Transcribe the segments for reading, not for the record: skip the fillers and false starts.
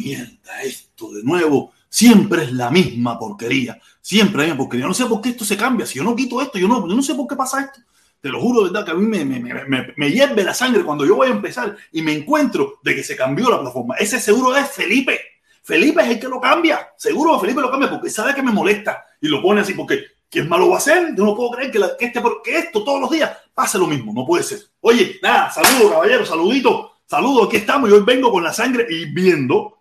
mierda, esto de nuevo, siempre es la misma porquería, siempre es la misma porquería. No sé por qué esto se cambia, si yo no quito esto, yo no sé por qué pasa esto. Te lo juro, de verdad, que a mí me hierve la sangre cuando yo voy a empezar y me encuentro de que se cambió la plataforma. Ese seguro es Felipe. Felipe es el que lo cambia. Seguro Felipe lo cambia porque sabe que me molesta y lo pone así porque ¿quién más lo va a hacer? Yo no puedo creer que esto todos los días pase lo mismo. No puede ser. Oye, nada, saludos, caballero, saludito. Saludos, aquí estamos y hoy vengo con la sangre hirviendo.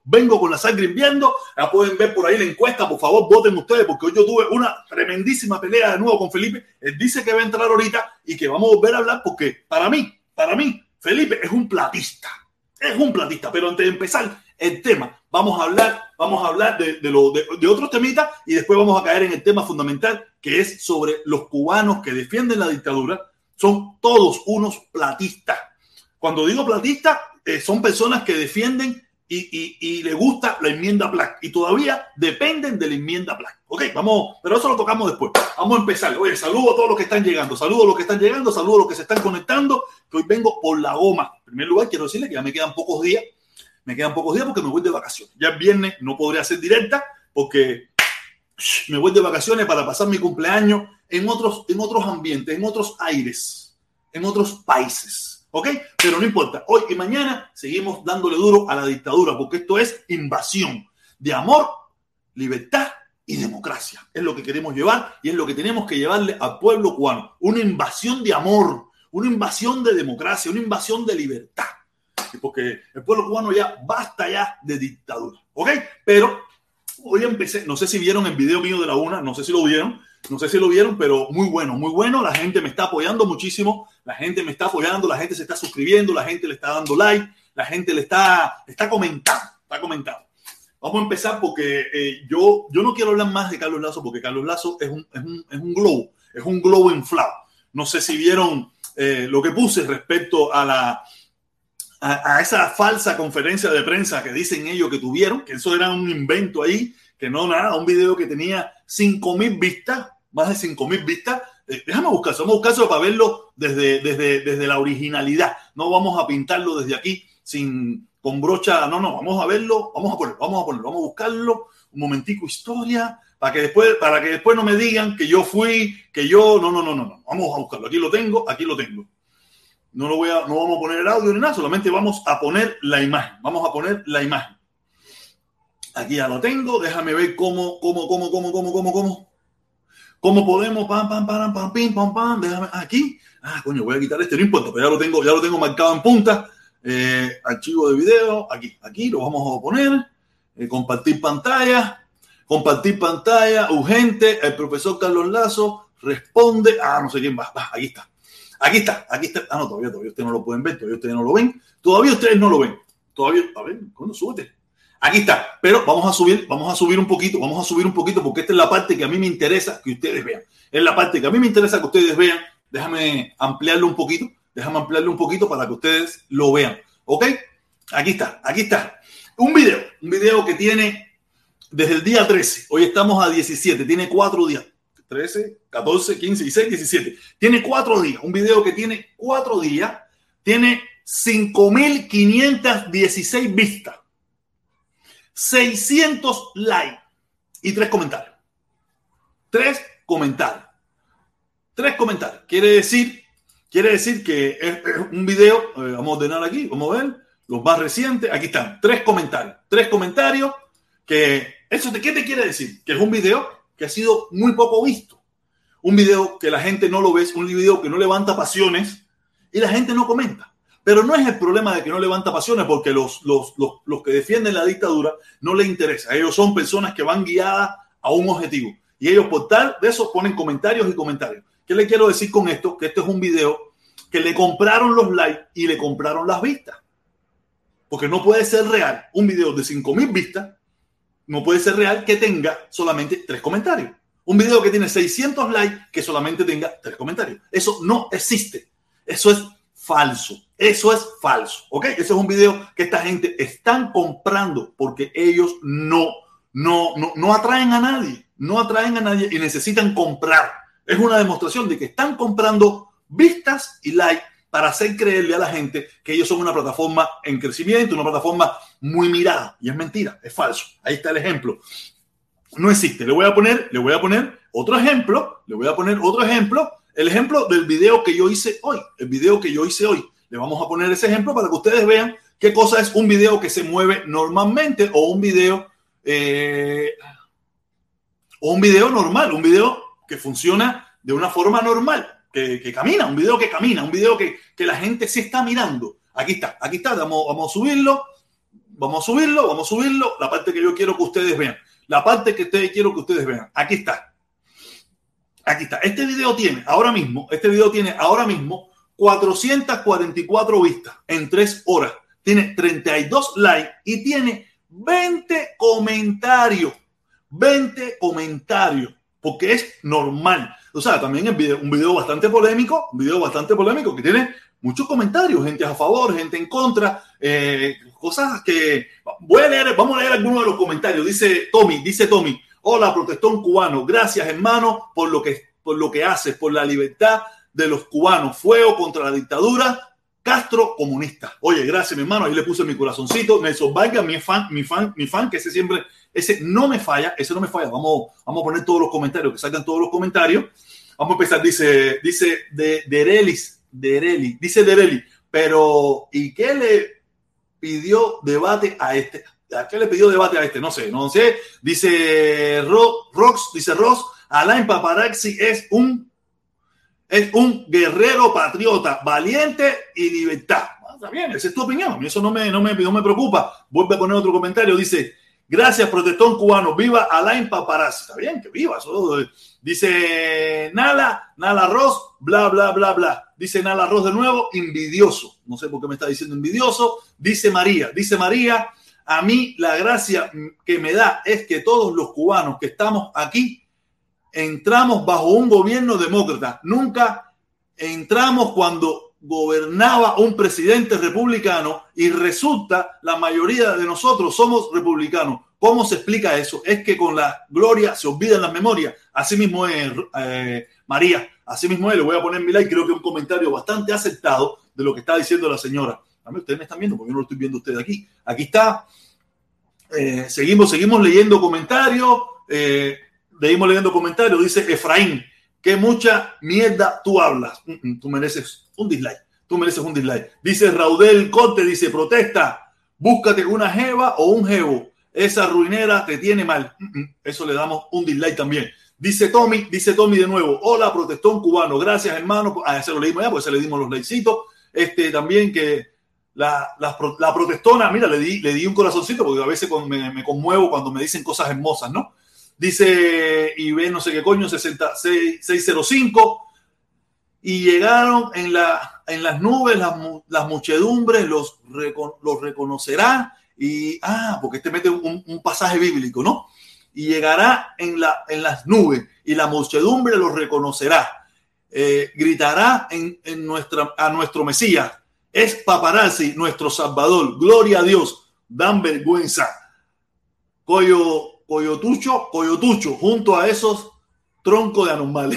La pueden ver por ahí la encuesta. Por favor, voten ustedes porque hoy yo tuve una tremendísima pelea de nuevo con Felipe. Él dice que va a entrar ahorita y que vamos a volver a hablar porque para mí, Felipe es un platista. Pero antes de empezar el tema, vamos a hablar de otros temitas y después vamos a caer en el tema fundamental que es sobre los cubanos que defienden la dictadura. Son todos unos platistas. Cuando digo platista, son personas que defienden y les gusta la enmienda Plac y todavía dependen de la enmienda Plac. Ok, vamos, pero eso lo tocamos después. Vamos a empezar. Oye, saludo a todos los que están llegando, saludo a los que se están conectando, que hoy vengo por la goma. En primer lugar, quiero decirles que ya me quedan pocos días porque me voy de vacaciones. Ya el viernes no podré hacer directa porque me voy de vacaciones para pasar mi cumpleaños en otros ambientes, en otros aires, en otros países. ¿Ok? Pero no importa. Hoy y mañana seguimos dándole duro a la dictadura porque esto es invasión de amor, libertad y democracia. Es lo que queremos llevar y es lo que tenemos que llevarle al pueblo cubano. Una invasión de amor, una invasión de democracia, una invasión de libertad. Porque el pueblo cubano ya basta ya de dictadura. ¿Ok? Pero hoy empecé, no sé si vieron el video mío de la una, no sé si lo vieron, pero muy bueno. La gente me está apoyando muchísimo, la gente se está suscribiendo, la gente le está dando like, la gente le está comentando. Vamos a empezar porque yo no quiero hablar más de Carlos Lazo porque Carlos Lazo es un globo inflado. No sé si vieron lo que puse respecto a esa falsa conferencia de prensa que dicen ellos que tuvieron, que eso era un invento ahí, que no nada, un video que tenía 5,000 vistas, más de 5,000 vistas. Vamos a buscarlo para verlo desde la originalidad. No vamos a pintarlo desde aquí con brocha, no, vamos a verlo, vamos a buscarlo, un momentico, historia, para que después no me digan que yo fui, no, vamos a buscarlo, aquí lo tengo. No vamos a poner el audio ni nada, solamente vamos a poner la imagen. Aquí ya lo tengo, déjame ver cómo podemos, pam, déjame, aquí. Coño, voy a quitar no importa, pero ya lo tengo marcado en punta. Archivo de video, aquí lo vamos a poner. Compartir pantalla, urgente, el profesor Carlos Lazo responde, no sé quién va, aquí está. No, todavía ustedes no lo pueden ver, todavía ustedes no lo ven. A ver, ¿cuándo súbete? Aquí está, pero vamos a subir un poquito porque esta es la parte que a mí me interesa que ustedes vean. Déjame ampliarlo un poquito para que ustedes lo vean. ¿Ok? Aquí está. Un video que tiene desde el día 13. Hoy estamos a 17, tiene 4 días. 13, 14, 15, 16, 17. Tiene 4 días. Un video que tiene 4 días. Tiene 5,516 vistas. 600 likes. Y 3 comentarios. 3 comentarios. Quiere decir que es un video. Vamos a ordenar aquí. Vamos a ver. Los más recientes. Aquí están. 3 comentarios. 3 comentarios. ¿Qué te quiere decir? Que es un video que ha sido muy poco visto. Un video que la gente no lo ve, un video que no levanta pasiones y la gente no comenta. Pero no es el problema de que no levanta pasiones porque los que defienden la dictadura no les interesa. Ellos son personas que van guiadas a un objetivo. Y ellos por tal de eso ponen comentarios. ¿Qué le quiero decir con esto? Que esto es un video que le compraron los likes y le compraron las vistas. Porque no puede ser real un video de 5,000 vistas. No puede ser real que tenga solamente 3 comentarios. Un video que tiene 600 likes que solamente tenga 3 comentarios. Eso no existe. Eso es falso. ¿Ok? Ese es un video que esta gente están comprando porque ellos no atraen a nadie. No atraen a nadie y necesitan comprar. Es una demostración de que están comprando vistas y likes para hacer creerle a la gente que ellos son una plataforma en crecimiento, una plataforma muy mirada. Y es mentira, es falso. Ahí está el ejemplo. No existe. Le voy a poner otro ejemplo. El ejemplo del video que yo hice hoy. Le vamos a poner ese ejemplo para que ustedes vean qué cosa es un video que se mueve normalmente o un video normal, un video que funciona de una forma normal, que camina, un video que la gente se está mirando. Aquí está, vamos a subirlo, la parte que yo quiero que ustedes vean, aquí está. Este video tiene ahora mismo 444 vistas en 3 horas, tiene 32 likes y tiene 20 comentarios, porque es normal. O sea, también es un video bastante polémico que tiene muchos comentarios, gente a favor, gente en contra, cosas que vamos a leer algunos de los comentarios. Dice Tommy, hola, protestón cubano, gracias hermano por lo que haces, por la libertad de los cubanos, fuego contra la dictadura Castro comunista. Oye, gracias mi hermano, ahí le puse mi corazoncito. Nelson Vargas, mi fan, que ese no me falla. Vamos a poner todos los comentarios, que salgan todos los comentarios. Vamos a empezar, dice Dereli, pero ¿y qué le pidió debate a este? ¿A qué le pidió debate a este? No sé. Dice Ross, Alain Paparazzi es un guerrero patriota, valiente y libertad. Está bien, esa es tu opinión. Eso no me preocupa. Vuelve a poner otro comentario. Dice, gracias, protestón cubano. Viva Alain Paparazzi. Está bien, que viva. Dice Nala Ross, bla, bla, bla, bla. Dice Nala Ross de nuevo, envidioso. No sé por qué me está diciendo envidioso. Dice María, a mí la gracia que me da es que todos los cubanos que estamos aquí entramos bajo un gobierno demócrata. Nunca entramos cuando gobernaba un presidente republicano y resulta la mayoría de nosotros somos republicanos. ¿Cómo se explica eso? Es que con la gloria se olvidan las memorias. Así mismo es, María. Así mismo es. Le voy a poner mi like. Creo que es un comentario bastante acertado de lo que está diciendo la señora. También ustedes me están viendo porque yo no lo estoy viendo ustedes aquí. Aquí está. Seguimos leyendo comentarios. Dice Efraín, que mucha mierda tú hablas. Tú mereces un dislike. Dice Raudel Corte, dice, protesta, búscate una jeva o un jevo. Esa ruinera te tiene mal. Eso le damos un dislike también. Dice Tommy de nuevo, hola, protestón cubano, gracias hermano. Se lo leímos ya, pues se le dimos los likecitos. También que la protestona, mira, le di un corazoncito porque a veces me conmuevo cuando me dicen cosas hermosas, ¿no? Dice Ibe no sé qué coño 605 y llegaron en las nubes las muchedumbres los reconocerá y porque mete un pasaje bíblico, ¿no? Y llegará en las nubes y la muchedumbre los reconocerá, gritará a nuestro Mesías, es Paparazzi nuestro Salvador, gloria a Dios, dan vergüenza. Coyotucho, junto a esos troncos de anormales.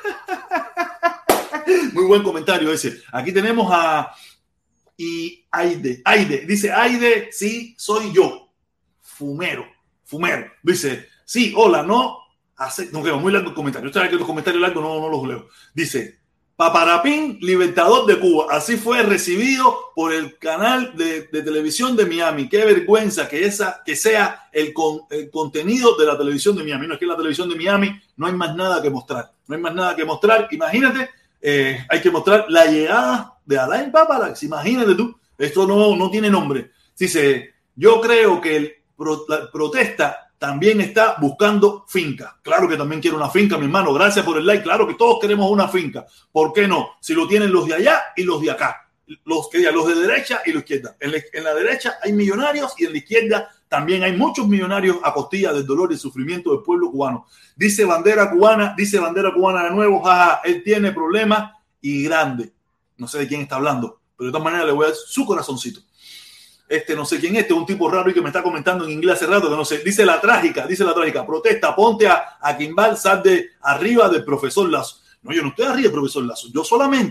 Muy buen comentario ese. Aquí tenemos a Aide. Dice Aide, sí, soy yo. Fumero. Dice, sí, hola, no quedó muy largo el comentario. Ustedes saben que los comentarios largos no los leo. Dice, Paparapín, libertador de Cuba. Así fue recibido por el canal de televisión de Miami. Qué vergüenza que sea el contenido de la televisión de Miami. No es que en la televisión de Miami no hay más nada que mostrar. Imagínate, hay que mostrar la llegada de Alain Paparazzi. Imagínate tú. Esto no tiene nombre. Dice, yo creo que la protesta también está buscando finca. Claro que también quiero una finca, mi hermano. Gracias por el like. Claro que todos queremos una finca. ¿Por qué no? Si lo tienen los de allá y los de acá. Los de derecha y los de izquierda. En la derecha hay millonarios y en la izquierda también hay muchos millonarios a costilla del dolor y el sufrimiento del pueblo cubano. Dice bandera cubana de nuevo. Jaja, él tiene problemas y grande. No sé de quién está hablando, pero de todas maneras le voy a dar su corazoncito. No sé quién es, un tipo raro y que me está comentando en inglés hace rato, que no sé. Dice la trágica, protesta, ponte a Kimball, sal de arriba del profesor Lazo. No, yo no estoy arriba del profesor Lazo. Yo solamente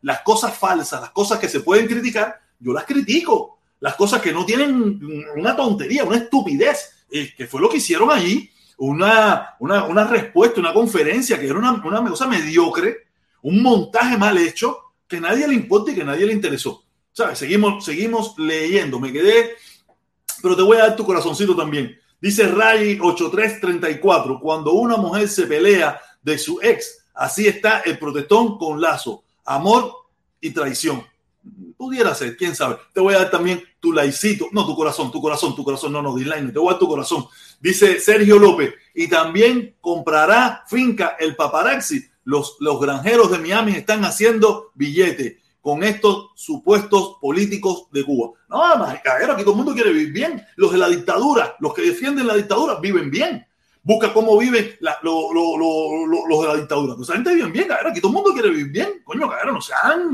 las cosas falsas, las cosas que se pueden criticar, yo las critico. Las cosas que no tienen una tontería, una estupidez, que fue lo que hicieron allí, una respuesta, una conferencia que era una cosa mediocre, un montaje mal hecho, que a nadie le importa y que a nadie le interesó. ¿Sabes? Seguimos leyendo. Me quedé, pero te voy a dar tu corazoncito también. Dice Ray 8334, cuando una mujer se pelea de su ex, así está el protestón con Lazo, amor y traición. Pudiera ser, quién sabe. Te voy a dar también tu laicito. No, tu corazón. No, dislike, te voy a dar tu corazón. Dice Sergio López, y también comprará finca el paparazzi. Los granjeros de Miami están haciendo billete con estos supuestos políticos de Cuba. No, caguero, aquí todo el mundo quiere vivir bien. Los de la dictadura, los que defienden la dictadura, viven bien. Busca cómo viven los de la dictadura. Pues esa gente vive bien, caguero. Aquí todo el mundo quiere vivir bien. Coño, caguero, no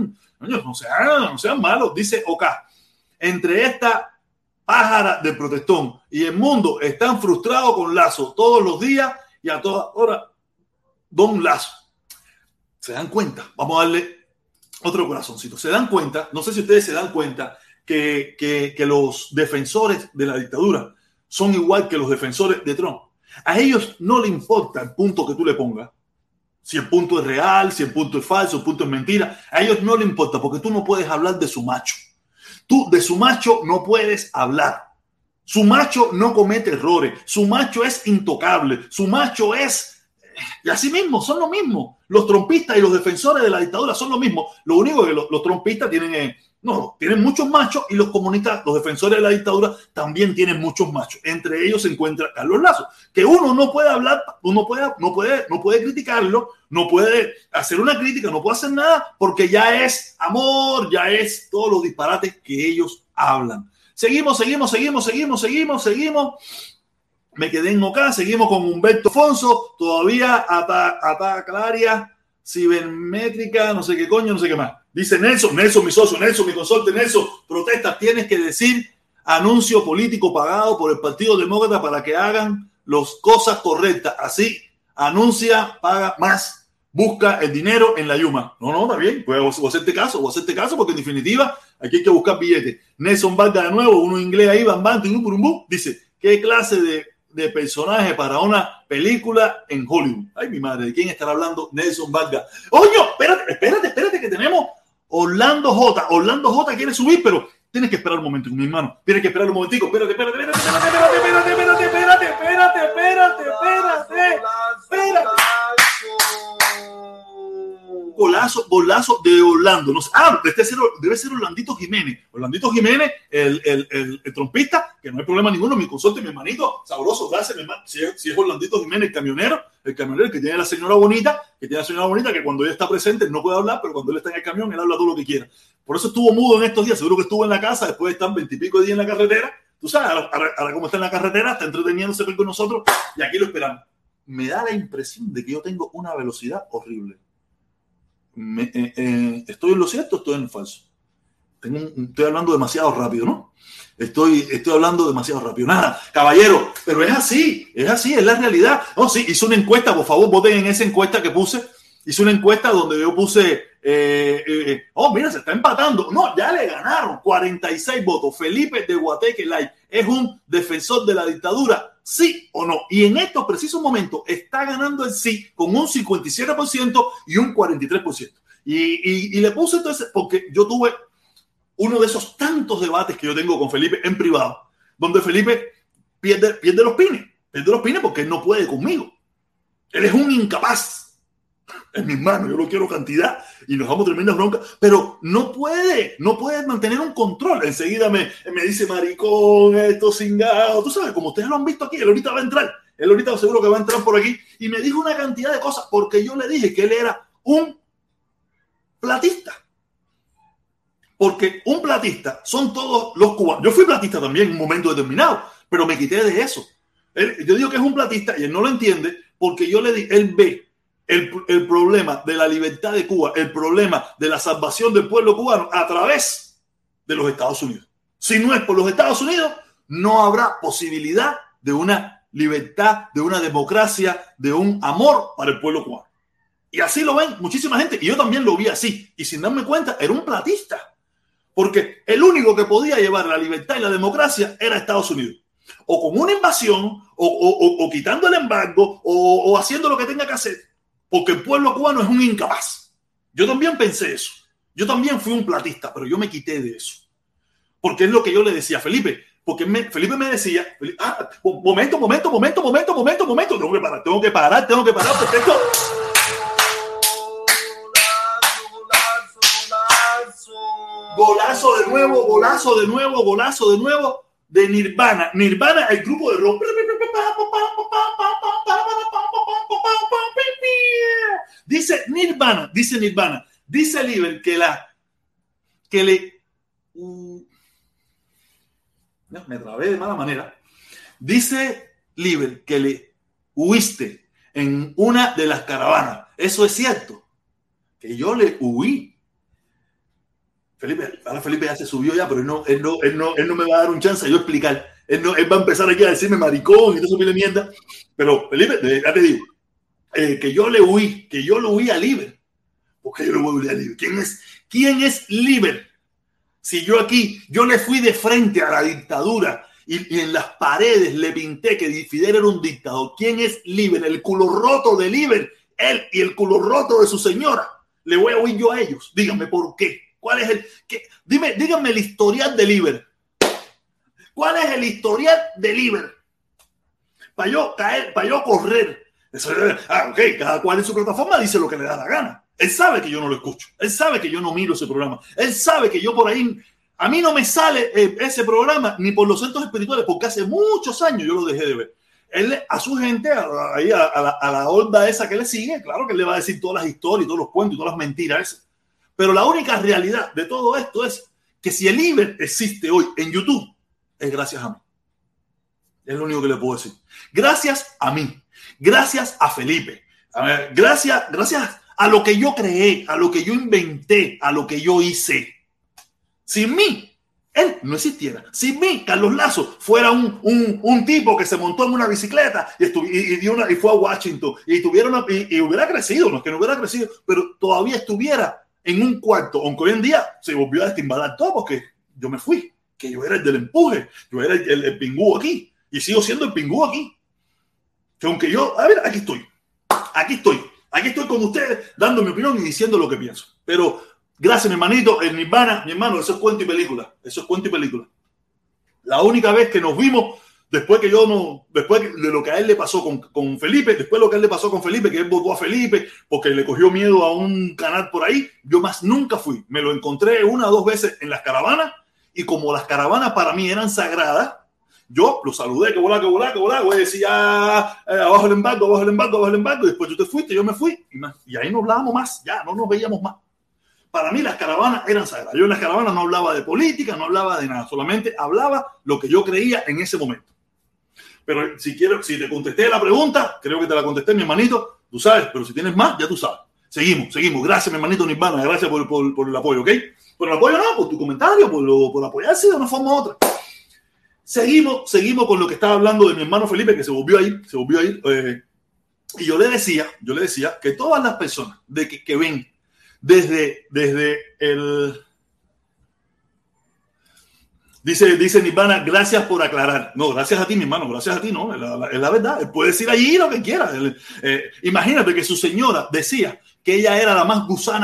sean malos. Dice Oka, entre esta pájara del protestón y el mundo están frustrados con Lazo todos los días y a todas horas. Don Lazo. ¿Se dan cuenta? Vamos a darle otro corazoncito. ¿Se dan cuenta? No sé si ustedes se dan cuenta que los defensores de la dictadura son igual que los defensores de Trump. A ellos no les importa el punto que tú le pongas. Si el punto es real, si el punto es falso, el punto es mentira. A ellos no les importa porque tú no puedes hablar de su macho. Tú de su macho no puedes hablar. Su macho no comete errores. Su macho es intocable. Su macho es... Y así mismo, son lo mismo. Los trompistas y los defensores de la dictadura son lo mismo. Lo único que los trompistas tienen muchos machos y los comunistas, los defensores de la dictadura, también tienen muchos machos. Entre ellos se encuentra Carlos Lazo, que uno no puede hablar, no puede criticarlo, no puede hacer una crítica, no puede hacer nada, porque ya es amor, ya es todos los disparates que ellos hablan. Seguimos. Me quedé en Oca, seguimos con Humberto Fonso, todavía Ataclaria, cibermétrica, no sé qué coño, no sé qué más. Dice Nelson, mi socio, Nelson, mi consorte, Nelson, protesta, tienes que decir anuncio político pagado por el Partido Demócrata para que hagan las cosas correctas. Así, anuncia, paga más, busca el dinero en la Yuma. No, está bien, voy a hacerte caso, porque en definitiva aquí hay que buscar billetes. Nelson Vargas de nuevo, uno inglés ahí, dice, ¿qué clase de personaje para una película en Hollywood? Ay, mi madre, ¿de quién estará hablando Nelson Vargas? Oye, espérate, que tenemos Orlando J quiere subir, pero tienes que esperar un momento, mi hermano. Tienes que esperar un momentico. Espérate. Golazo de Orlando. No sé. Debe ser Orlandito Jiménez. Orlandito Jiménez, el trompista, que no hay problema ninguno. Mi consorte, mi hermanito, sabroso, gracias, mi hermano. Si es Orlandito Jiménez, el camionero que tiene la señora bonita, que cuando ella está presente no puede hablar, pero cuando él está en el camión, él habla todo lo que quiera. Por eso estuvo mudo en estos días. Seguro que estuvo en la casa después de estar 20 y pico de días en la carretera. Tú sabes, ahora como está en la carretera, está entreteniéndose con nosotros y aquí lo esperamos. Me da la impresión de que yo tengo una velocidad horrible. ¿Estoy en lo cierto o estoy en lo falso? Estoy hablando demasiado rápido, ¿no? Estoy hablando demasiado rápido. Nada, caballero, pero es así, es la realidad. No, sí, hice una encuesta, por favor, voten en esa encuesta que puse. Hice una encuesta donde yo puse, mira, se está empatando. No, ya le ganaron 46 votos. Felipe de Guateque Live es un defensor de la dictadura, ¿sí o no? Y en estos precisos momentos está ganando el sí con un 57% y un 43%. Y le puse entonces, porque yo tuve uno de esos tantos debates que yo tengo con Felipe en privado, donde Felipe pierde los pines porque él no puede conmigo. Él es un incapaz. Es mi hermano, yo lo quiero cantidad y nos vamos tremendas broncas, pero no puede mantener un control. Enseguida me dice maricón, esto cingado. Tú sabes, como ustedes lo han visto aquí, él ahorita va a entrar. Él ahorita seguro que va a entrar por aquí y me dijo una cantidad de cosas porque yo le dije que él era un platista. Porque un platista son todos los cubanos. Yo fui platista también en un momento determinado, pero me quité de eso. Yo digo que es un platista y él no lo entiende porque yo le dije, él ve el problema de la libertad de Cuba, el problema de la salvación del pueblo cubano a través de los Estados Unidos. Si no es por los Estados Unidos, no habrá posibilidad de una libertad, de una democracia, de un amor para el pueblo cubano. Y así lo ven muchísima gente. Y yo también lo vi así. Y sin darme cuenta, era un platista. Porque el único que podía llevar la libertad y la democracia era Estados Unidos. O con una invasión, o quitando el embargo, o haciendo lo que tenga que hacer. Porque el pueblo cubano es un incapaz. Yo también pensé eso. Yo también fui un platista, pero yo me quité de eso. Porque es lo que yo le decía a Felipe. Porque Felipe me decía, momento. Tengo que parar. Perfecto. Golazo de nuevo de Nirvana. Nirvana, el grupo de rock. Dice Nirvana. Dice Liber me trabé de mala manera. Dice Liber que le huiste en una de las caravanas. Eso es cierto. Que yo le huí. Felipe ya se subió ya, pero él no me va a dar un chance de yo explicar. Él va a empezar aquí a decirme maricón y todo eso de mierda. Pero Felipe, ya te digo, que yo lo huí a Liber. ¿Por qué yo lo voy a huir a Liber? ¿Quién es Liber? Si yo le fui de frente a la dictadura y en las paredes le pinté que Fidel era un dictador. ¿Quién es Liber? El culo roto de Liber, él y el culo roto de su señora. Le voy a huir yo a ellos. Díganme por qué. ¿Cuál es díganme el historial de Liber. ¿Cuál es el historial de Liber? Para yo correr. Ok, cada cual en su plataforma dice lo que le da la gana. Él sabe que yo no lo escucho. Él sabe que yo no miro ese programa. Él sabe que yo por ahí, a mí no me sale ese programa ni por los centros espirituales, porque hace muchos años yo lo dejé de ver. Él a su gente, a la horda esa que le sigue, claro que él le va a decir todas las historias, todos los cuentos y todas las mentiras esas. Pero la única realidad de todo esto es que si el Liber existe hoy en YouTube, es gracias a mí. Es lo único que le puedo decir. Gracias a mí. Gracias a Felipe. Gracias a lo que yo creé, a lo que yo inventé, a lo que yo hice. Sin mí, él no existiera. Sin mí, Carlos Lazo fuera un tipo que se montó en una bicicleta y fue a Washington y hubiera crecido, no es que no hubiera crecido, pero todavía estuviera en un cuarto, aunque hoy en día se volvió a destimbalar todo porque yo me fui, que yo era el del empuje, yo era el pingú aquí y sigo siendo el pingú aquí. Que aunque yo, aquí estoy con ustedes dando mi opinión y diciendo lo que pienso. Pero gracias, mi hermanito, mi hermano, eso es cuento y película. La única vez que nos vimos, después de lo que a él le pasó con Felipe, que él votó a Felipe porque le cogió miedo a un canal por ahí, yo más nunca fui. Me lo encontré 1 o 2 veces en las caravanas y como las caravanas para mí eran sagradas, yo lo saludé, que volá, voy a decir, abajo el embargo, y después tú te fuiste, yo me fui, y ahí no hablábamos más, ya no nos veíamos más. Para mí las caravanas eran sagradas. Yo en las caravanas no hablaba de política, no hablaba de nada, solamente hablaba lo que yo creía en ese momento. Pero si te contesté la pregunta, creo que te la contesté, mi hermanito, tú sabes, pero si tienes más, ya tú sabes. Seguimos. Gracias, mi hermanito Nirvana, gracias por el apoyo, ¿ok? Por el apoyo no, por tu comentario, por apoyarse de una forma u otra. Seguimos con lo que estaba hablando de mi hermano Felipe, que se volvió a ir. Y yo le decía que todas las personas que ven desde el... Dice Nirvana, gracias por aclarar. No, gracias a ti, mi hermano, gracias a ti, no, es la verdad. Él puede decir allí lo que quiera. Imagínate que su señora decía que ella era la más gusana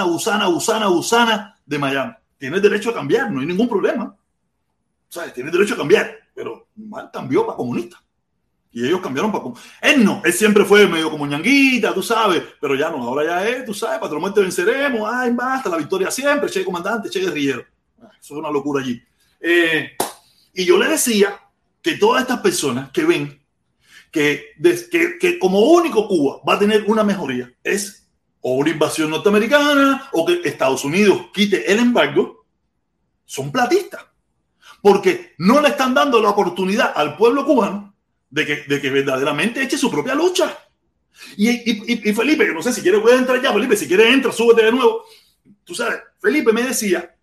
de Miami. Tiene derecho a cambiar, no hay ningún problema. ¿Sabes? Tiene derecho a cambiar, pero mal cambió para comunista. Y ellos cambiaron para comunista. Él siempre fue medio como ñanguita, tú sabes, pero ya no, ahora ya es, tú sabes, patrón muerte venceremos, basta, la victoria siempre, che comandante, che guerrillero. Eso es una locura allí. Y yo le decía que todas estas personas que ven que como único Cuba va a tener una mejoría es o una invasión norteamericana o que Estados Unidos quite el embargo, son platistas. Porque no le están dando la oportunidad al pueblo cubano de que verdaderamente eche su propia lucha. Y Felipe, que no sé si quiere puede entrar ya, Felipe, si quiere entra, súbete de nuevo. Tú sabes, Felipe me decía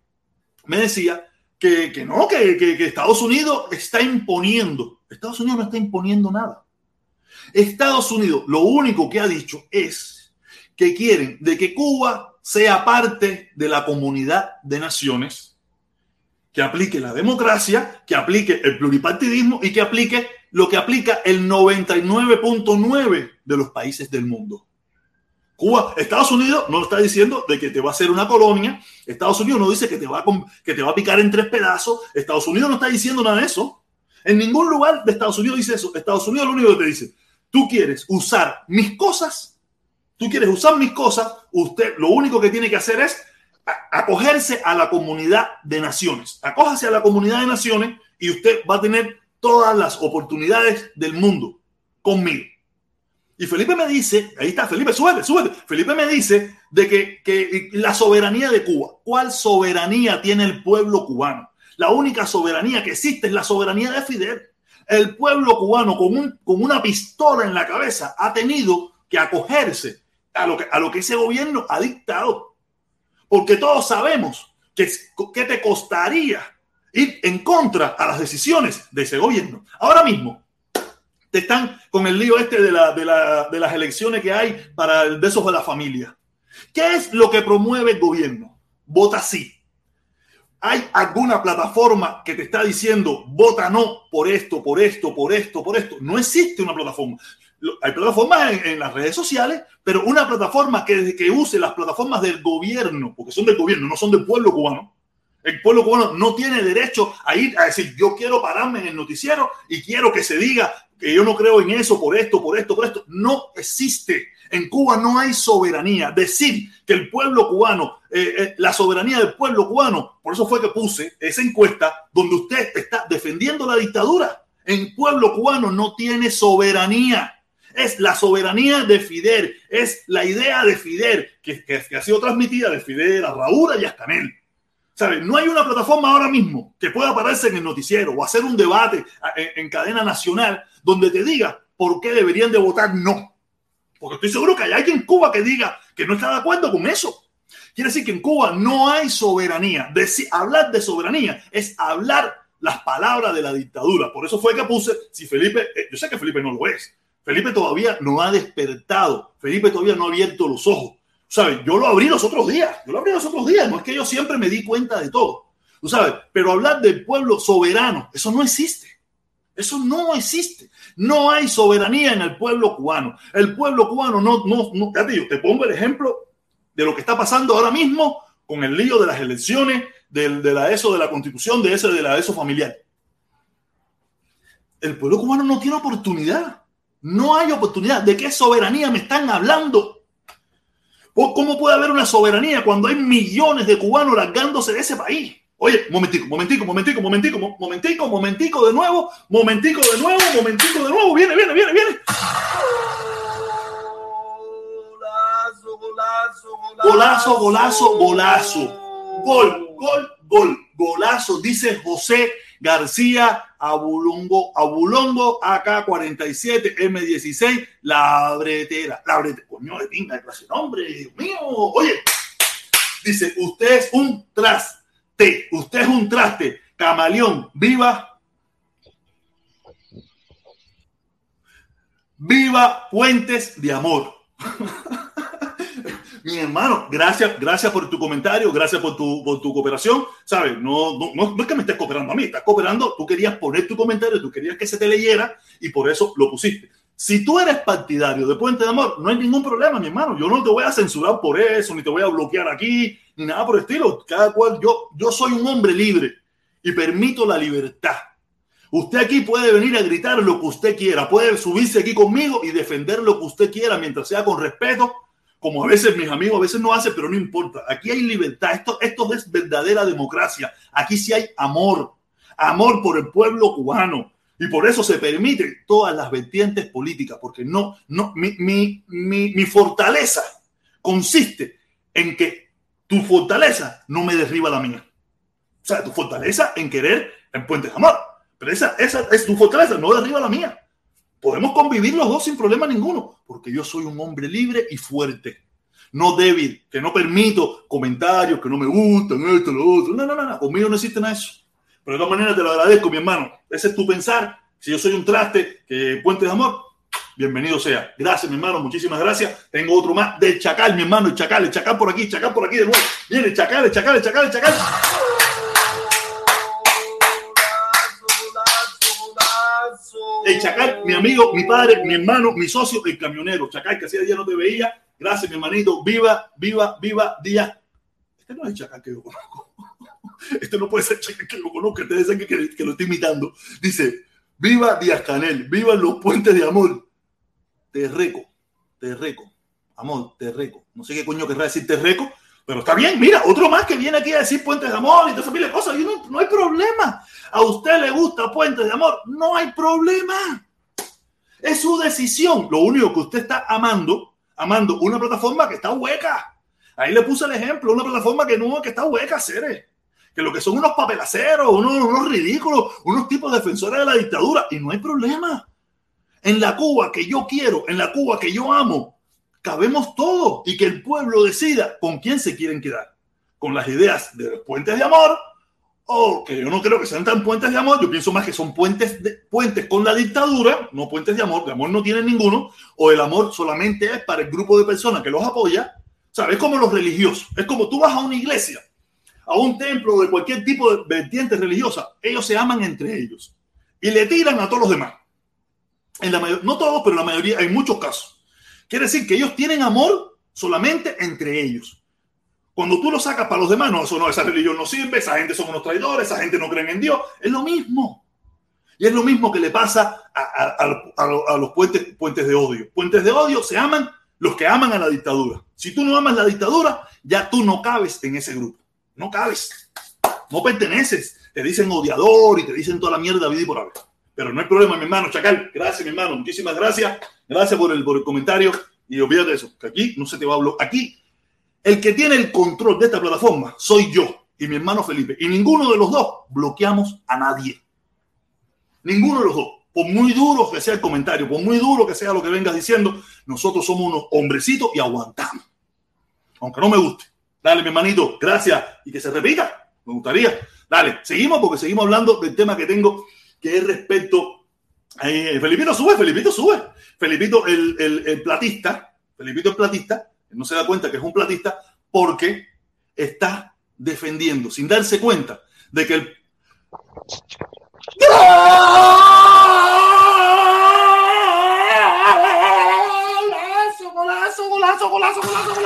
que no, que Estados Unidos está imponiendo. Estados Unidos no está imponiendo nada. Estados Unidos lo único que ha dicho es que quieren de que Cuba sea parte de la comunidad de naciones, que aplique la democracia, que aplique el pluripartidismo y que aplique lo que aplica el 99.9% de los países del mundo. Cuba, Estados Unidos no está diciendo de que te va a hacer una colonia. Estados Unidos no dice que te va a picar en 3 pedazos. Estados Unidos no está diciendo nada de eso. En ningún lugar de Estados Unidos dice eso. Estados Unidos lo único que te dice, tú quieres usar mis cosas, usted lo único que tiene que hacer es acogerse a la comunidad de naciones. Acójase a la comunidad de naciones y usted va a tener todas las oportunidades del mundo conmigo. Y Felipe me dice, ahí está, Felipe, súbete. Felipe me dice de que la soberanía de Cuba, ¿cuál soberanía tiene el pueblo cubano? La única soberanía que existe es la soberanía de Fidel. El pueblo cubano con una pistola en la cabeza ha tenido que acogerse a lo que ese gobierno ha dictado. Porque todos sabemos que te costaría ir en contra a las decisiones de ese gobierno. Ahora mismo te están con el lío de las elecciones que hay para el beso de la familia. ¿Qué es lo que promueve el gobierno? Vota sí. ¿Hay alguna plataforma que te está diciendo vota no por esto? No existe una plataforma. Hay plataformas en las redes sociales, pero una plataforma que use las plataformas del gobierno, porque son del gobierno, no son del pueblo cubano. El pueblo cubano no tiene derecho a ir a decir yo quiero pararme en el noticiero y quiero que se diga que yo no creo en eso por esto. No existe. En Cuba no hay soberanía. Decir que el pueblo cubano, la soberanía del pueblo cubano, por eso fue que puse esa encuesta donde usted está defendiendo la dictadura. El pueblo cubano no tiene soberanía. Es la soberanía de Fidel. Es la idea de Fidel que ha sido transmitida de Fidel a Raúl y a Canel. ¿Sabe? No hay una plataforma ahora mismo que pueda pararse en el noticiero o hacer un debate en cadena nacional donde te diga por qué deberían de votar no. Porque estoy seguro que hay alguien en Cuba que diga que no está de acuerdo con eso. Quiere decir que en Cuba no hay soberanía. Hablar de soberanía es hablar las palabras de la dictadura. Por eso fue que puse, si Felipe, yo sé que Felipe no lo es. Felipe todavía no ha despertado. Felipe todavía no ha abierto los ojos. ¿Sabes? Yo lo abrí los otros días. No es que yo siempre me di cuenta de todo. ¿Tú sabes? Pero hablar del pueblo soberano, eso no existe. Eso no existe. No hay soberanía en el pueblo cubano. El pueblo cubano no. Ya te digo, te pongo el ejemplo de lo que está pasando ahora mismo con el lío de las elecciones, de la constitución, de la ESO familiar. El pueblo cubano no tiene oportunidad. No hay oportunidad. ¿De qué soberanía me están hablando? ¿Cómo puede haber una soberanía cuando hay millones de cubanos largándose de ese país? Oye, momentico, de nuevo. Viene. Golazo, dice José García Abulongo AK-47 M16, la bretera, coño de pinga de clase nombre, Dios mío. Oye, dice, usted es un traste, camaleón, viva Puentes de Amor. Mi hermano, gracias por tu comentario, gracias por tu cooperación. ¿Sabes? No es que me estés cooperando a mí, estás cooperando. Tú querías poner tu comentario, tú querías que se te leyera y por eso lo pusiste. Si tú eres partidario de Puente de Amor, no hay ningún problema, mi hermano. Yo no te voy a censurar por eso, ni te voy a bloquear aquí, ni nada por el estilo. Cada cual, yo soy un hombre libre y permito la libertad. Usted aquí puede venir a gritar lo que usted quiera, puede subirse aquí conmigo y defender lo que usted quiera mientras sea con respeto, como a veces mis amigos a veces no hacen, pero no importa. Aquí hay libertad. Esto es verdadera democracia. Aquí sí hay amor por el pueblo cubano. Y por eso se permite todas las vertientes políticas, porque mi fortaleza consiste en que tu fortaleza no me derriba la mía. O sea, tu fortaleza en querer en Puente de Amor. Pero esa es tu fortaleza, no derriba la mía. Podemos convivir los dos sin problema ninguno, porque yo soy un hombre libre y fuerte, no débil, que no permito comentarios que no me gustan, esto, lo otro. No, conmigo no existe nada de eso. Pero de todas maneras te lo agradezco, mi hermano. Ese es tu pensar. Si yo soy un traste, que Puente de Amor, bienvenido sea. Gracias, mi hermano, muchísimas gracias. Tengo otro más del Chacal, mi hermano, el Chacal por aquí de nuevo. Viene el Chacal. El Chacal, mi amigo, mi padre, mi hermano, mi socio, el camionero. Chacal, que hacía días no te veía. Gracias, mi hermanito. Viva Díaz. Este no es el Chacal que yo conozco. Este no puede ser el Chacal que yo conozco. Ustedes dicen que lo estoy imitando. Dice, viva Díaz Canel, viva los puentes de amor. Terreco. Amor, terreco. No sé qué coño querrá decir terreco, pero está bien. Mira, otro más que viene aquí a decir puentes de amor y todas esas cosas. Y no hay problema. A usted le gusta puentes de amor, no hay problema. Es su decisión. Lo único que usted está amando una plataforma que está hueca. Ahí le puse el ejemplo, una plataforma que está hueca, seres. Que lo que son unos papelaceros, unos ridículos, unos tipos defensores de la dictadura. Y no hay problema. En la Cuba que yo quiero, en la Cuba que yo amo, cabemos todos y que el pueblo decida con quién se quieren quedar. Con las ideas de los puentes de amor, o que yo no creo que sean tan puentes de amor, yo pienso más que son puentes con la dictadura, no puentes de amor no tienen ninguno, o el amor solamente es para el grupo de personas que los apoya. ¿Sabes? Es como los religiosos, es como tú vas a una iglesia, a un templo de cualquier tipo de vertiente religiosa, ellos se aman entre ellos y le tiran a todos los demás. No todos, pero la mayoría, en muchos casos. Quiere decir que ellos tienen amor solamente entre ellos. Cuando tú lo sacas para los demás, esa religión no sirve, esa gente son unos traidores, esa gente no creen en Dios. Es lo mismo. Y es lo mismo que le pasa a los puentes de odio. Puentes de odio se aman los que aman a la dictadura. Si tú no amas la dictadura, ya tú no cabes en ese grupo. No cabes. No perteneces. Te dicen odiador y te dicen toda la mierda vida y por haber. Pero no hay problema, mi hermano Chacal. Gracias, mi hermano. Muchísimas gracias. Gracias por el comentario. Y olvídate de eso, que aquí no se te va a hablar. Aquí, el que tiene el control de esta plataforma soy yo y mi hermano Felipe. Y ninguno de los dos bloqueamos a nadie. Ninguno de los dos. Por muy duro que sea el comentario, por muy duro que sea lo que vengas diciendo, nosotros somos unos hombrecitos y aguantamos. Aunque no me guste. Dale, mi hermanito. Gracias. Y que se repita. Me gustaría. Dale, seguimos porque seguimos hablando del tema que tengo, que es respecto a Felipito sube. Felipito el platista, él no se da cuenta que es un platista porque está defendiendo, sin darse cuenta de que el... ¡Golazo!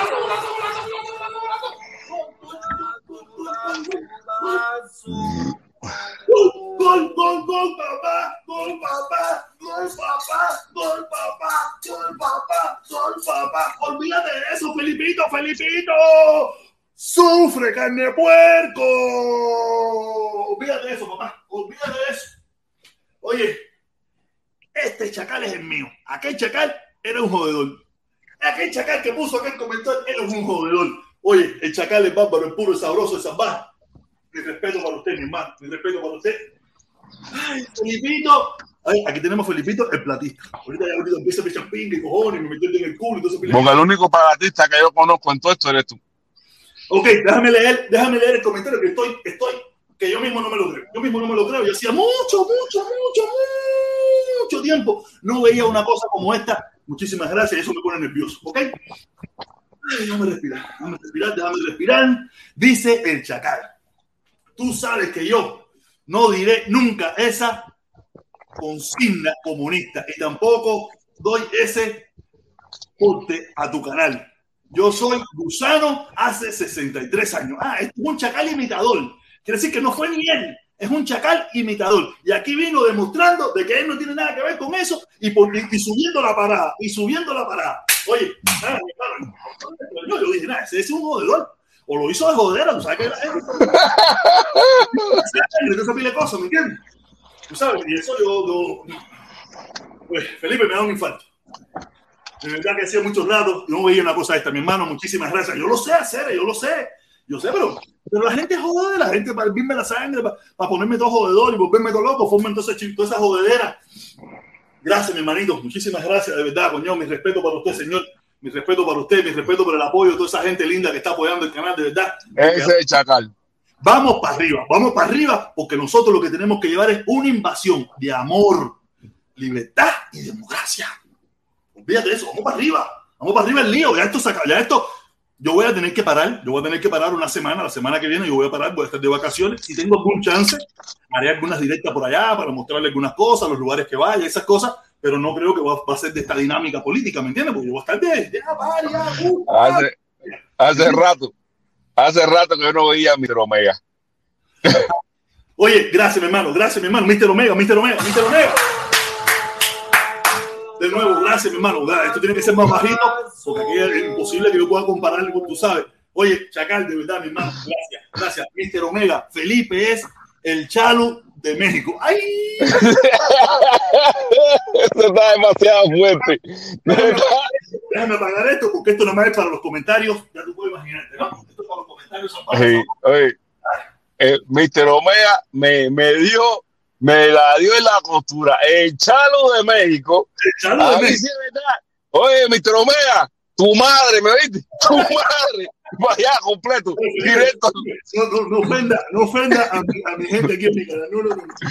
Gol, papá. Olvídate de eso, Felipito. Sufre, carne de puerco. Olvídate de eso, papá. Olvídate de eso. Oye, este Chacal es el mío. Aquel Chacal era un jodedor. Aquel Chacal que puso aquel comentario era un jodedor. Oye, el Chacal es bárbaro, es puro, es sabroso, es salvaje. Mi respeto para usted, mi hermano. Mi respeto para usted. Ay, Felipito. Ay, aquí tenemos Felipito, el platista. Ahorita empieza a echar pinga y cojones, me metiendo en el culo y todo eso. Porque el único platista que yo conozco en todo esto eres tú. Ok, déjame leer el comentario que yo mismo no me lo creo. Yo hacía mucho tiempo no veía una cosa como esta. Muchísimas gracias, eso me pone nervioso, ¿ok? Ay, déjame respirar. Dice el Chacal. Tú sabes que yo no diré nunca esa consigna comunista y tampoco doy ese corte a tu canal. Yo soy gusano hace 63 años. Es un Chacal imitador. Quiere decir que no fue ni él. Es un Chacal imitador. Y aquí vino demostrando de que él no tiene nada que ver con eso y subiendo la parada. Oye, yo dije, ese es un jodedor. O lo hizo de jodera, tú sabes que la gente. Esa pila de cosas, ¿me entiendes? Tú sabes, y eso yo pues, Felipe me da un infarto. De verdad que hacía muchos ratos no veía una cosa esta, mi hermano. Muchísimas gracias. Yo lo sé hacer, yo sé, pero la gente jode, la gente para hervirme la sangre, para ponerme todo jodedor y volverme todo loco, forma entonces toda esa jodedera. Gracias, mi hermanito. Muchísimas gracias, de verdad, coño. Mi respeto para usted, señor. Mi respeto para usted, mi respeto por el apoyo de toda esa gente linda que está apoyando el canal, de verdad. Ese es Chacal. Vamos para arriba, porque nosotros lo que tenemos que llevar es una invasión de amor, libertad y democracia. Fíjate eso, vamos para arriba el lío, ya esto saca, ya esto. Yo voy a tener que parar una semana, la semana que viene yo voy a parar, voy a estar de vacaciones. Si tengo algún chance, haré algunas directas por allá para mostrarle algunas cosas, los lugares que vaya, esas cosas, pero no creo que va a ser de esta dinámica política, ¿me entiendes? Porque yo voy a estar Hace rato que yo no veía a Mr. Omega. Oye, gracias, mi hermano, Mr. Omega. De nuevo, gracias, mi hermano. Esto tiene que ser más bajito, porque aquí es imposible que yo pueda compararle con, tú sabes. Oye, Chacal, de verdad, mi hermano, gracias. Mr. Omega, Felipe es el Chalo de México. ¡Ay! Eso está demasiado fuerte. Déjame apagar esto, porque esto nada más es para los comentarios. Ya tú puedes imaginarte, ¿no? Esto para los comentarios son para Mr. Omega me la dio en la costura. El Chalo de México. El Chalo de México. Oye, Mr. Omega, tu madre, ¿me viste? Tu madre. Vaya, completo. Directo. No ofenda a mi gente aquí en mi canal. No.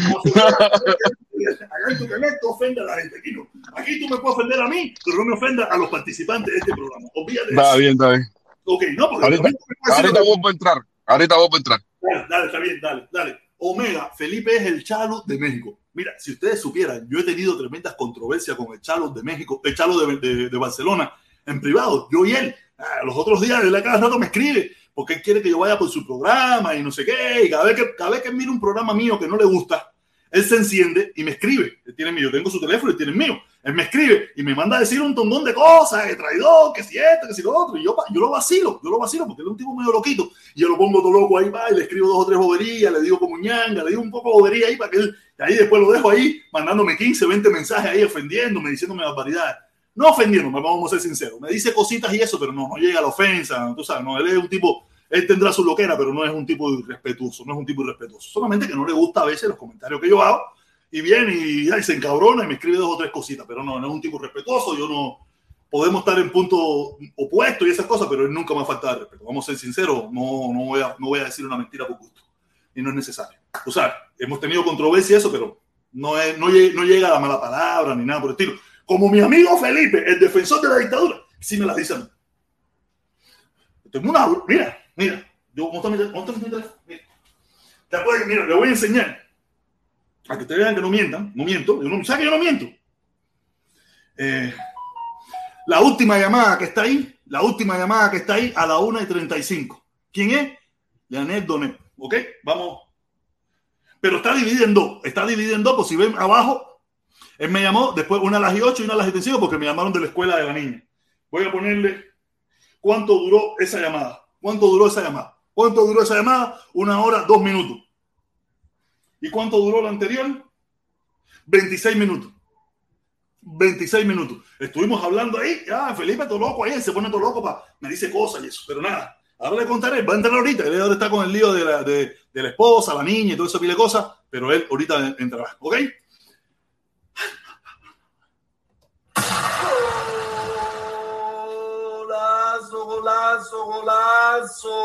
No ofenda a la gente. Aquí tú me puedes ofender a mí, pero no me ofenda a los participantes de este programa. Olvídate. Está bien. Ok, no, porque ahorita vamos a entrar. Dale, está bien, dale. Omega, Felipe es el Chalo de México. Mira, si ustedes supieran, yo he tenido tremendas controversias con el Chalo de México, el Chalo de Barcelona, en privado, yo y él. Los otros días, él a cada rato me escribe, porque él quiere que yo vaya por su programa y no sé qué, y cada vez que mira un programa mío que no le gusta, él se enciende y me escribe. Él tiene mío, yo tengo su teléfono, él tiene el mío. Él me escribe y me manda a decir un montón de cosas, que traidor, que si esto, que si lo otro. Y yo lo vacilo, porque él es un tipo medio loquito. Y yo lo pongo todo loco ahí, y le escribo 2 o 3 boberías, le digo como ñanga, le digo un poco de bobería ahí para que él, y ahí después lo dejo ahí, mandándome 15, 20 mensajes ahí, ofendiéndome, diciéndome barbaridades. No ofendiéndome, vamos a ser sinceros. Me dice cositas y eso, pero no llega a la ofensa, tú sabes, no, él es un tipo, él tendrá su loquera, pero no es un tipo irrespetuoso, Solamente que no le gusta a veces los comentarios que yo hago, y viene y se encabrona y me escribe 2 o 3 cositas, pero no es un tipo respetuoso. Yo no, podemos estar en punto opuesto y esas cosas, pero él nunca me ha faltado de respeto. Vamos a ser sinceros, no voy a decir una mentira por gusto, y no es necesario. O sea, hemos tenido controversia eso, pero no llega a la mala palabra ni nada por el estilo. Como mi amigo Felipe, el defensor de la dictadura, sí me la dice a mí. Tengo una... Mira, yo monto mi teléfono. Mira, le voy a enseñar a que ustedes vean que no mientan. No miento. ¿Sabes que yo no miento? La última llamada que está ahí a la 1:35. ¿Quién es? Leonel Donet. ¿Ok? Vamos. Pero está dividida en dos. Pues si ven abajo, él me llamó después una a las 8 y una a las 7:05 porque me llamaron de la escuela de la niña. Voy a ponerle cuánto duró esa llamada. 1 hora, 2 minutos. ¿Y cuánto duró la anterior? 26 minutos. Estuvimos hablando ahí. Felipe, todo loco ahí. Él se pone todo loco me dice cosas y eso. Pero nada, ahora le contaré. Va a entrar ahorita. Él ahora está con el lío de la esposa, la niña y todo eso, pile de cosas. Pero él ahorita entrará. ¿Ok? Golazo.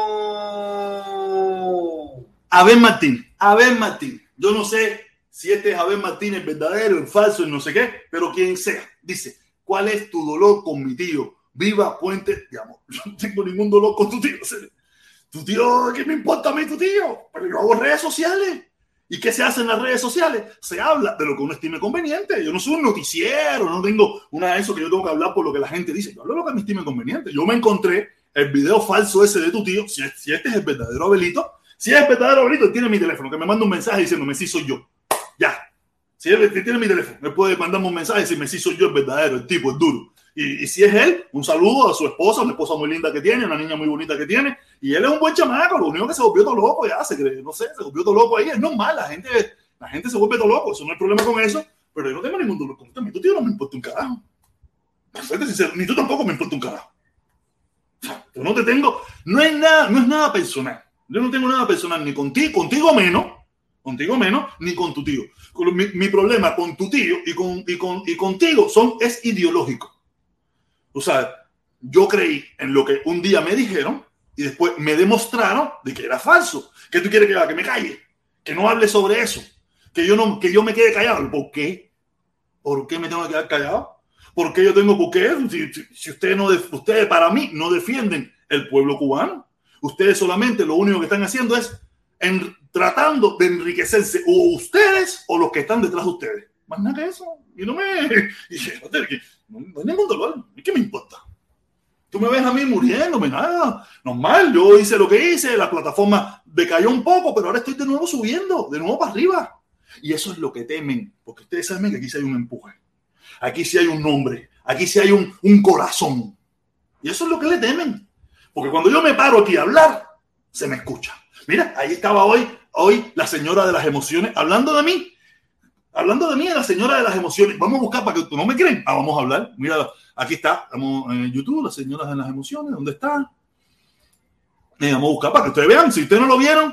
Abel Martín. Yo no sé si este es Abel Martín el verdadero, el falso, el no sé qué, pero quien sea. Dice, ¿cuál es tu dolor con mi tío? Viva Puente de Amor. Yo no tengo ningún dolor con tu tío. Tu tío, ¿qué me importa a mí tu tío? Pero yo hago redes sociales. ¿Y qué se hace en las redes sociales? Se habla de lo que uno estime conveniente. Yo no soy un noticiero, no tengo una de eso que yo tengo que hablar por lo que la gente dice. Yo hablo de lo que me estime conveniente. Yo me encontré el video falso ese de tu tío. Si este es el verdadero Abelito, él tiene mi teléfono, que me manda un mensaje diciéndome sí soy yo. Ya. Si él tiene mi teléfono, me puede mandarme un mensaje y decirme sí soy yo el verdadero, el tipo, el duro. Y si es él, un saludo a su esposa, una esposa muy linda que tiene, una niña muy bonita que tiene. Y él es un buen chamaco, lo único que se volvió todo loco ya, se volvió todo loco ahí. Es normal, la gente se vuelve todo loco, eso no hay problema con eso, pero yo no tengo ningún dolor con usted. Mi tío no me importa un carajo. Sincero, ni tú tampoco me importa un carajo. O sea, yo no te tengo, no es nada personal. Yo no tengo nada personal ni contigo menos, ni con tu tío. Mi problema con tu tío y contigo es ideológico. O sea, yo creí en lo que un día me dijeron y después me demostraron de que era falso. ¿Qué tú quieres que haga? Que me calle, que no hable sobre eso, que yo me quede callado. ¿Por qué? ¿Por qué me tengo que quedar callado? ¿Por qué yo tengo por qué? Si ustedes para mí no defienden el pueblo cubano. Ustedes solamente lo único que están haciendo es tratando de enriquecerse o ustedes o los que están detrás de ustedes. Más nada que eso. Y no hay ningún dolor. ¿Qué me importa? Tú me ves a mí muriéndome, nada. Normal, yo hice lo que hice, la plataforma decayó un poco, pero ahora estoy de nuevo subiendo, de nuevo para arriba. Y eso es lo que temen, porque ustedes saben que aquí sí hay un empuje. Aquí sí hay un nombre, aquí sí hay un corazón. Y eso es lo que le temen. Porque cuando yo me paro aquí a hablar, se me escucha. Mira, ahí estaba hoy la señora de las emociones, hablando de mí, la señora de las emociones. Vamos a buscar para que no me creen. Vamos a hablar. Mira, aquí está, estamos en YouTube, la señora de las emociones, ¿dónde está? Vamos a buscar para que ustedes vean, si ustedes no lo vieron,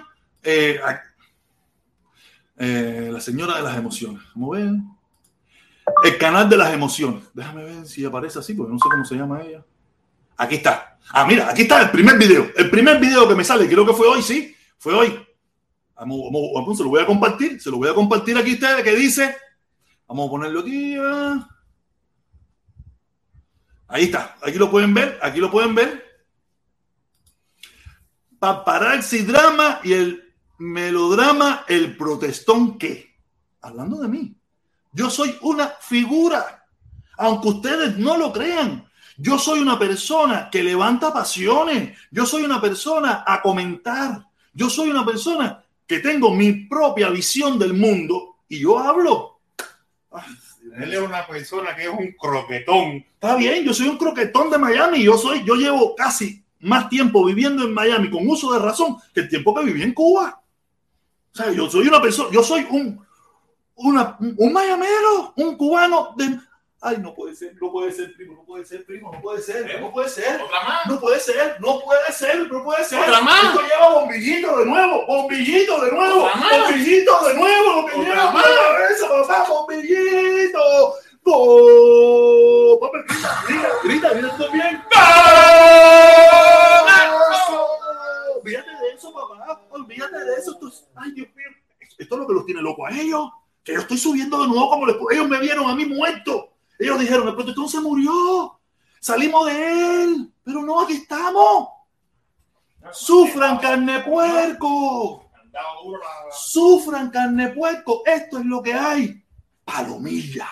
la señora de las emociones. Vamos a ver. El canal de las emociones. Déjame ver si aparece así, porque no sé cómo se llama ella. Aquí está. Ah, mira, aquí está el primer video. El primer video que me sale, creo que fue hoy, sí. Fue hoy. Se lo voy a compartir. Se lo voy a compartir aquí a ustedes, que dice. Vamos a ponerlo aquí. Ahí está. Aquí lo pueden ver. Aquí lo pueden ver. Paparazzi drama y el melodrama, el protestón, ¿qué? Hablando de mí. Yo soy una figura, aunque ustedes no lo crean. Yo soy una persona que levanta pasiones. Yo soy una persona a comentar. Yo soy una persona que tengo mi propia visión del mundo y yo hablo. Él es una persona que es un croquetón. Está bien, yo soy un croquetón de Miami. Yo llevo casi más tiempo viviendo en Miami con uso de razón que el tiempo que viví en Cuba. O sea, yo soy una persona, yo soy un mayamero, un cubano de... Ay, no puede ser, primo, no puede ser. Otra más. No puede ser. Otra más. Esto lleva bombillito de nuevo. Lo que lleva en la cabeza, papá, bombillito. ¡Oh! Papá, grita tú también. Olvídate de eso, papá. Olvídate de eso. Ay, Dios mío. Esto es lo que los tiene locos a ellos. Que yo estoy subiendo de nuevo como ellos me vieron a mí muerto. Ellos dijeron, el protestón se murió. Salimos de él. Pero no, aquí estamos. Sufran carne puerco. Sufran carne puerco. Esto es lo que hay. Palomilla.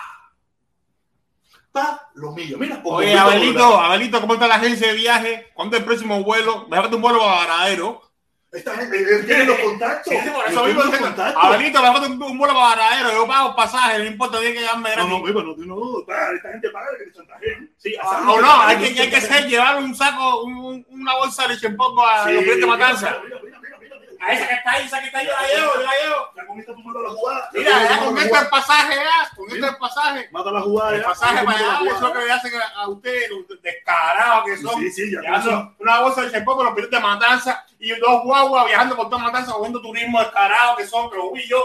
Mira, oye, Abelito, ¿cómo está la agencia de viaje? ¿Cuándo es el próximo vuelo? Déjate un vuelo a Varadero. Esta gente tiene los contactos. Sí, por eso mismo Abelito, déjate un vuelo a Varadero. Yo pago pasaje, no importa, tiene que llevarme gratis. No, esta gente paga que te chantajeen. Sí, o no, hay que llevar un saco, una bolsa de leche en poco a los clientes de Matanza. A esa que está ahí, yo la llevo. Ya con esta tú matas la jugada. Mira, ya con esto el pasaje, el pasaje. Mata la jugada. El pasaje para allá, eso es lo que le hacen a ustedes, los descarados que son. Sí, ya. Una bolsa de champú con los pilotos de Matanza y dos guaguas viajando por toda Matanza, moviendo turismo descarados que son, que lo vi yo.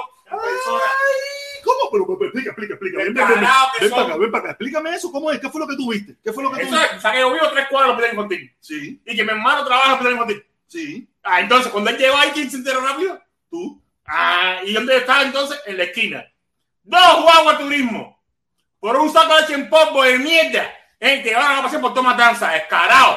¿Cómo? Pero explica. Ven para acá. Explícame eso. ¿Cómo es? ¿Qué fue lo que tú viste? Eso es, o sea, que yo vivo 3 cuadras en el hospital infantil. Sí. Y que mi hermano trabaja en el hospital infantil. Sí. Entonces, cuando él llegó ahí, ¿quién se enteró rápido? Tú. ¿Y dónde estaba entonces? En la esquina. 2 guaguas turismo. Por un saco de chimpombo de mierda. Que van a pasar por toda Matanza. Descarado.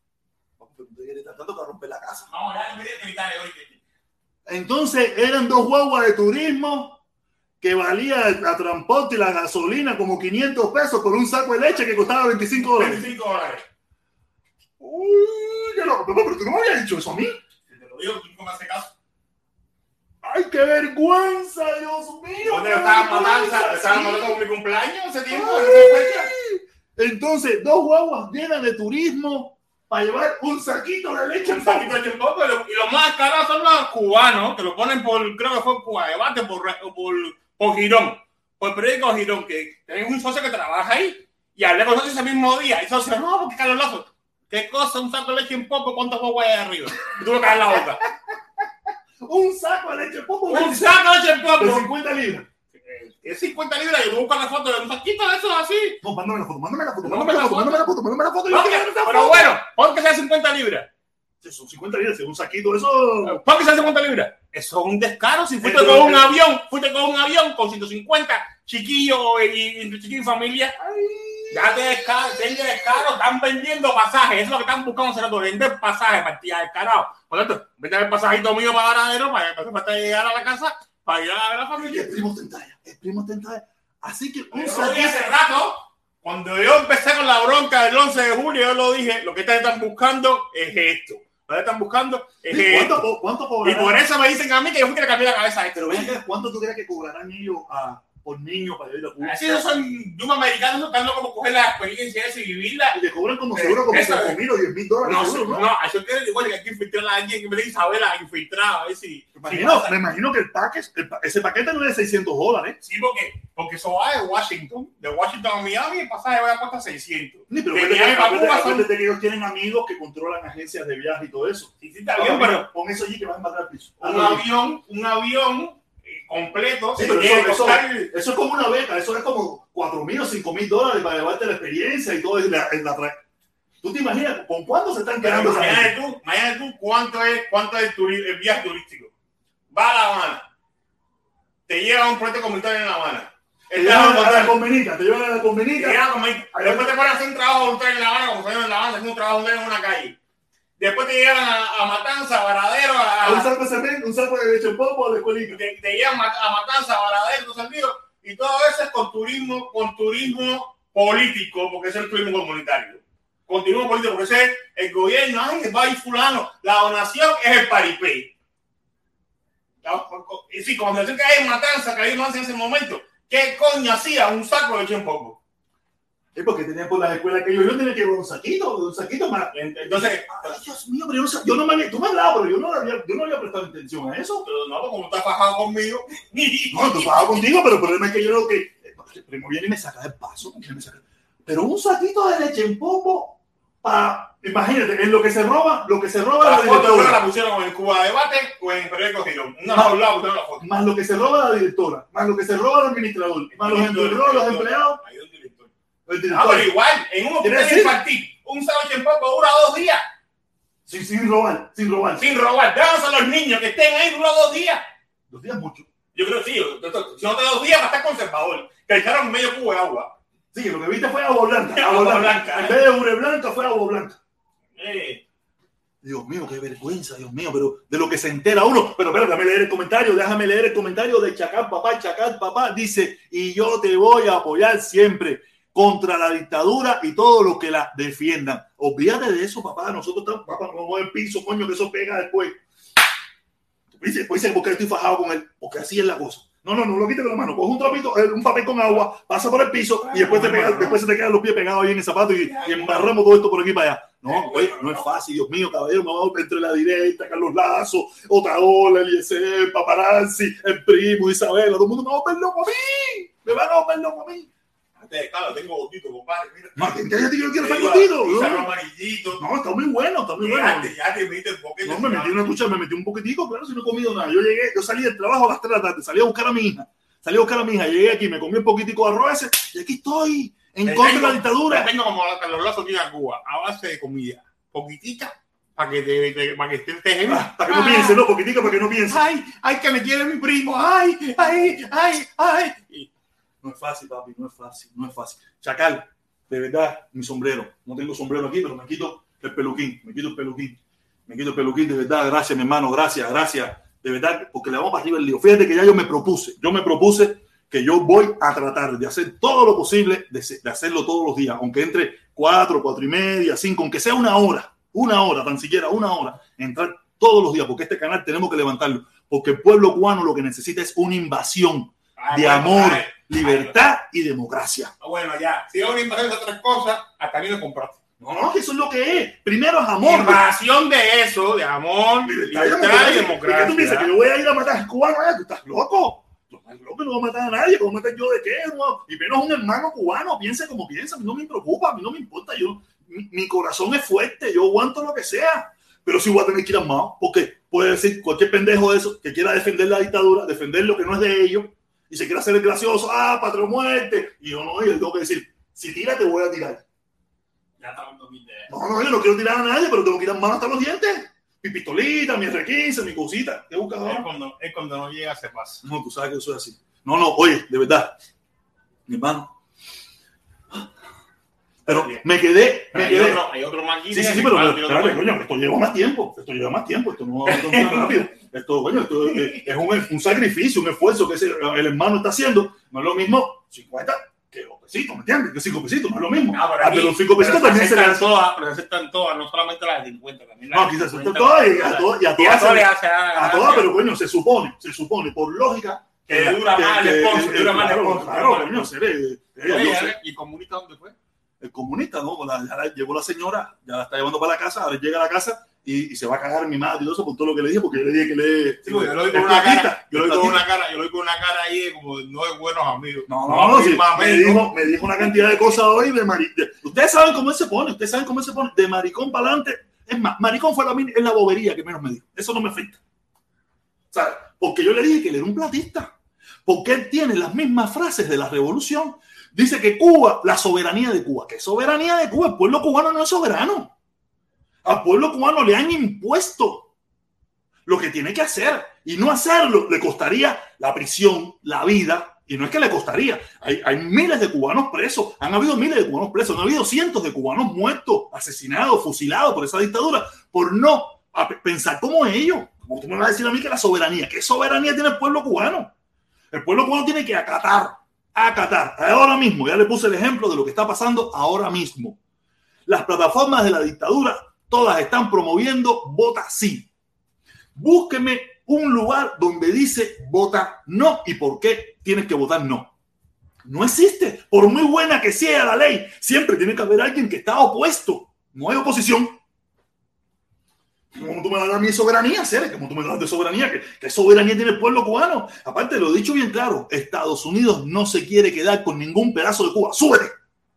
Tratando de romper la casa. No, ya me gritar hoy. Entonces, eran 2 guaguas de turismo que valía la transporte y la gasolina como 500 pesos por un saco de leche que costaba $25. $25. Uy, pero tú no me habías dicho eso a mí. Te lo digo, tú no me haces caso. ¡Ay, qué vergüenza, Dios mío! ¿Dónde estaban matando con mi cumpleaños ese tiempo? Entonces, 2 guaguas llenas de turismo para llevar un saquito de leche. Un saquito de leche en poco. Y los más caros son los cubanos, que lo ponen por, creo que fue Cuba Debate, por Girón. Por el periódico Girón, que tenés un socio que trabaja ahí. Y hablé con el socio ese mismo día. Y el socio, no, porque Carlos Lazo. ¿Qué cosa? Un saco de leche en poco, ¿cuántos guaguas hay arriba? Y tuve que dar la boca. Un saco de leche en poco. Un saco de leche en poco. De 50 libras. Es 50 libras. Yo voy a buscar la foto de un saquito de esos así. No, mándame la foto. Pero bueno, ¿por qué sea 50 libras? Son 50 libras, es un saquito, eso. ¿Por qué sea 50 libras? Eso es un descaro. Si fuiste con un avión, con 150 chiquillos y familia. Ay, Ya te descaro, están vendiendo pasajes. Eso es lo que están buscando hacer, vender pasajes, partida descarado. Por lo tanto, vete el pasajito mío para Varadero, para llegar a la casa, para ir a ver a la familia. El primo está en talla. Así que hace rato, cuando yo empecé con la bronca del 11 de julio, yo lo dije, lo que ustedes están buscando es esto. Lo que están buscando es esto. ¿Cuánto cobrarán? Y por eso me dicen a mí que yo fui que le cambié la cabeza a esto. Pero ven, ¿cuánto tú crees que cobrarán ellos por niño para ir a Cuba? Así esos son Duma americanos, están locos como coger la experiencia esa y vivirla. Y le cobran como seguro como $5,000 o $10,000. No, eso quiere decir que hay que infiltrar a alguien que me dice Isabela infiltrada. A ver si. Me imagino que ese paquete no es de $600. Sí, porque eso va de Washington a Miami, el pasaje va a costar 600. Sí, pero acuérdate que ellos tienen amigos que controlan agencias de viaje y todo eso. Sí, está bien, pero con eso allí que vas a matar al piso. Un avión completo. Sí, pero eso es como una beca, eso es como $4,000 o $5,000 para llevarte la experiencia y todo. ¿Tú te imaginas con cuánto se están quedando? Imagínate tú cuánto es el viaje turístico. Va a La Habana, te lleva a un proyecto comunitario en La Habana. Te llevan a la Convenica. Después te ponen a hacer un trabajo voluntario en La Habana, como se llama en La Habana, haciendo un trabajo voluntario en una calle. Después te llevan a Matanza, a Varadero, un saco de leche en polvo a la escuelita. Te llevan a Matanza, a Varadero, todo sentido. Y todo eso es con turismo político, porque ese es el turismo comunitario. Con turismo político, porque ese es el gobierno, va a ir fulano. La donación es el paripé. Y sí, como se que hay en Matanza, que hay no en ese momento, ¿qué coño hacía un saco de leche en polvo? Es porque tenían por las escuelas que yo tenía que llevar un saquito más. Entonces, ay, Dios mío, pero yo no me había, tú me hablabas, pero yo no había prestado atención a eso. Pero no, como estás fajado conmigo. No, tú fajado contigo, pero el problema es que yo el primo viene y me saca del paso. Pero un saquito de leche en polvo imagínate, en lo que se roba la foto la pusieron en Cuba Debate o en Periódico Girón. Más lo que se roba la directora, más lo que se roba el administrador, más los empleados. Pero igual, en un hospital infantil, un sándwich en polvo dura 2 días. Sí, sin robar. Déjanos a los niños que estén ahí, dura 2 días. 2 días mucho. Yo creo que sí. Si no te 2 días, va a estar conservador. Que echaron medio cubo de agua. Sí, lo que viste fue agua blanca. En vez de ure blanca, fue agua blanca. Dios mío, qué vergüenza, Dios mío, pero de lo que se entera uno. Pero déjame leer el comentario de Chacal Papá. Dice, y yo te voy a apoyar siempre contra la dictadura y todos los que la defiendan. Olvídate de eso, papá. Nosotros estamos, papá, nos vamos al piso, coño, que eso pega después. Dice, ¿por qué estoy fajado con él? Porque así es la cosa. No lo quites con la mano. Coge un trapito, un papel con agua, pasa por el piso y después se te quedan los pies pegados ahí en el zapato y embarramos todo esto por aquí para allá. No, oye, no es fácil, Dios mío, caballero, me voy entre la directa, Carlos Lazo, Otaola, Eliezer, Paparazzi, el primo, Isabela, todo el mundo me va a volver loco a mí. Me van a volver loco a mí. Claro, tengo gotito, compadre. Mira. Martín, ya te quiero estar gotito. Amarillito. No, está muy bueno. Ya te metiste un poquito. No, me metí un poquitico, claro, si no he comido nada. Yo salí del trabajo a las 3 de la tarde, salí a buscar a mi hija, llegué aquí, me comí un poquitico de arroz y aquí estoy, en contra de la dictadura. Tengo como Carlos Lazo aquí en Cuba, a base de comida, poquitica, para que estés para que no piense, no, poquitica para que no piense. Ay, que me quiere mi primo, ay. No es fácil, papi, no es fácil. Chacal, de verdad, mi sombrero. No tengo sombrero aquí, pero me quito el peluquín. De verdad, gracias, mi hermano, gracias. De verdad, porque le vamos para arriba el lío. Fíjate que ya yo me propuse que yo voy a tratar de hacer todo lo posible, de hacerlo todos los días, aunque entre 4, 4:30, 5, aunque sea una hora, tan siquiera una hora, entrar todos los días, porque este canal tenemos que levantarlo, porque el pueblo cubano lo que necesita es una invasión de amor, libertad y democracia. Bueno, ya, si es una invasión de otras cosas, hasta a mí me compraste. No, eso es lo que es. Primero es amor. Invasión de eso, de amor, libertad y democracia. ¿Qué tú piensas? ¿Que yo voy a ir a matar a cubanos? ¿Tú estás loco? No voy a matar a nadie. ¿Cómo matar yo de qué? No. Y menos un hermano cubano. Piense como piensa. A mí no me preocupa. A mí no me importa. Mi corazón es fuerte. Yo aguanto lo que sea. Pero sí voy a tener que ir armado. Porque puede decir cualquier pendejo de eso que quiera defender la dictadura, defender lo que no es de ellos, y se quiere hacer el gracioso. Patria o muerte. Y yo tengo que decir, si tira, te voy a tirar. Ya está dando mi idea. No, yo no quiero tirar a nadie, pero tengo que ir armado hasta los dientes. Mi pistolita, mi R15, mi cosita. ¿Qué buscas ahora? Es cuando no llega, se pasa. No, tú sabes que yo soy así. No, oye, de verdad. Mi hermano. Pero me quedé. Hay otro más aquí. Sí, pero espérate, coño, esto lleva más tiempo. Esto no es rápido. Esto, coño, es un sacrificio, un esfuerzo que el hermano está haciendo. No es lo mismo 50 que 2 pesitos, ¿me entiendes? Que 5 pesitos, no es lo mismo. De los 5 pesitos también se aceptan todas, no solamente las de 50. También no, aquí se aceptan todas y a todas, pero coño, se supone, por lógica. Que dura más el sponsor, Claro, coño, ¿Y el comunista dónde fue? El comunista, ¿no? Ya llegó la señora, ya la está llevando para la casa, ahora llega a la casa y se va a cagar en mi madre y todo eso por todo lo que le dije, porque yo le dije que le... Sí, yo lo doy con una cara, yo lo doy con una cara ahí como no es buenos amigos. No, sí, me dijo una cantidad de cosas hoy de maricón. Ustedes saben cómo él se pone, de maricón para adelante. Es más, maricón fue es la bobería que menos me dijo. Eso no me afecta. ¿Sabes? Porque yo le dije que él era un platista. Porque él tiene las mismas frases de la revolución. Dice que Cuba, la soberanía de Cuba. ¿Qué soberanía de Cuba? El pueblo cubano no es soberano. Al pueblo cubano le han impuesto lo que tiene que hacer. Y no hacerlo le costaría la prisión, la vida. Y no es que le costaría. Hay miles de cubanos presos. Han habido miles de cubanos presos. Han habido cientos de cubanos muertos, asesinados, fusilados por esa dictadura. Por no pensar como ellos. Como tú me vas a decir a mí que la soberanía. ¿Qué soberanía tiene el pueblo cubano? El pueblo cubano tiene que acatar. Ahora mismo, ya le puse el ejemplo de lo que está pasando ahora mismo. Las plataformas de la dictadura, todas están promoviendo vota sí. Búsqueme un lugar donde dice vota no y por qué tienes que votar no. No existe. Por muy buena que sea la ley, siempre tiene que haber alguien que está opuesto. No hay oposición. ¿Cómo tú me das a mi soberanía, Cere? ¿Cómo tú me das de soberanía? ¿Qué soberanía tiene el pueblo cubano? Aparte, lo he dicho bien claro, Estados Unidos no se quiere quedar con ningún pedazo de Cuba. ¡Súbete!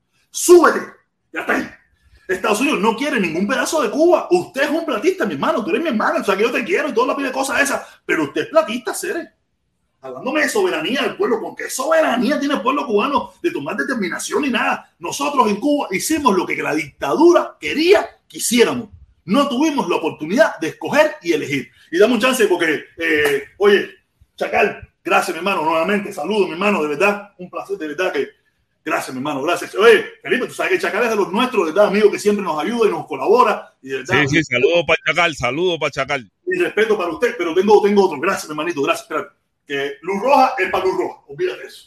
Ya está ahí. Estados Unidos no quiere ningún pedazo de Cuba. Usted es un platista, mi hermano. Tú eres mi hermano. O sea, que yo te quiero y toda la pila de cosas esas. Pero usted es platista, Cere. Hablándome de soberanía del pueblo. ¿Con qué soberanía tiene el pueblo cubano de tomar determinación ni nada? Nosotros en Cuba hicimos lo que la dictadura quería que hiciéramos. No tuvimos la oportunidad de escoger y elegir. Y dame un chance porque, oye, Chacal, gracias, mi hermano, nuevamente. Saludos, mi hermano, de verdad. Un placer, de verdad que... Gracias, mi hermano, gracias. Oye, Felipe, tú sabes que Chacal es de los nuestros, de verdad, amigo, que siempre nos ayuda y nos colabora. Y de verdad, sí, saludos para Chacal. Y respeto para usted, pero tengo otro. Gracias, mi hermanito, gracias. Espérate. Que luz roja es para luz roja. Olvídate eso.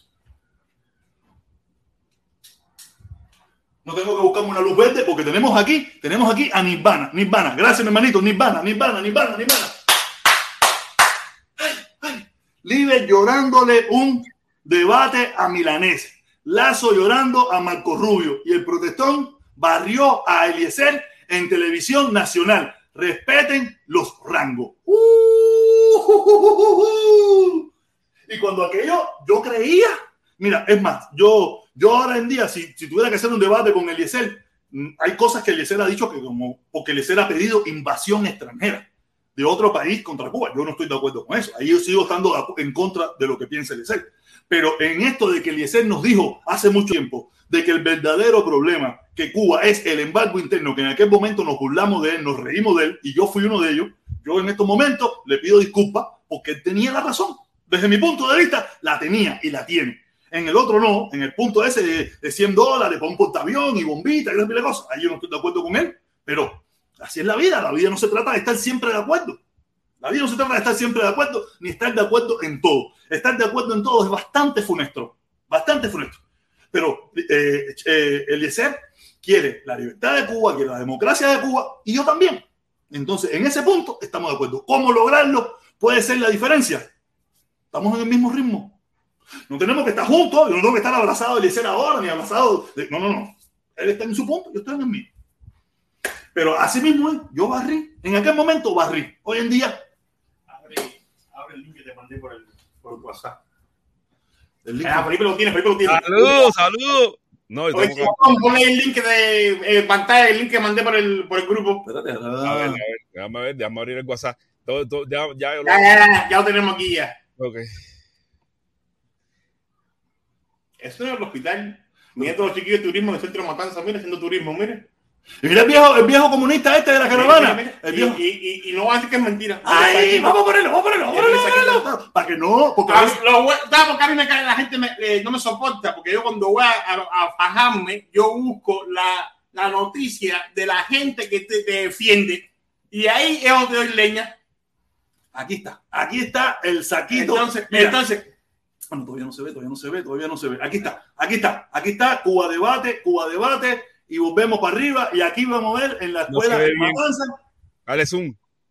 No tengo que buscarme una luz verde porque tenemos aquí a Nirvana. Gracias, mi hermanito. Nirvana. Libre llorándole un debate a Milanés. Lazo llorando a Marco Rubio. Y el protestón barrió a Eliezer en televisión nacional. Respeten los rangos. Y cuando aquello yo creía, mira, es más, yo ahora en día, si tuviera que hacer un debate con Eliezer, hay cosas que Eliezer ha dicho que porque Eliezer ha pedido invasión extranjera de otro país contra Cuba. Yo no estoy de acuerdo con eso. Ahí yo sigo estando en contra de lo que piensa Eliezer. Pero en esto de que Eliezer nos dijo hace mucho tiempo de que el verdadero problema que Cuba es el embargo interno, que en aquel momento nos burlamos de él, nos reímos de él, y yo fui uno de ellos, yo en estos momentos le pido disculpas porque él tenía la razón. Desde mi punto de vista, la tenía y la tiene. En el otro no, en el punto ese de $100 para un portaavión y bombita y esas cosas, ahí yo no estoy de acuerdo con él, pero así es la vida no se trata de estar siempre de acuerdo. La vida no se trata de estar siempre de acuerdo, ni estar de acuerdo en todo. Estar de acuerdo en todo es bastante funesto. Pero Eliezer quiere la libertad de Cuba, quiere la democracia de Cuba, y yo también. Entonces, en ese punto estamos de acuerdo. ¿Cómo lograrlo? Puede ser la diferencia. Estamos en el mismo ritmo. No tenemos que estar juntos, yo no tengo que estar abrazado de Eliezer ahora, ni abrazado de... No. Él está en su punto, yo estoy en el mío. Pero así mismo, yo barrí. En aquel momento barrí. Hoy en día... Abre el link que te mandé por WhatsApp. Felipe lo tiene. Saludos. No, ponle el link de pantalla, el link que mandé por el grupo. Espérate. A ver, déjame abrir el WhatsApp. Ya lo tenemos aquí ya. Ok. Eso es el hospital. Mira todos los chiquillos de turismo en el centro de Matanza, mire, haciendo turismo, mire. Y mira el viejo comunista este de la caravana. El viejo. Y no va a decir que es mentira. Ay, vamos a ponerlo. Para que no. Porque porque a mí me cae, la gente no me soporta, porque yo cuando voy a fajarme, yo busco la noticia de la gente que te defiende. Y ahí es donde doy leña. Aquí está el saquito. Entonces, bueno, todavía no se ve. Aquí está, Cuba Debate, y volvemos para arriba, y aquí vamos a ver en la escuela de Matanza. Dale zoom.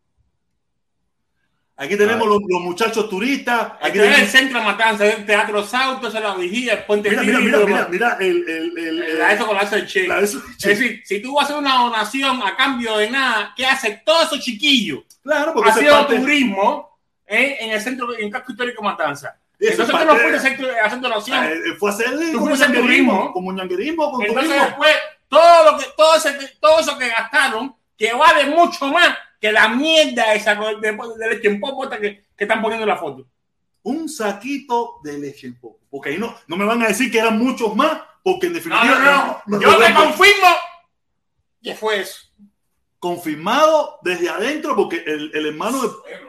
Aquí tenemos los muchachos turistas. Aquí tenemos el centro de Matanza, el Teatro Sauto, la Vigía, el Puente Mira, eso con la del Che. Es decir, si tú vas a hacer una donación a cambio de nada, ¿qué hace todos esos chiquillos? Claro, porque haciendo turismo en el centro, en el casco histórico Matanza. Entonces tú no fuiste a hacer donación. Fue a hacer turismo. Como ñanguerismo, con entonces turismo. Después, todo eso que gastaron, que vale mucho más que la mierda esa de leche en polvo que están poniendo en la foto. Un saquito de leche en polvo. Porque ahí no me van a decir que eran muchos más, porque en definitiva... No. Yo te confirmo que fue eso. Confirmado desde adentro, porque el hermano...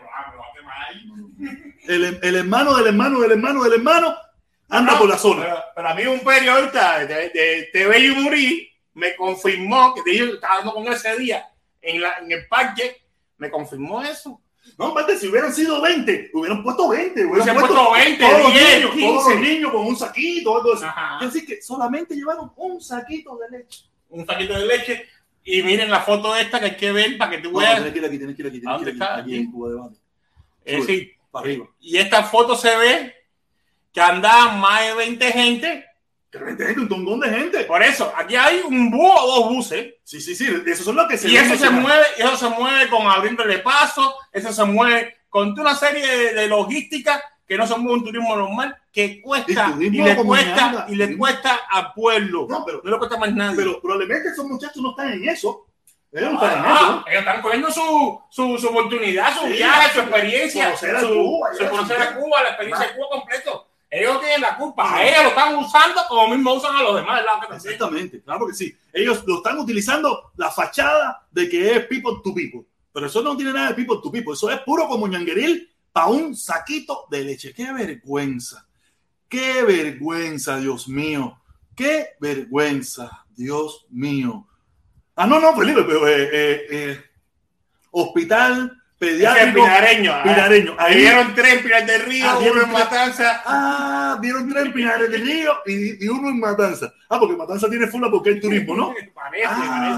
El hermano del hermano anda por la zona. Pero a mí un periodista de TV y Muri me confirmó que yo estaba hablando con él ese día en el parque, me confirmó eso. No, aparte, si hubieran sido 20, hubieran puesto 20. Hubieran puesto 20, todos 10, los 15. Todos los niños con un saquito, algo así. Es decir, que solamente llevaron un saquito de leche. Un saquito de leche. Y miren la foto esta que hay que ver para que tú veas. Tienes que ir aquí en Cuba Debate. Es decir, para arriba. Y esta foto se ve que andaban más de 20 gente. Un tongón de gente. Por eso, aquí hay un bus o dos buses. Sí, esos son los que se y eso se mueve con abriéndole paso, eso se mueve con toda una serie de logística que no se mueve un turismo normal, que cuesta y le cuesta al pueblo. No le cuesta más nadie. Pero probablemente esos muchachos no están en eso. Ellos están cogiendo su oportunidad, su viaje, su experiencia, conocer a Cuba, la experiencia de Cuba completo. Ellos tienen la culpa. A ellos lo están usando como mismo usan a los demás. Exactamente, claro que sí. Ellos lo están utilizando la fachada de que es people to people. Pero eso no tiene nada de people to people. Eso es puro como ñangueril para un saquito de leche. ¡Qué vergüenza! ¡Qué vergüenza, Dios mío! ¡Qué vergüenza, Dios mío! No, Felipe, pero hospital pediátrico Pinareño. Ahí vieron 3 en Pinar del Río, uno en Matanza. Vieron 3 en Pinar del Río y uno en Matanza. Porque Matanza tiene fula porque hay turismo, ¿no? Parece.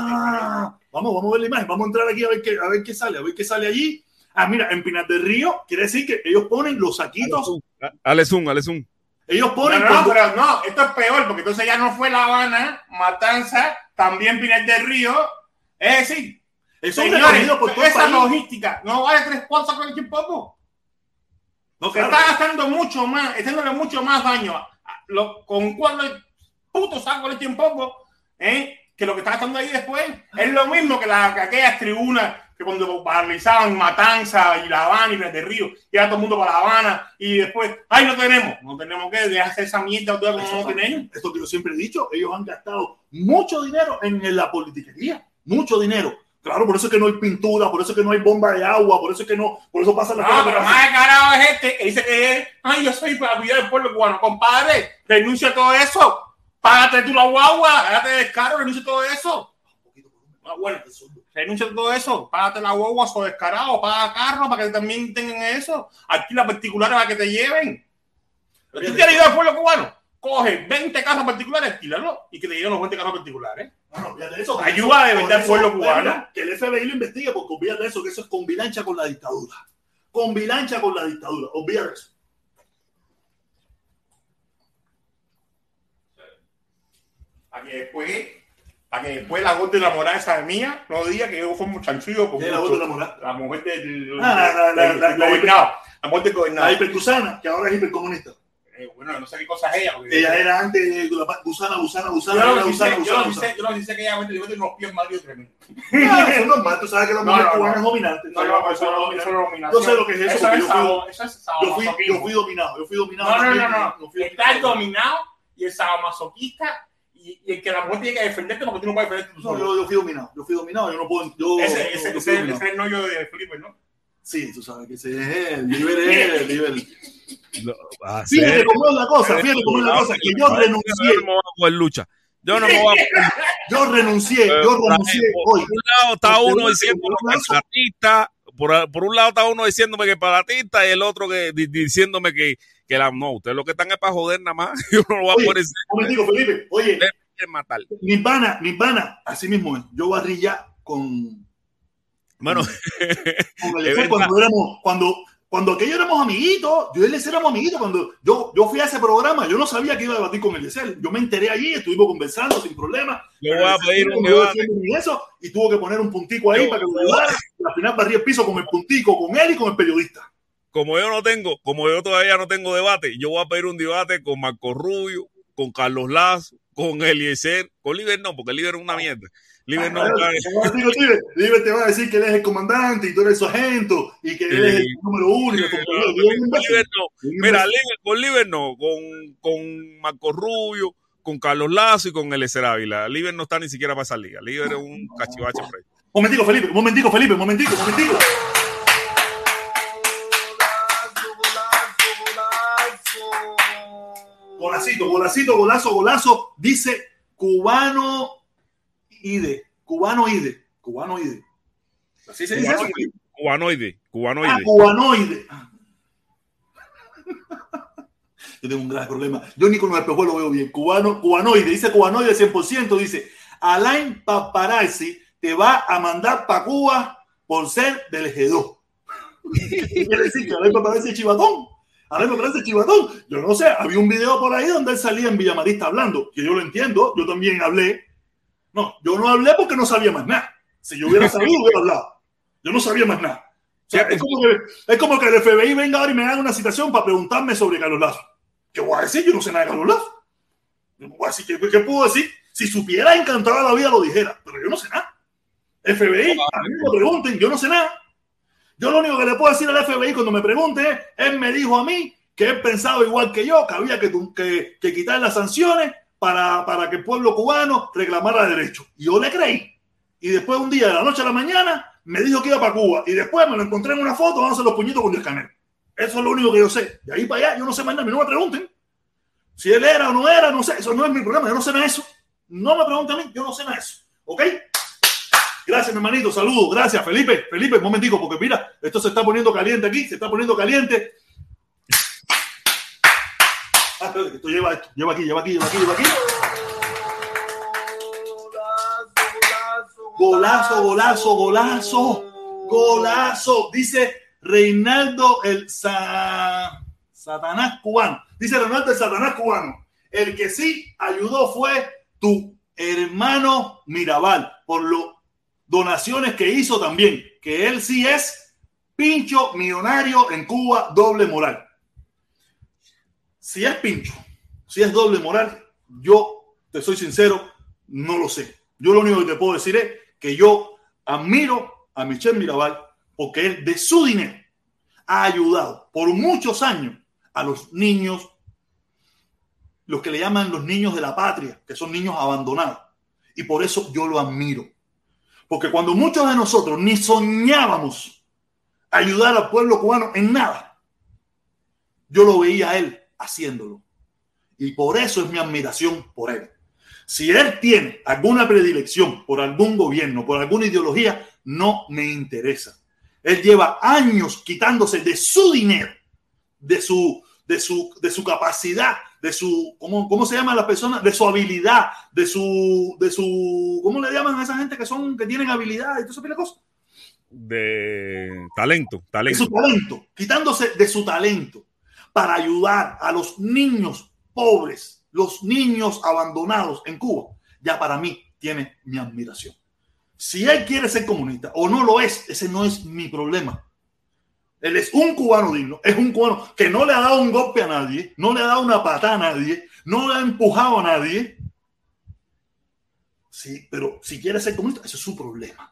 Vamos a ver la imagen, vamos a entrar aquí a ver qué sale allí. Mira, en Pinar del Río quiere decir que ellos ponen los saquitos. Dale zoom. Ellos ponen. Pero no, esto es peor, porque entonces ya no fue La Habana, Matanza, también Pinar del Río. Es decir, señores, por toda esa logística no vale 3 cuartos con el tiempo. No, claro. Está gastando mucho más, haciéndole mucho más daño con cuál puto saco el tiempo, que lo que está gastando ahí después. Es lo mismo que aquellas tribunas que cuando paralizaban Matanza y La Habana y Pinar del Río, y ahora todo el mundo para La Habana, y después, no tenemos que dejar hacer esa mierda otra vez como no tenemos. Esto que yo siempre he dicho, ellos han gastado mucho dinero en la politiquería, mucho dinero. Claro, por eso es que no hay pintura, por eso es que no hay bomba de agua, por eso pasa la cosa. Pero más descarado es este que dice que yo soy para cuidar el pueblo cubano. Compadre, renuncia a todo eso. Págate tú la guagua, hágate descaro, renuncia a todo eso. Renuncia a todo eso. Págate la guagua, so descarado, paga carro para que también tengan eso. Alquila particulares para que te lleven. ¿Tú quieres ayudar al pueblo cubano? Coge 20 carros particulares, alquílalo y que te lleguen los 20 carros particulares. Eso, ayuda de verdad al pueblo cubano. Que el FBI lo investigue, porque olvídate de eso, que eso es convivencia con la dictadura. Olvídate eso. Para que después la voz de la morada esa de mía no diga que yo fui un chanchullo. ¿Qué es la voz de la morada? La mujer del gobernado. La mujer del gobernado. La hipercusana, que ahora es hipercomunista. Bueno, no sé qué cosas es ella. Ella era antes gusana. Yo no sé que ella mete unos pies mal y tremendos. Eso es normal, tú sabes que los mujeres cubanas es dominante. Yo sé lo que es eso. Yo fui dominado. No. Está el dominado y el sadomasoquista y el que la mujer tiene que defenderte porque tú no puedes defenderte tú No, solo. yo fui dominado, yo no puedo. Ese es el novio de Felipe, ¿no? Sí, tú sabes que ese es el Liber. Fíjate cómo es la cosa, que yo renuncié. Yo no me voy a poder lucha. Yo no me voy a poder. Yo renuncié Por hoy. un lado está uno diciéndome que es platista, por un lado está uno diciéndome que es platista y el otro que diciéndome que no, ustedes lo que están es para joder nada más. Yo no lo voy a poder decir. Un momentico, Felipe, oye, matar. Mi pana, así mismo es. Yo barrí ya con. Bueno, con el cuando aquello éramos amiguitos, yo y Eliezer éramos amiguitos. Cuando yo fui a ese programa, yo no sabía que iba a debatir con Eliezer. Yo me enteré allí, estuvimos conversando sin problema. Yo voy a pedir un debate. Y tuvo que poner un puntico ahí para que lo ayudara. Al final barrí el piso con el puntico, con él y con el periodista. Como yo todavía no tengo debate, yo voy a pedir un debate con Marco Rubio, con Carlos Lazo, con Eliezer, con Liber no, porque Liber es una mierda. Liber no. Liber te va a decir que él es el comandante y tú eres su sargento y que él es el número uno. Mira, con Liber no, con Marco Rubio, con Carlos Lazo y con Eliezer Ávila. Liber no está ni siquiera para esa liga. Liber es un cachivache. Momentico, Felipe. Golazo, dice Cubanoide. ¿Así se dice eso? Cubanoide. Cubanoide. Yo tengo un gran problema. Yo ni con los espejuelos lo veo bien. Cubanoide, dice Cubanoide 100%, dice Alain Paparazzi te va a mandar para Cuba por ser del G2. ¿Qué quiere decir? Que Alain Paparazzi es chivatón. Yo no sé, había un video por ahí donde él salía en Villamarista hablando, que yo lo entiendo, yo también hablé. No, yo no hablé porque no sabía más nada. Si yo hubiera sabido, hubiera hablado. Yo no sabía más nada. O sea, es como que el FBI venga ahora y me haga una citación para preguntarme sobre Carlos Lazo. ¿Qué voy a decir? Yo no sé nada de Carlos Lazo. Yo no voy a decir, ¿qué puedo decir? Si supiera encantado la vida lo dijera, pero yo no sé nada. FBI, a mí me pregunten, yo no sé nada. Yo lo único que le puedo decir al FBI cuando me pregunte es, él me dijo a mí que él pensaba igual que yo, que había que quitar las sanciones para que el pueblo cubano reclamara derechos. Y yo le creí. Y después un día, de la noche a la mañana, me dijo que iba para Cuba. Y después me lo encontré en una foto dándose los puñitos con el escáner. Eso es lo único que yo sé. De ahí para allá, yo no sé más nada. No me pregunten. Si él era o no era, no sé. Eso no es mi problema. Yo no sé nada de eso. No me pregunten a mí. Yo no sé nada de eso. ¿Ok? Gracias, mi hermanito. Saludos. Gracias, Felipe. Un momentico, porque mira, esto se está poniendo caliente aquí. Se está poniendo caliente. Espérate, que esto lleva esto. Lleva aquí. Golazo. Dice Reinaldo el Satanás cubano. El que sí ayudó fue tu hermano Mirabal por las donaciones que hizo también. Que él sí es pincho millonario en Cuba, doble moral. Si es pincho, si es doble moral, yo te soy sincero, no lo sé. Yo lo único que te puedo decir es que yo admiro a Michel Mirabal porque él de su dinero ha ayudado por muchos años a los niños, los que le llaman los niños de la patria, que son niños abandonados. Y por eso yo lo admiro. Porque cuando muchos de nosotros ni soñábamos ayudar al pueblo cubano en nada, yo lo veía a él haciéndolo. Y por eso es mi admiración por él. Si él tiene alguna predilección por algún gobierno, por alguna ideología, no me interesa. Él lleva años quitándose de su dinero, de su capacidad, de su, ¿cómo se llama la persona? De su habilidad, de su, ¿cómo le llaman a esa gente que tienen habilidad y todo eso, cosas? De talento. De su talento, quitándose de su talento para ayudar a los niños pobres, los niños abandonados en Cuba. Ya para mí tiene mi admiración. Si él quiere ser comunista o no lo es, ese no es mi problema. Él es un cubano digno, es un cubano que no le ha dado un golpe a nadie, no le ha dado una patada a nadie, no le ha empujado a nadie. Sí, pero si quiere ser comunista, ese es su problema.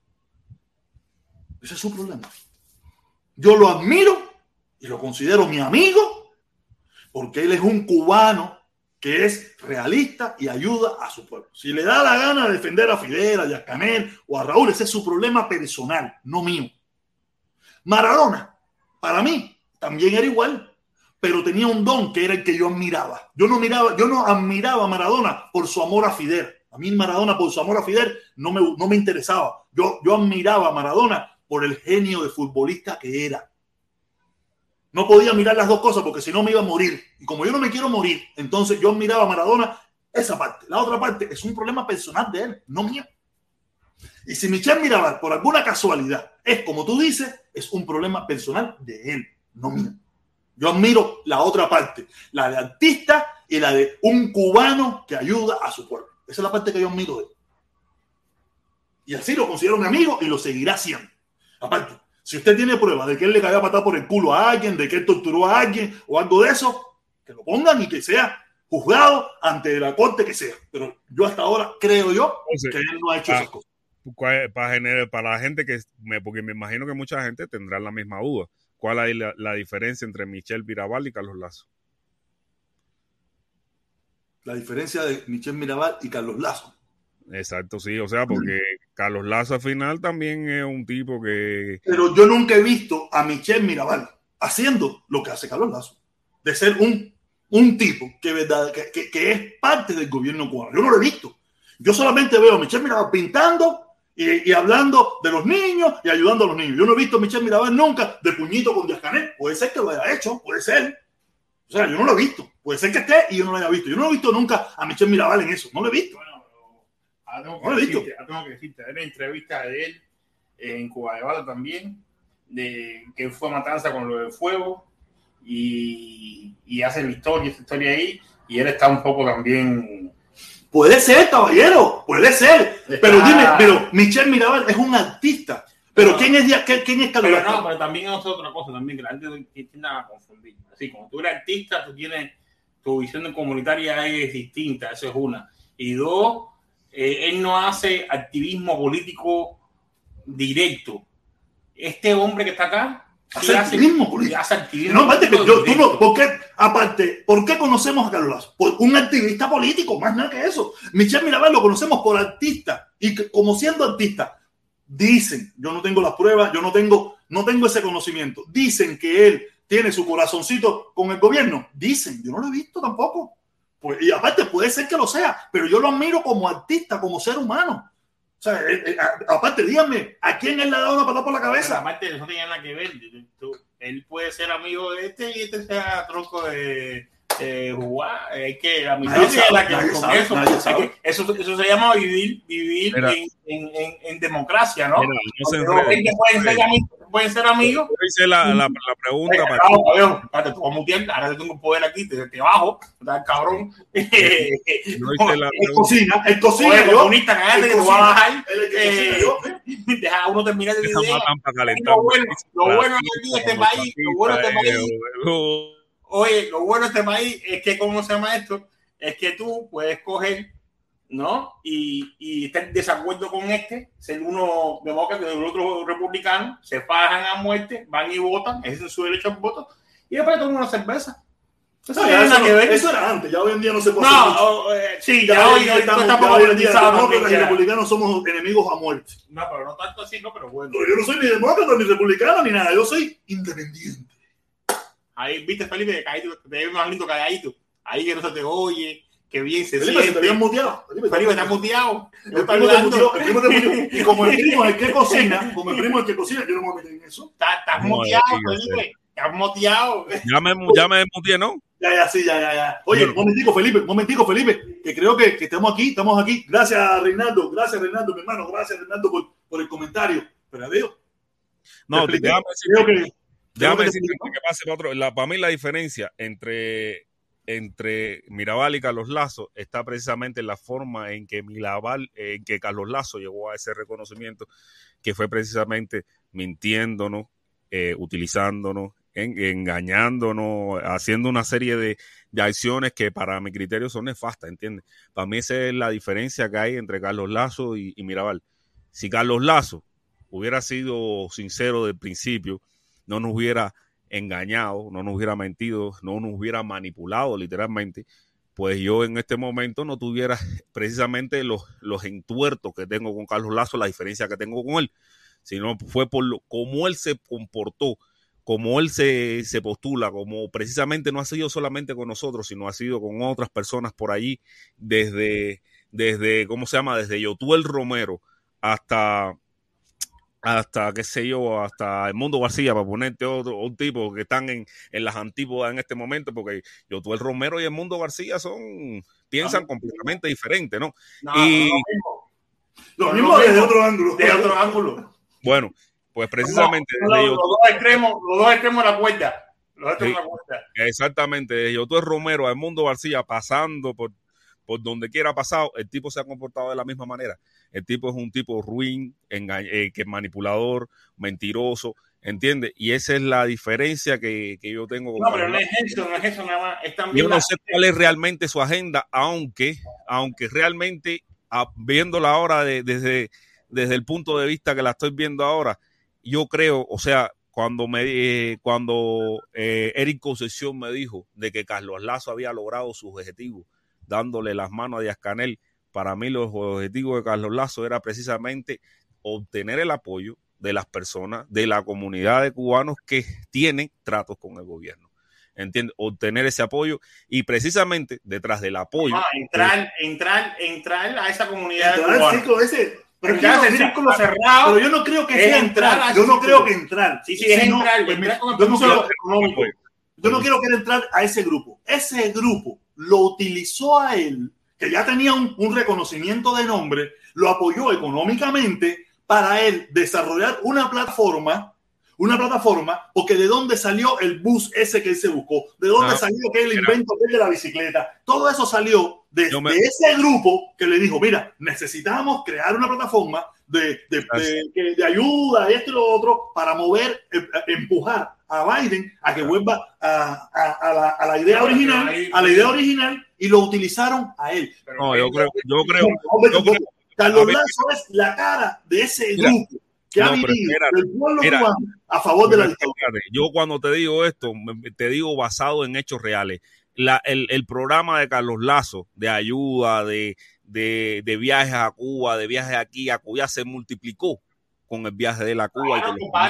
Ese es su problema. Yo lo admiro y lo considero mi amigo porque él es un cubano que es realista y ayuda a su pueblo. Si le da la gana de defender a Fidel, a Díaz-Canel o a Raúl, ese es su problema personal, no mío. Maradona, para mí, también era igual, pero tenía un don que era el que yo admiraba. Yo no admiraba a Maradona por su amor a Fidel. A mí Maradona por su amor a Fidel no me interesaba. Yo admiraba a Maradona por el genio de futbolista que era. No podía mirar las dos cosas porque si no me iba a morir. Y como yo no me quiero morir, entonces yo admiraba a Maradona esa parte. La otra parte es un problema personal de él, no mío. Y si Michel Mirabal, por alguna casualidad, es como tú dices, es un problema personal de él, no mío. Yo admiro la otra parte, la de artista y la de un cubano que ayuda a su pueblo. Esa es la parte que yo admiro de él. Y así lo considero mi amigo y lo seguirá siendo. Aparte, si usted tiene pruebas de que él le cayó a patar por el culo a alguien, de que él torturó a alguien o algo de eso, que lo pongan y que sea juzgado ante la corte que sea. Pero yo hasta ahora creo yo que él no ha hecho esas cosas. Para la gente porque me imagino que mucha gente tendrá la misma duda. ¿Cuál es la diferencia entre Michel Mirabal y Carlos Lazo? La diferencia de Michel Mirabal y Carlos Lazo. Exacto, sí, o sea, porque Carlos Lazo al final también es un tipo que... Pero yo nunca he visto a Michel Mirabal haciendo lo que hace Carlos Lazo, de ser un tipo que es parte del gobierno cubano. Yo no lo he visto. Yo solamente veo a Michel Mirabal pintando y hablando de los niños y ayudando a los niños. Yo no he visto a Michel Mirabal nunca de puñito con Díaz-Canel. Puede ser que lo haya hecho, puede ser. O sea, yo no lo he visto. Puede ser que esté y yo no lo haya visto. Yo no he visto nunca a Michel Mirabal en eso. No lo he visto. Tengo que decirte, hay una entrevista de él en Cuba de Bala también, de que fue matanza con lo del fuego y hace la historia ahí, y él está un poco también... Puede ser, caballero, puede ser. Pero dime, pero Michel Mirabal es un artista. Pero ¿quién es Carlos Lazo? No, pero también es otra cosa también que la gente tiende a confundir. Así como tú eres artista, tú tienes tu visión comunitaria es distinta, eso es una. Y dos, él no hace activismo político directo. Este hombre que está acá hace activismo político. Hace activismo no, aparte, ¿por qué conocemos a Carlos Lazo? Por un activista político, más nada que eso. Michel Mirabal lo conocemos por artista y como siendo artista, dicen, yo no tengo las pruebas, yo no tengo ese conocimiento. Dicen que él tiene su corazoncito con el gobierno. Dicen, yo no lo he visto tampoco. Pues, y aparte puede ser que lo sea, pero yo lo admiro como artista, como ser humano. O sea, aparte, díganme, ¿a quién él le ha dado una patada por la cabeza? Pero aparte, no tiene nada que ver. Él puede ser amigo de este y este sea tronco de jugar. Es que la amistad es la que con eso. Eso se llama vivir en democracia, ¿no? Pueden ser amigos. Yo hice la pregunta para ti. Te voy a mutear, ahora tengo poder aquí, te bajo, está cabrón. El cocina. Oye, comunista, cállate que te voy a bajar. Deja a uno terminar de idea. Lo bueno de este país, oye, lo bueno de este país es que, ¿cómo se llama esto? Es que tú puedes coger, ¿no? Y estar en desacuerdo con ser uno demócrata y el otro republicano, se fajan a muerte, van y votan, ese es su derecho al voto, y después toman una cerveza. Eso era antes, ya hoy en día no se puede hacer mucho. Sí, ya hoy en día los demócratas y republicanos somos enemigos a muerte. No, pero no tanto así, no, pero bueno. Pero yo no soy ni demócrata, ni republicano, ni nada, yo soy independiente. Ahí, viste, Felipe, te ves más lindo calladito. Ahí que no se te oye, que bien se Felipe, siente. te habían muteado. Felipe, está muteado. El primo te muteó. Y como el primo es el que cocina, yo no me voy a meter en eso. Estás muteado, Felipe. Estás muteado. Ya me muteé, ¿no? Ya. Oye, un momentico, Felipe, que creo que estamos aquí. Gracias, Reinaldo, mi hermano. Gracias, Reinaldo, por el comentario. Pero adiós. No, déjame decir que pase para otro. Para mí la diferencia entre Mirabal y Carlos Lazo está precisamente en la forma en que Carlos Lazo llegó a ese reconocimiento, que fue precisamente mintiéndonos, utilizándonos, engañándonos, haciendo una serie de acciones que para mi criterio son nefastas, ¿entiendes? Para mí esa es la diferencia que hay entre Carlos Lazo y Mirabal. Si Carlos Lazo hubiera sido sincero del principio, no nos hubiera engañado, no nos hubiera mentido, no nos hubiera manipulado literalmente, pues yo en este momento no tuviera precisamente los entuertos que tengo con Carlos Lazo, la diferencia que tengo con él, sino fue por cómo él se comportó, cómo él se postula, como precisamente no ha sido solamente con nosotros, sino ha sido con otras personas por allí, desde ¿cómo se llama? Desde Yotuel Romero hasta qué sé yo, hasta Edmundo García, para ponerte un tipo que están en las antípodas en este momento, porque Yotuel Romero y Edmundo García piensan completamente diferente, ¿no? Y lo mismo desde otro ángulo. De otro ángulo. Bueno, pues precisamente los dos extremos de la cuerda. Exactamente, desde Yotuel Romero a Edmundo García, pasando por donde quiera pasado, el tipo se ha comportado de la misma manera. El tipo es un tipo ruin, que es manipulador, mentiroso, ¿entiendes? Y esa es la diferencia que yo tengo con pero no es eso nada más. Es también yo no sé cuál es realmente su agenda, aunque realmente, viéndola ahora desde el punto de vista que la estoy viendo ahora, yo creo, o sea, cuando Eric Conceición me dijo de que Carlos Lazo había logrado sus objetivos, dándole las manos a Díaz-Canel, para mí los objetivos de Carlos Lazo era precisamente obtener el apoyo de las personas, de la comunidad de cubanos que tienen tratos con el gobierno. ¿Entiendes? Obtener ese apoyo y precisamente detrás del apoyo. Entrar a esa comunidad de cubanos. Pero el círculo cerrado. Pero yo no creo que sea entrar. Yo no creo que entrar. Sí, es entrar. Yo no quiero entrar a ese grupo. Ese grupo lo utilizó a él, que ya tenía un reconocimiento de nombre, lo apoyó económicamente para él desarrollar una plataforma, porque de dónde salió el bus ese que él se buscó, de dónde salió aquel invento de la bicicleta, todo eso salió de ese grupo que le dijo, mira, necesitamos crear una plataforma de ayuda, esto y lo otro, para mover, empujar a Biden a que vuelva a la idea original, y lo utilizaron a él. No, yo creo. Carlos Lazo es la cara de ese grupo que ha vivido el pueblo cubano a favor de la dictadura. Yo cuando te digo esto, te digo basado en hechos reales. El programa de Carlos Lazo de ayuda, de viajes a Cuba, de viajes aquí a Cuba, se multiplicó con el viaje de la Cuba.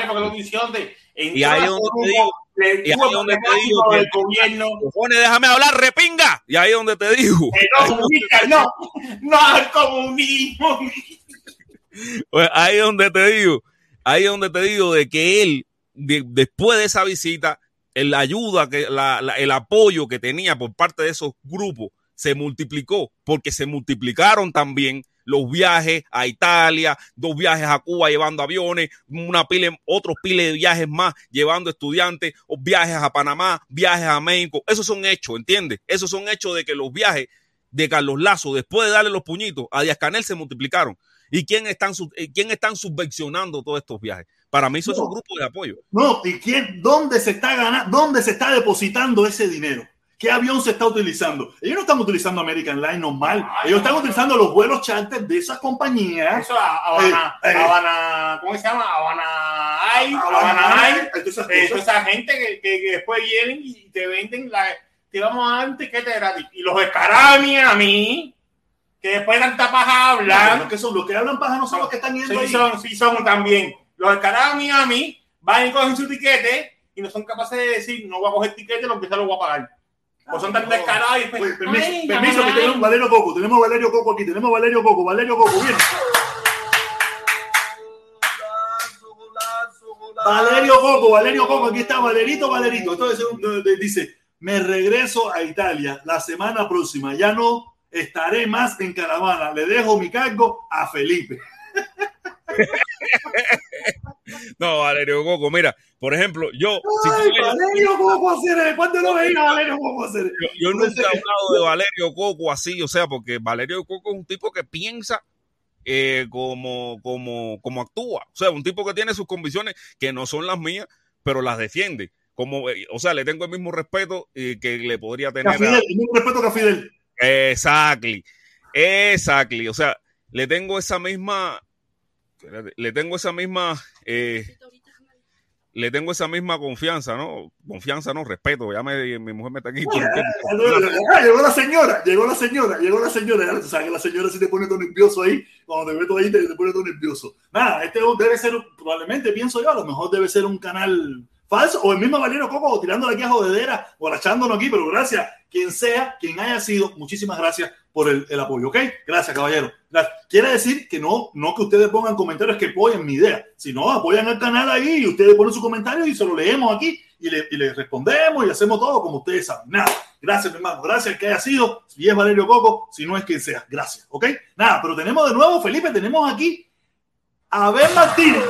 Y ahí es donde te digo, el gobierno. Déjame hablar, repinga. Y ahí es donde te digo. No al comunismo. Pues ahí es donde te digo de que él, después de esa visita, la ayuda, el apoyo que tenía por parte de esos grupos se multiplicó, porque se multiplicaron también los viajes a Italia, 2 viajes a Cuba llevando aviones, otros piles de viajes más llevando estudiantes, o viajes a Panamá, viajes a México. Esos son hechos, ¿entiendes? Esos son hechos de que los viajes de Carlos Lazo, después de darle los puñitos a Díaz-Canel, se multiplicaron. ¿Y quién están subvencionando todos estos viajes? Para mí eso es un grupo de apoyo. No, ¿y dónde se está ganando, dónde se está depositando ese dinero? ¿Qué avión se está utilizando? Ellos no están utilizando American Line normal. Ellos están utilizando los vuelos charter de esas compañías. Eso, Habana, ¿cómo se llama? Habana. Esa gente que después vienen y te venden te vamos a dar un tiquete gratis. Y los escarames a mí, que después de tanta paja hablan. Los que hablan paja no son los que están yendo ahí. Sí son también. Los escarames a mí van y cogen su tiquete y no son capaces de decir, no voy a coger tiquete, lo que sea lo voy a pagar. Pues son tan descarados y después, permiso, que tenemos Valerio Coco. Tenemos Valerio Coco aquí. Valerio Coco, bien. Valerio Coco, aquí está Valerito. Entonces dice, me regreso a Italia la semana próxima. Ya no estaré más en caravana. Le dejo mi cargo a Felipe. No, Valerio Coco, mira, por ejemplo, Valerio Coco hacer, ¿cuándo lo veía Valerio Coco hacer? Yo nunca he hablado de Valerio Coco así, o sea, porque Valerio Coco es un tipo que piensa como actúa, o sea, un tipo que tiene sus convicciones que no son las mías, pero las defiende. O sea, le tengo el mismo respeto que le podría tener el mismo respeto que a Fidel. Exactly. O sea, le tengo esa misma le tengo esa misma confianza, ¿no? Confianza, no, respeto. Ya mi mujer me está aquí. Llegó la señora. Ya tú sabes que la señora sí te pone todo nervioso ahí. Cuando te ve todo ahí, te pone todo nervioso. Nada, este debe ser, probablemente, pienso yo, a lo mejor debe ser un canal falso, o el mismo Valerio Coco tirándole aquí a jodedera, o arrachándonos aquí, pero gracias, quien sea, quien haya sido, muchísimas gracias por el apoyo, ¿ok? Gracias, caballero. Gracias. Quiere decir que no que ustedes pongan comentarios que apoyen mi idea, sino apoyan el canal ahí y ustedes ponen sus comentarios y se lo leemos aquí y le respondemos y hacemos todo como ustedes saben. Nada, gracias, mi hermano, gracias que haya sido, si es Valerio Coco, si no es quien sea, gracias, ¿ok? Nada, pero tenemos de nuevo, Felipe, tenemos aquí a Abel Martínez.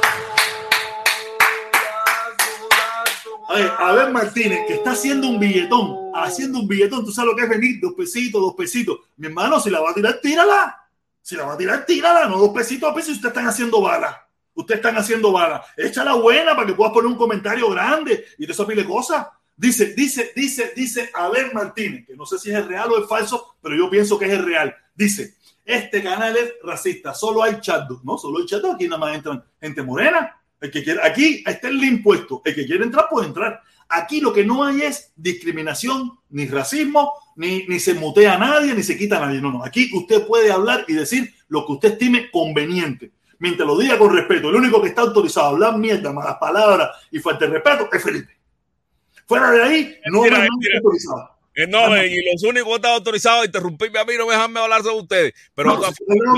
Abel Martínez, que está haciendo un billetón, tú sabes lo que es venir, 2 pesitos, mi hermano, si la va a tirar, tírala, no 2 pesitos, ustedes están haciendo bala, échala buena para que puedas poner un comentario grande y te pile cosas. Dice Abel Martínez, que no sé si es real o es falso, pero yo pienso que es el real. Dice, este canal es racista, solo hay chatos, aquí nada más entran gente morena. El que quiera, aquí está el impuesto. El que quiere entrar puede entrar. Aquí lo que no hay es discriminación, ni racismo, ni se mutea a nadie, ni se quita a nadie. No. Aquí usted puede hablar y decir lo que usted estime conveniente. Mientras lo diga con respeto. El único que está autorizado a hablar mierda, malas palabras y falta de respeto es Felipe. Fuera de ahí, no hay nadie autorizado. No, y los únicos que están autorizados a interrumpirme a mí, no me dejan hablar sobre ustedes. Pero tú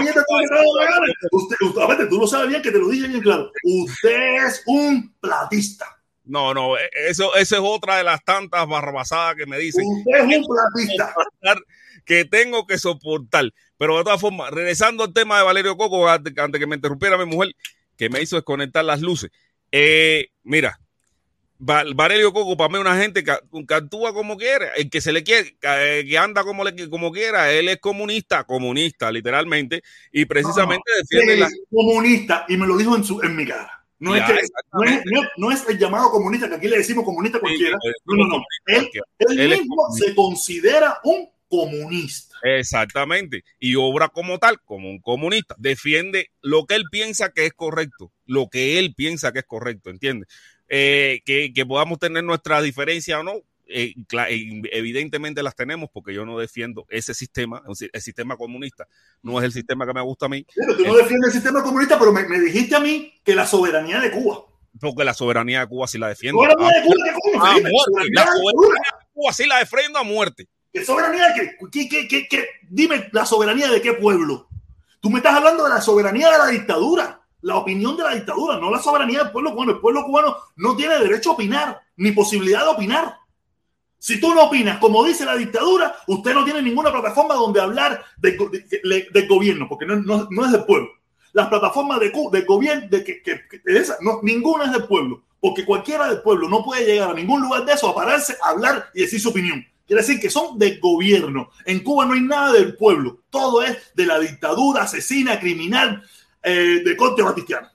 lo sabes bien, que te lo dije bien claro. Usted es un platista. No, eso es otra de las tantas barrabasadas que me dicen. Usted es un platista. Que tengo que soportar. Pero de todas formas, regresando al tema de Valerio Coco, antes que me interrumpiera mi mujer, que me hizo desconectar las luces. Mira, Valerio Coco para mí es una gente que actúa como quiera, el que se le quiere, que anda como quiera. Él es comunista literalmente, y precisamente defiende comunista, y me lo dijo en mi cara. No es el llamado comunista, que aquí le decimos comunista cualquiera. No. Él mismo se considera un comunista. Exactamente. Y obra como tal, como un comunista. Defiende lo que él piensa que es correcto. ¿Entiendes? Que podamos tener nuestra diferencia o no, evidentemente las tenemos, porque yo no defiendo ese sistema, el sistema comunista no es el sistema que me gusta a mí. Pero tú no defiendes el sistema comunista, pero me dijiste a mí que la soberanía de Cuba. Porque la soberanía de Cuba sí la defiendo. La soberanía de Cuba sí la defiendo a muerte. ¿Qué soberanía de qué? Dime, ¿la soberanía de qué pueblo? Tú me estás hablando de la soberanía de la dictadura. La opinión de la dictadura, no la soberanía del pueblo cubano. El pueblo cubano no tiene derecho a opinar, ni posibilidad de opinar. Si tú no opinas, como dice la dictadura, usted no tiene ninguna plataforma donde hablar del gobierno, porque no es del pueblo. Las plataformas del gobierno, ninguna es del pueblo, porque cualquiera del pueblo no puede llegar a ningún lugar de eso, a pararse, a hablar y decir su opinión. Quiere decir que son del gobierno. En Cuba no hay nada del pueblo. Todo es de la dictadura asesina, criminal, de corte batistiano.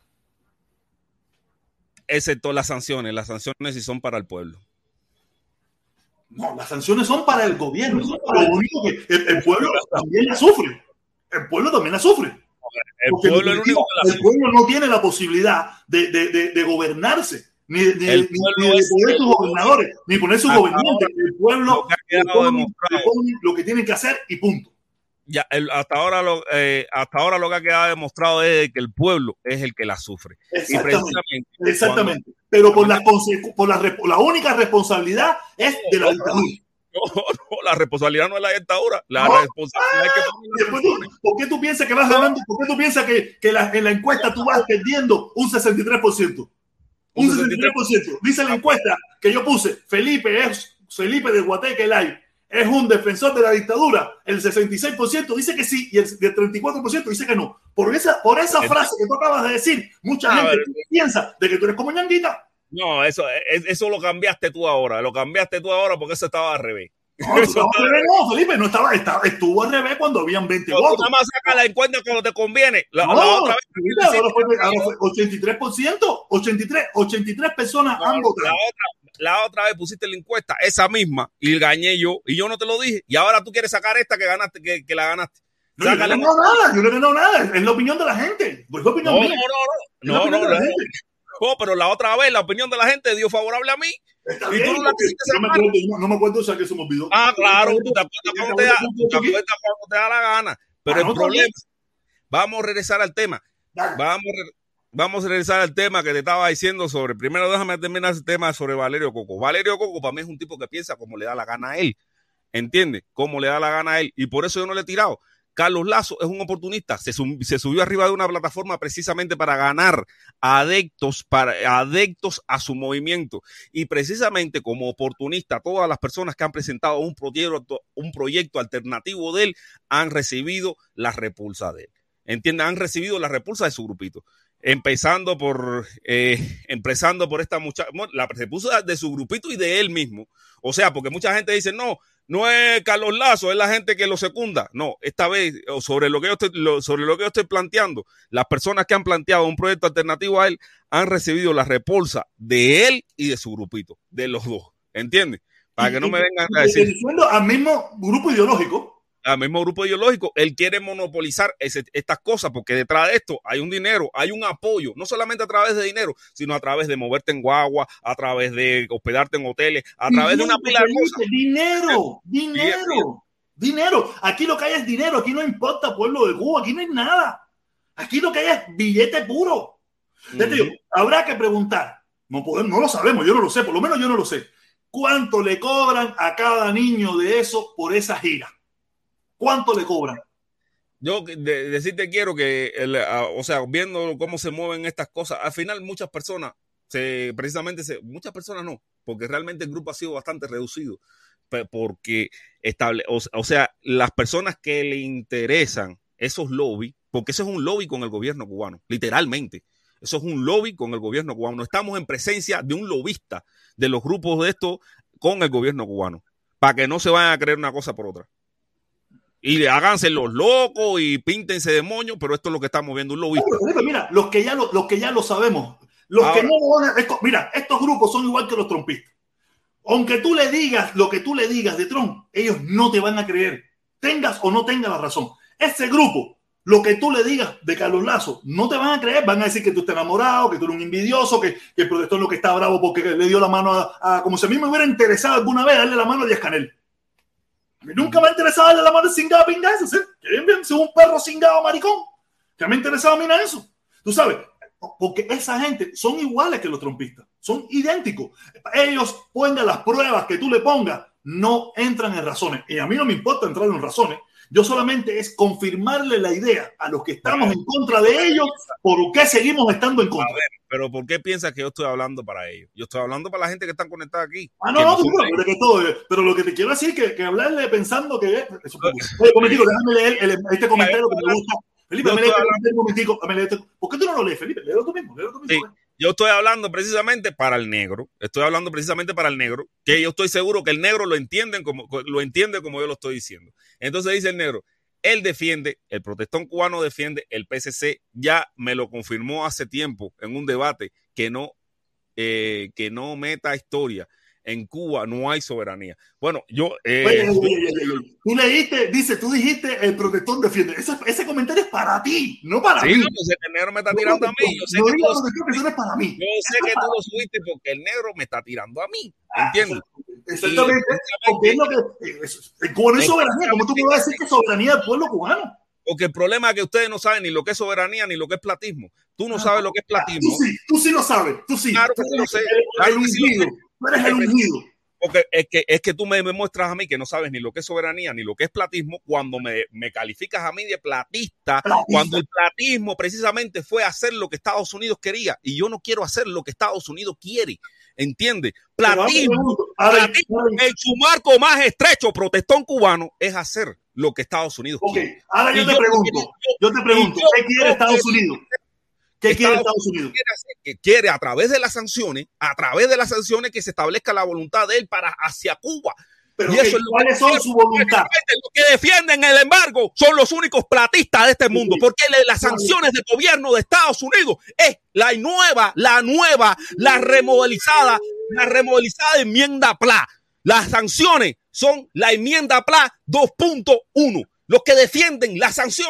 Excepto las sanciones sí son para el pueblo. No, las sanciones son para el gobierno. Lo único que el pueblo también la sufre. El pueblo no tiene la posibilidad de gobernarse, ni de poner sus gobernadores, ni poner sus gobernantes. El pueblo lo que tiene que hacer y punto. Ya, hasta ahora lo que ha quedado demostrado es que el pueblo es el que la sufre. Exactamente. Pero la única responsabilidad es de la dictadura. No, la responsabilidad no es la dictadura. Responsabilidad es que ¿por qué tú piensas que vas ganando? ¿Por qué tú piensas que en la encuesta tú vas perdiendo un 63%? Un 63%. Dice la encuesta que yo puse, Felipe de Guateque Live es un defensor de la dictadura. El 66% dice que sí y el 34% dice que no. Por esa frase que tú acabas de decir, mucha gente piensa de que tú eres como Ñanguita. No, eso lo cambiaste tú ahora. Lo cambiaste tú ahora porque eso estaba al revés. No, Felipe, no estaba, estuvo al revés cuando habían 20 votos. Nada más saca la encuesta cuando te conviene. La otra vez, ahora fue 83%, 83 personas han votado. La otra vez pusiste la encuesta, esa misma, y gané yo, y yo no te lo dije. Y ahora tú quieres sacar esta que ganaste, que la ganaste. No, yo no he ganado nada, es la opinión de la gente. Pues la opinión mía. No. Oh, pero la otra vez la opinión de la gente dio favorable a mí. Está Y bien, tú no la porque quisiste no me sacar. acuerdo, no me acuerdo, o sea, que se me olvidó. Claro, tú te acuerdas cuando te da la gana. Pero el problema, vamos a regresar al tema. Vamos a regresar al tema que te estaba diciendo sobre, primero déjame terminar ese tema sobre Valerio Coco. Valerio Coco para mí es un tipo que piensa como le da la gana a él. ¿Entiendes? Como le da la gana a él. Y por eso yo no le he tirado. Carlos Lazo es un oportunista. Se subió arriba de una plataforma precisamente para ganar adeptos a su movimiento. Y precisamente como oportunista, todas las personas que han presentado un proyecto alternativo de él han recibido la repulsa de él. ¿Entiendes? Han recibido la repulsa de su grupito. Empezando por esta muchacha, la repulsa de su grupito y de él mismo. O sea, porque mucha gente dice, no es Carlos Lazo, es la gente que lo secunda. No, esta vez, sobre lo que yo estoy planteando, las personas que han planteado un proyecto alternativo a él han recibido la repulsa de él y de su grupito, de los dos. ¿Entiendes? Para que no me vengan a decir. Al mismo grupo ideológico. Al mismo grupo ideológico, él quiere monopolizar estas cosas porque detrás de esto hay un dinero, hay un apoyo, no solamente a través de dinero, sino a través de moverte en guagua, a través de hospedarte en hoteles, a través de una pila de cosas. Dinero. Aquí lo que hay es dinero, aquí no importa pueblo de Cuba, aquí no hay nada. Aquí lo que hay es billete puro. Digo, habrá que preguntar, no lo sabemos, yo no lo sé, por lo menos yo no lo sé. ¿Cuánto le cobran a cada niño de eso por esa gira? ¿Cuánto le cobran? Yo decirte quiero que, viendo cómo se mueven estas cosas, al final muchas personas, muchas personas no, porque realmente el grupo ha sido bastante reducido, porque las personas que le interesan esos lobbies, porque eso es un lobby con el gobierno cubano, literalmente. Eso es un lobby con el gobierno cubano. Estamos en presencia de un lobista de los grupos de esto con el gobierno cubano, para que no se vayan a creer una cosa por otra. Y háganse los locos y píntense de moño, pero esto es lo que estamos viendo, un lobista. Mira, los que ya lo sabemos. Mira, estos grupos son igual que los trumpistas. Aunque tú le digas lo que tú le digas de Trump, ellos no te van a creer. Tengas o no tengas la razón. Ese grupo, lo que tú le digas de Carlos Lazo, no te van a creer. Van a decir que tú estás enamorado, que tú eres un envidioso, que el protector lo que está bravo porque le dio la mano como si a mí me hubiera interesado alguna vez darle la mano a Díaz-Canel. Nunca me ha interesado darle la mano al cingado pinga eso, ¿sí? Que soy un perro cingado maricón. Que me ha interesado a mí nada eso. Tú sabes, porque esa gente son iguales que los trumpistas. Son idénticos. Ellos pongan las pruebas que tú le pongas, no entran en razones. Y a mí no me importa entrar en razones. Yo solamente es confirmarle la idea a los que estamos en contra de ellos, por qué seguimos estando en contra. A ver, pero ¿por qué piensas que yo estoy hablando para ellos? Yo estoy hablando para la gente que está conectada aquí. Pero lo que te quiero decir es que hablarle pensando que... Oye, comentico, déjame leer este comentario que me gusta. Felipe, ¿por qué tú no lo lees, Felipe? Léelo tú mismo. Sí. Yo estoy hablando precisamente para el negro. Que yo estoy seguro que el negro lo entiende como yo lo estoy diciendo. Entonces dice el negro, él defiende, el protestón cubano defiende, el PSC ya me lo confirmó hace tiempo en un debate que no meta historia. En Cuba no hay soberanía. Bueno, tú dijiste el protestón defiende. Ese comentario es para ti, no para mí. Sí, el negro me está tirando a mí. Yo sé que tú lo subiste porque el negro me está tirando a mí. ¿Entiendes? Exactamente. Porque es lo que en Cuba no hay soberanía. ¿Cómo tú me vas a decir que soberanía del pueblo cubano? Porque el problema es que ustedes no saben ni lo que es soberanía ni lo que es platismo. Tú no sabes lo que es platismo. Tú sí lo sabes. Tú sí. Claro que sí lo sé. Tú eres el ungido. Porque es que tú me muestras a mí que no sabes ni lo que es soberanía ni lo que es platismo cuando me calificas a mí de platista, cuando el platismo precisamente fue hacer lo que Estados Unidos quería y yo no quiero hacer lo que Estados Unidos quiere. ¿Entiendes? Platismo en su marco más estrecho, protestón cubano, es hacer lo que Estados Unidos quiere. Ahora yo te pregunto, ¿qué quiere Estados Unidos? ¿Qué quiere Estados Unidos? Quiere a través de las sanciones que se establezca la voluntad de él hacia Cuba. Pero y eso ¿cuáles son su voluntad? Los que defienden el embargo son los únicos platistas de este mundo, porque las sanciones del gobierno de Estados Unidos es la remodelizada enmienda PLA. Las sanciones son la enmienda PLA 2.1. Los que defienden las sanciones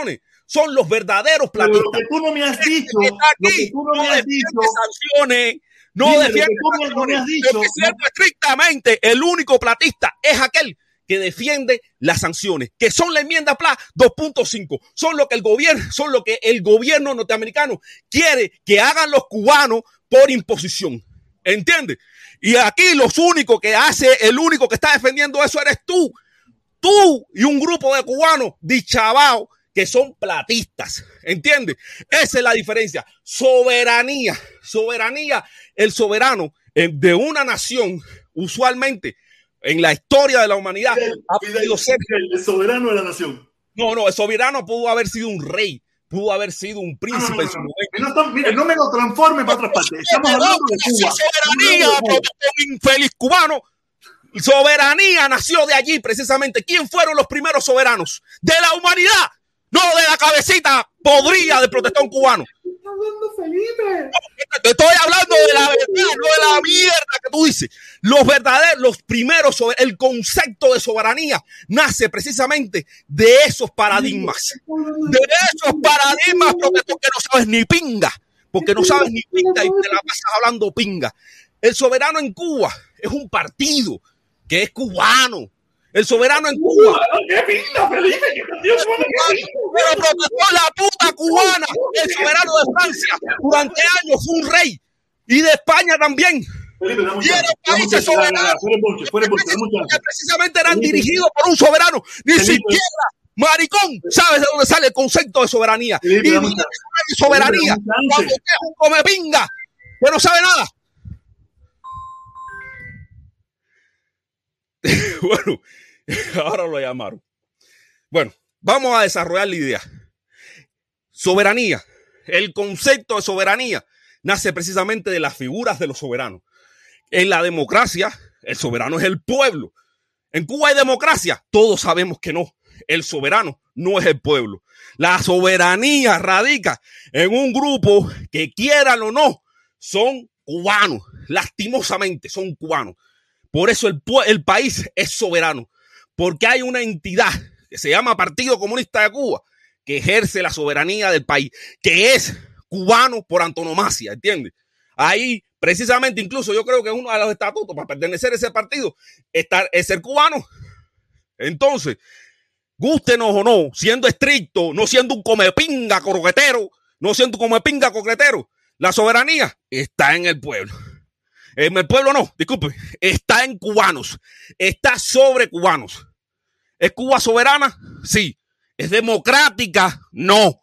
son los verdaderos platistas. Pero lo que tú no me has dicho, aquí no defiende sanciones, no defiende sanciones. Lo que siento estrictamente, el único platista es aquel que defiende las sanciones, que son la enmienda PLA 2.5, son lo que el gobierno norteamericano quiere que hagan los cubanos por imposición. ¿Entiendes? Y aquí el único que está defendiendo eso eres tú. Tú y un grupo de cubanos dichavados que son platistas. ¿Entiendes? Esa es la diferencia. Soberanía. El soberano de una nación, usualmente, en la historia de la humanidad, ha podido ser el soberano de la nación. No, el soberano pudo haber sido un rey, pudo haber sido un príncipe en su momento. Mira, no me lo transforme para otras partes. Estamos hablando de Cuba. Soberanía, infeliz cubano. Soberanía nació de allí precisamente. ¿Quién fueron los primeros soberanos? De la humanidad, no de la cabecita podrida del protestón cubano. Felipe. Te estoy hablando de la verdad, no de la mierda que tú dices. Los primeros, el concepto de soberanía nace precisamente de esos paradigmas. De esos paradigmas, protestón, que no sabes ni pinga. Porque no sabes ni pinga y te la pasas hablando pinga. El soberano en Cuba es un partido que es cubano. El soberano en Cuba. ¡Qué pinta, Felipe! Pero protestó la puta cubana. El soberano de Francia durante años fue un rey. Y de España también. Felipe, y eran países soberanos que precisamente eran dirigidos por un soberano. Ni siquiera, maricón, sabes de dónde sale el concepto de soberanía. Felipe, y de soberanía cuando usted es un comepinga que no sabe nada. Bueno, ahora lo llamaron. Bueno, vamos a desarrollar la idea. Soberanía. El concepto de soberanía nace precisamente de las figuras de los soberanos. En la democracia, el soberano es el pueblo. En Cuba hay democracia. Todos sabemos que no. El soberano no es el pueblo. La soberanía radica en un grupo que, quieran o no, son cubanos. Lastimosamente son cubanos. Por eso el país es soberano, porque hay una entidad que se llama Partido Comunista de Cuba, que ejerce la soberanía del país, que es cubano por antonomasia, ¿entiendes? Ahí, precisamente, incluso yo creo que uno de los estatutos para pertenecer a ese partido es ser cubano. Entonces, gústenos o no, siendo estricto, no siendo un comepinga croquetero, la soberanía está en el pueblo. En el pueblo no, disculpe, está en cubanos, está sobre cubanos. ¿Es Cuba soberana? Sí. ¿Es democrática? No.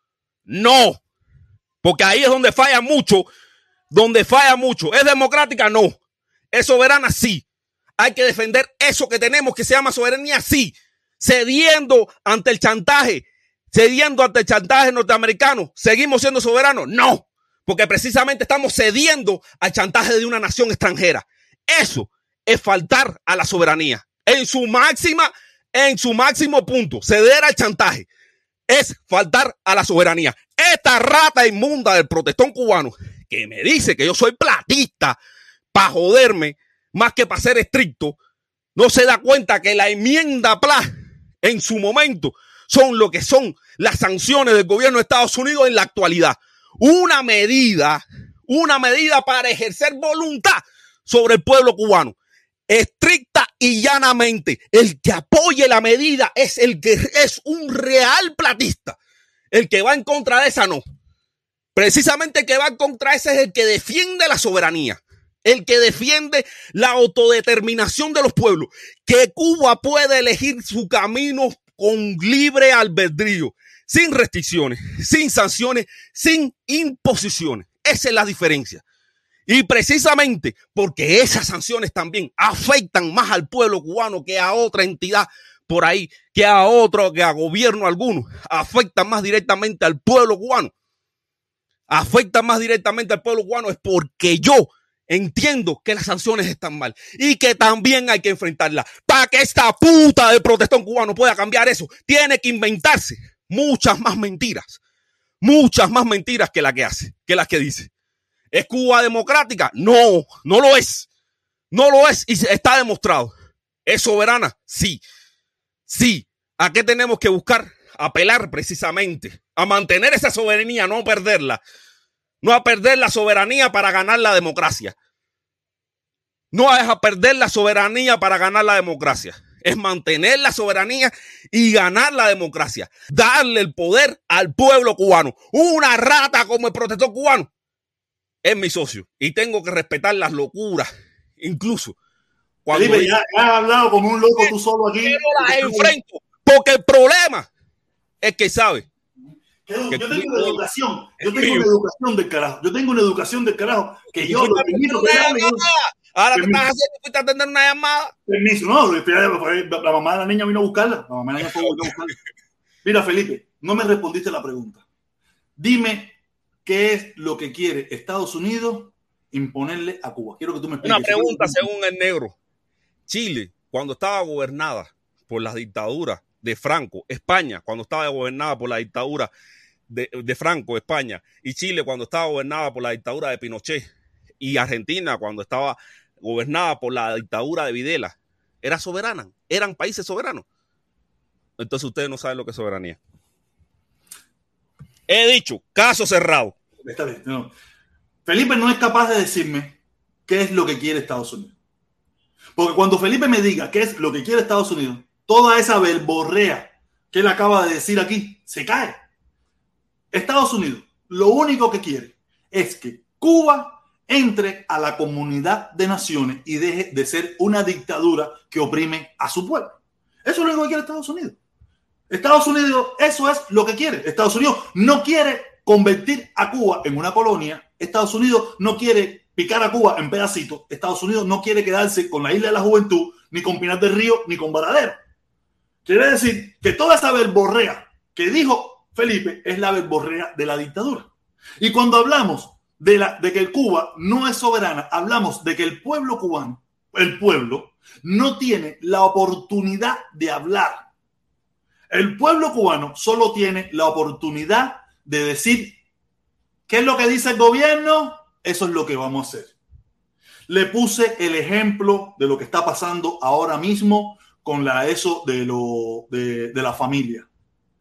Porque ahí es donde falla mucho. ¿Es democrática? No. ¿Es soberana? Sí. Hay que defender eso que tenemos que se llama soberanía, sí. Cediendo ante el chantaje norteamericano, ¿seguimos siendo soberanos? No. Porque precisamente estamos cediendo al chantaje de una nación extranjera. Eso es faltar a la soberanía. En su máximo punto, ceder al chantaje es faltar a la soberanía. Esta rata inmunda del protestón cubano que me dice que yo soy platista para joderme más que para ser estricto, no se da cuenta que la enmienda PLA en su momento son lo que son las sanciones del gobierno de Estados Unidos en la actualidad. Una medida para ejercer voluntad sobre el pueblo cubano. Estricta y llanamente, el que apoye la medida es el que es un real platista. El que va en contra de esa no. Precisamente el que va en contra de esa es el que defiende la soberanía. El que defiende la autodeterminación de los pueblos. Que Cuba puede elegir su camino con libre albedrío. Sin restricciones, sin sanciones, sin imposiciones. Esa es la diferencia. Y precisamente porque esas sanciones también afectan más al pueblo cubano que a otra entidad por ahí, que a gobierno alguno, afectan más directamente al pueblo cubano. Es porque yo entiendo que las sanciones están mal y que también hay que enfrentarlas. Para que esta puta del protestón cubano pueda cambiar eso, tiene que inventarse muchas más mentiras que las que dice. ¿Es Cuba democrática? No lo es y está demostrado. ¿Es soberana? Sí. ¿A qué tenemos que buscar? apelar precisamente a mantener esa soberanía, no perderla. No a perder la soberanía para ganar la democracia. No es a perder la soberanía para ganar la democracia. Es mantener la soberanía y ganar la democracia. Darle el poder al pueblo cubano. Una rata como el protector cubano es mi socio. Y tengo que respetar las locuras. Incluso cuando Felipe, ya has hablado como un loco tú solo aquí. Yo las enfrento. Porque el problema es que sabe. Yo tengo una educación. Yo tengo una educación del carajo. Yo tengo una educación del carajo que yo lo permito. Ahora te estás haciendo, fuiste a atender una llamada. Permiso, no, la mamá de la niña vino a buscarla. La mamá de la niña fue a buscarla. Mira, Felipe, no me respondiste la pregunta. Dime qué es lo que quiere Estados Unidos imponerle a Cuba. Quiero que tú me expliques. Una pregunta según el negro. Chile, cuando estaba gobernada por las dictaduras de Franco, España, cuando estaba gobernada por la dictadura de Franco, España, y Chile, cuando estaba gobernada por la dictadura de Pinochet, y Argentina, cuando estaba gobernada por la dictadura de Videla, ¿era soberana? ¿Eran países soberanos? Entonces ustedes no saben lo que es soberanía. He dicho, caso cerrado. Está bien. No. Felipe no es capaz de decirme qué es lo que quiere Estados Unidos. Porque cuando Felipe me diga qué es lo que quiere Estados Unidos, toda esa verborrea que él acaba de decir aquí se cae. Estados Unidos lo único que quiere es que Cuba entre a la comunidad de naciones y deje de ser una dictadura que oprime a su pueblo. Eso es lo único que quiere Estados Unidos. Estados Unidos, eso es lo que quiere. Estados Unidos no quiere convertir a Cuba en una colonia. Estados Unidos no quiere picar a Cuba en pedacitos. Estados Unidos no quiere quedarse con la Isla de la Juventud, ni con Pinar del Río, ni con Varadero. Quiere decir que toda esa verborrea que dijo Felipe es la verborrea de la dictadura. Y cuando hablamos de que Cuba no es soberana, hablamos de que el pueblo cubano, el pueblo, no tiene la oportunidad de hablar. El pueblo cubano solo tiene la oportunidad de decir ¿qué es lo que dice el gobierno? Eso es lo que vamos a hacer. Le puse el ejemplo de lo que está pasando ahora mismo con eso de la familia.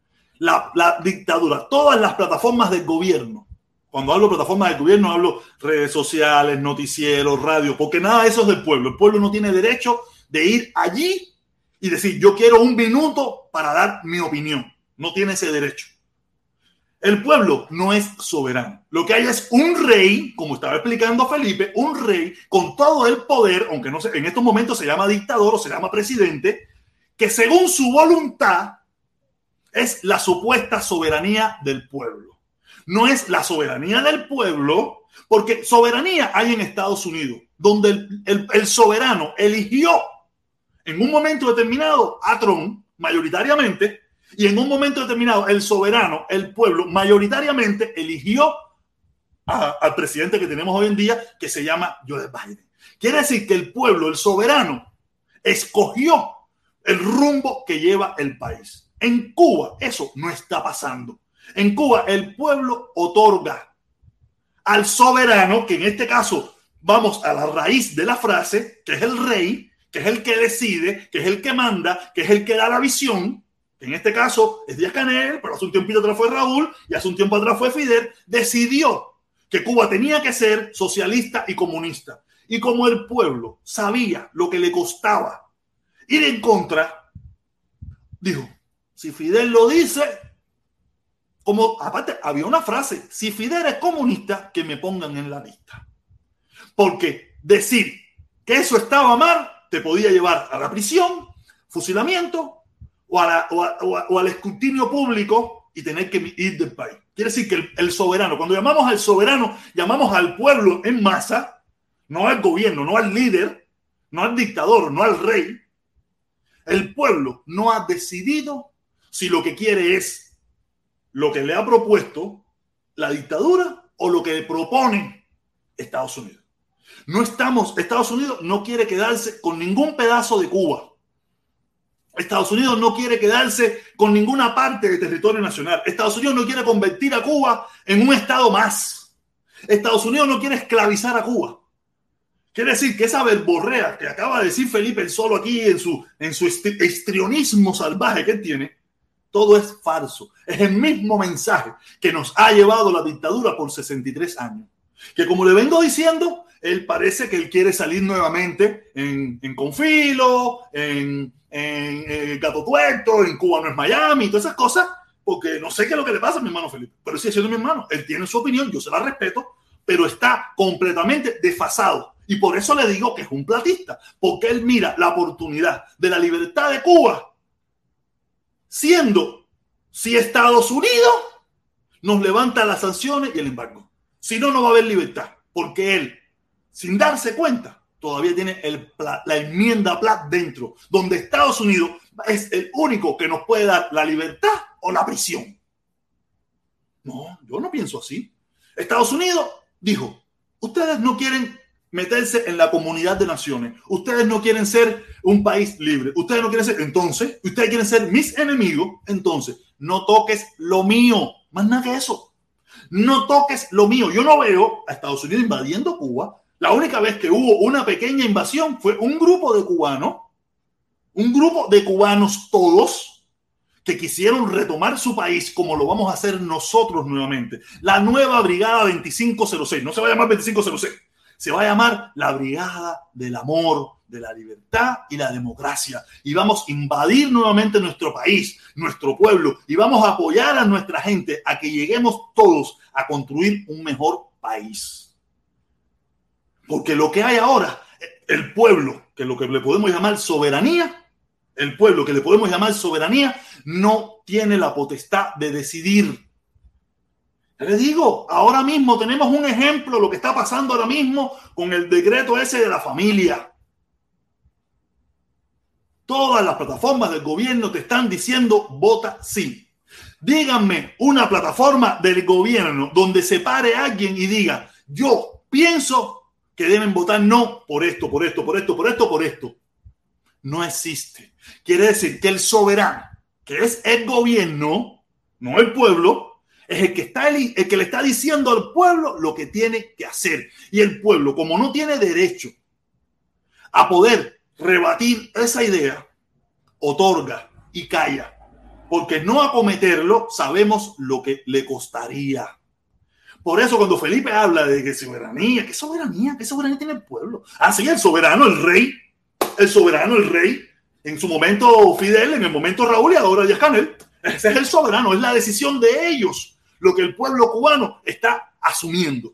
La dictadura, todas las plataformas del gobierno. Cuando hablo de plataformas del gobierno, hablo redes sociales, noticieros, radio, porque nada de eso es del pueblo. El pueblo no tiene derecho de ir allí y decir, yo quiero un minuto para dar mi opinión. No tiene ese derecho. El pueblo no es soberano. Lo que hay es un rey, como estaba explicando Felipe, un rey con todo el poder, aunque no sé, en estos momentos se llama dictador o se llama presidente, que según su voluntad es la supuesta soberanía del pueblo. No es la soberanía del pueblo, porque soberanía hay en Estados Unidos, donde el soberano eligió en un momento determinado a Trump, mayoritariamente, y en un momento determinado el soberano, el pueblo, mayoritariamente eligió al presidente que tenemos hoy en día, que se llama Joe Biden. Quiere decir que el pueblo, el soberano, escogió el rumbo que lleva el país. En Cuba eso no está pasando. En Cuba el pueblo otorga al soberano, que en este caso vamos a la raíz de la frase, que es el rey, que es el que decide, que es el que manda, que es el que da la visión. En este caso es Díaz-Canel, pero hace un tiempito atrás fue Raúl y hace un tiempo atrás fue Fidel. Decidió que Cuba tenía que ser socialista y comunista. Y como el pueblo sabía lo que le costaba ir en contra, dijo, si Fidel lo dice, como aparte había una frase, si Fidel es comunista, que me pongan en la lista. Porque decir que eso estaba mal te podía llevar a la prisión, fusilamiento o al escrutinio público y tener que ir del país. Quiere decir que el soberano, cuando llamamos al soberano, llamamos al pueblo en masa, no al gobierno, no al líder, no al dictador, no al rey. El pueblo no ha decidido si lo que quiere es lo que le ha propuesto la dictadura o lo que le propone Estados Unidos. Estados Unidos no quiere quedarse con ningún pedazo de Cuba. Estados Unidos no quiere quedarse con ninguna parte del territorio nacional. Estados Unidos no quiere convertir a Cuba en un estado más. Estados Unidos no quiere esclavizar a Cuba. Quiere decir que esa verborrea que acaba de decir Felipe el solo aquí en su histrionismo salvaje que él tiene, Todo es falso. Es el mismo mensaje que nos ha llevado la dictadura por 63 años. Que como le vengo diciendo, él parece que él quiere salir nuevamente en Confilo, en Gato Tuerto, en Cuba no es Miami, todas esas cosas, porque no sé qué es lo que le pasa a mi hermano Felipe, pero sigue siendo mi hermano. Él tiene su opinión, yo se la respeto, pero está completamente desfasado. Y por eso le digo que es un platista, porque él mira la oportunidad de la libertad de Cuba siendo si Estados Unidos nos levanta las sanciones y el embargo. Si no, no va a haber libertad, porque él, sin darse cuenta, todavía tiene la enmienda Platt dentro, donde Estados Unidos es el único que nos puede dar la libertad o la prisión. No, yo no pienso así. Estados Unidos dijo, ustedes no quieren meterse en la comunidad de naciones, ustedes no quieren ser un país libre, ustedes no quieren ser, entonces, ustedes quieren ser mis enemigos, entonces, no toques lo mío, más nada que eso. No toques lo mío. Yo no veo a Estados Unidos invadiendo Cuba. La única vez que hubo una pequeña invasión fue un grupo de cubanos todos que quisieron retomar su país como lo vamos a hacer nosotros nuevamente. La nueva Brigada 2506. No se va a llamar 2506. Se va a llamar la Brigada del Amor, de la Libertad y la Democracia. Y vamos a invadir nuevamente nuestro país, nuestro pueblo, y vamos a apoyar a nuestra gente a que lleguemos todos a construir un mejor país. Porque lo que hay ahora, el pueblo, que es lo que le podemos llamar soberanía, el pueblo que le podemos llamar soberanía, no tiene la potestad de decidir. Les digo, ahora mismo tenemos un ejemplo, lo que está pasando ahora mismo con el decreto ese de la familia. Todas las plataformas del gobierno te están diciendo vota sí. Díganme una plataforma del gobierno donde se pare alguien y diga, yo pienso que deben votar no por esto, por esto, por esto, por esto, por esto. No existe. Quiere decir que el soberano, que es el gobierno, no el pueblo, es el que le está diciendo al pueblo lo que tiene que hacer. Y el pueblo, como no tiene derecho a poder rebatir esa idea, otorga y calla. Porque no acometerlo sabemos lo que le costaría. Por eso cuando Felipe habla de que soberanía, ¿qué soberanía tiene el pueblo? Así el soberano, el rey, en su momento Fidel, en el momento Raúl y ahora Díaz-Canel. Ese es el soberano, es la decisión de ellos, lo que el pueblo cubano está asumiendo.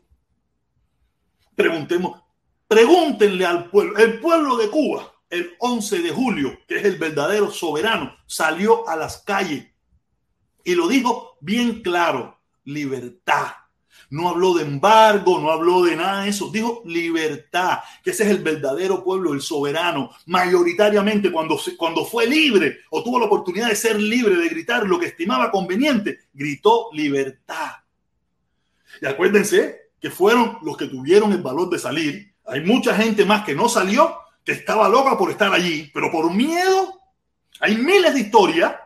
Pregúntenle al pueblo, el pueblo de Cuba, el 11 de julio, que es el verdadero soberano, salió a las calles y lo dijo bien claro, libertad. No habló de embargo, no habló de nada de eso, dijo libertad, que ese es el verdadero pueblo, el soberano. Mayoritariamente cuando fue libre o tuvo la oportunidad de ser libre, de gritar lo que estimaba conveniente, gritó libertad. Y acuérdense que fueron los que tuvieron el valor de salir. Hay mucha gente más que no salió, que estaba loca por estar allí, pero por miedo. Hay miles de historias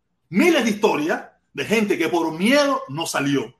de gente que por miedo no salió.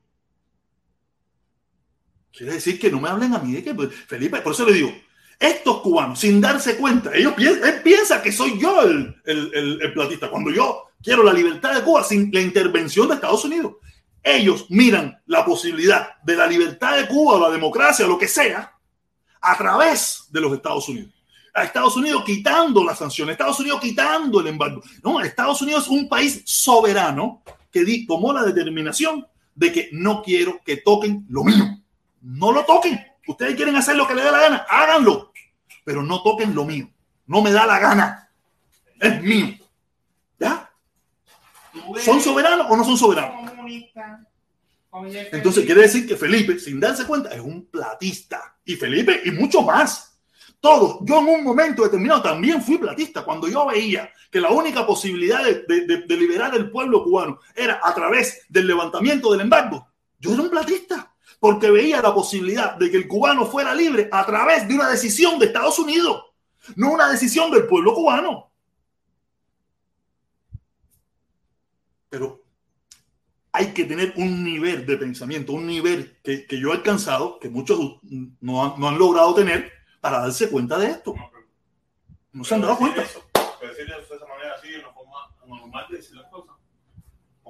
Quiere decir que no me hablen a mí de que, Felipe, por eso le digo, estos cubanos, sin darse cuenta, él piensa que soy yo el platista, cuando yo quiero la libertad de Cuba sin la intervención de Estados Unidos. Ellos miran la posibilidad de la libertad de Cuba o la democracia o lo que sea a través de los Estados Unidos. A Estados Unidos quitando las sanciones, Estados Unidos quitando el embargo. No, Estados Unidos es un país soberano que tomó la determinación de que no quiero que toquen lo mío. No lo toquen. Ustedes quieren hacer lo que les dé la gana, háganlo. Pero no toquen lo mío. No me da la gana. Es mío. ¿Ya? ¿Son soberanos o no son soberanos? Entonces quiere decir que Felipe, sin darse cuenta, es un platista. Y Felipe y mucho más. Todos. Yo en un momento determinado también fui platista. Cuando yo veía que la única posibilidad de liberar el pueblo cubano era a través del levantamiento del embargo, yo era un platista. Porque veía la posibilidad de que el cubano fuera libre a través de una decisión de Estados Unidos, no una decisión del pueblo cubano. Pero hay que tener un nivel de pensamiento, un nivel que yo he alcanzado, que muchos no han logrado tener, para darse cuenta de esto. No se han dado cuenta. Decirle de esa manera así, de una forma normal de decir las cosas.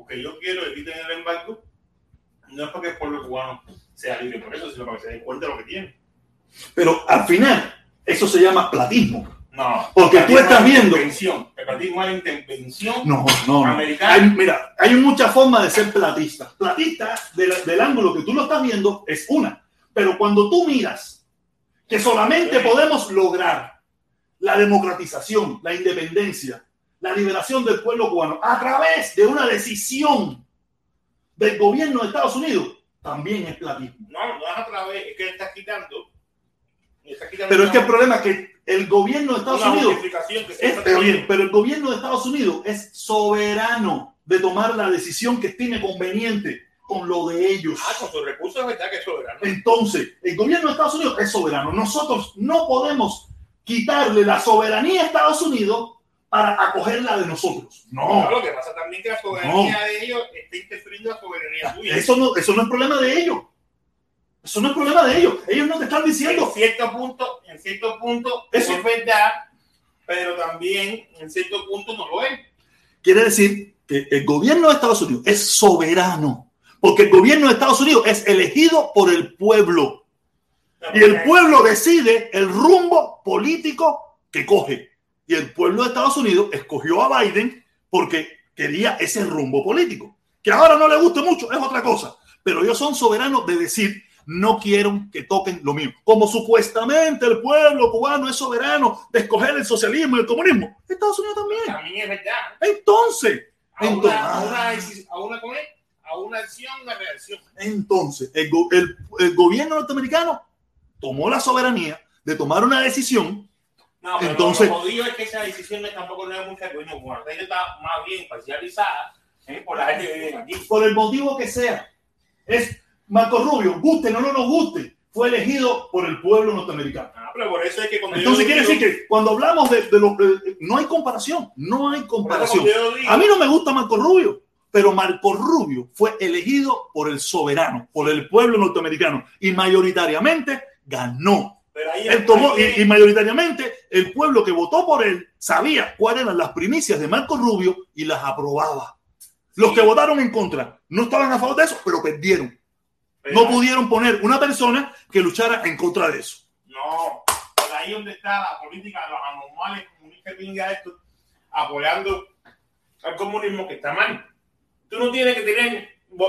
porque yo quiero que quiten el embargo, no es porque el pueblo cubano sea libre por eso, sino para que se den cuenta de lo que tiene. Pero al final, eso se llama platismo. No, porque tú estás viendo. El platismo es la intervención No. americana. Hay muchas formas de ser platista. Platista, del ángulo que tú lo estás viendo, es una. Pero cuando tú miras que solamente podemos lograr la democratización, la independencia, la liberación del pueblo cubano a través de una decisión del gobierno de Estados Unidos, también es platismo. No es a través, es que le estás quitando. Pero es que el problema es que el gobierno de Estados Unidos pero el gobierno de Estados Unidos es soberano de tomar la decisión que estime conveniente con lo de ellos. Con sus recursos es verdad que es soberano. Entonces, el gobierno de Estados Unidos es soberano. Nosotros no podemos quitarle la soberanía a Estados Unidos para acogerla de nosotros. No. Lo que pasa también es que la soberanía de ellos está interfiriendo la soberanía tuya. Eso no es problema de ellos. Eso no es problema de ellos. Ellos no te están diciendo. En cierto punto eso es verdad, pero también en cierto punto no lo es. Quiere decir que el gobierno de Estados Unidos es soberano, porque el gobierno de Estados Unidos es elegido por el pueblo. Y el pueblo decide el rumbo político que coge. Y el pueblo de Estados Unidos escogió a Biden porque quería ese rumbo político. Que ahora no le guste mucho, es otra cosa. Pero ellos son soberanos de decir, no quiero que toquen lo mío. Como supuestamente el pueblo cubano es soberano de escoger el socialismo y el comunismo. Estados Unidos también. También es verdad. Entonces, a una acción, una reacción. Entonces, el gobierno norteamericano tomó la soberanía de tomar una decisión. No, pero entonces, lo jodido es que esa decisión tampoco no es muy frecuente. Bueno, ella está más bien parcializada por la gente que vive aquí. Por el motivo que sea. Es Marco Rubio, guste o no nos guste, fue elegido por el pueblo norteamericano. Pero por eso es que entonces quiere decir que cuando hablamos de lo que no hay comparación, A mí no me gusta Marco Rubio, pero Marco Rubio fue elegido por el soberano, por el pueblo norteamericano y mayoritariamente ganó. Él tomó, y mayoritariamente el pueblo que votó por él sabía cuáles eran las primicias de Marco Rubio y las aprobaba. Los que votaron en contra no estaban a favor de eso, pero perdieron. No pudieron poner una persona que luchara en contra de eso. No, por ahí donde está la política de los anormales comunistas esto, apoyando al comunismo, que está mal. Tú no tienes que tener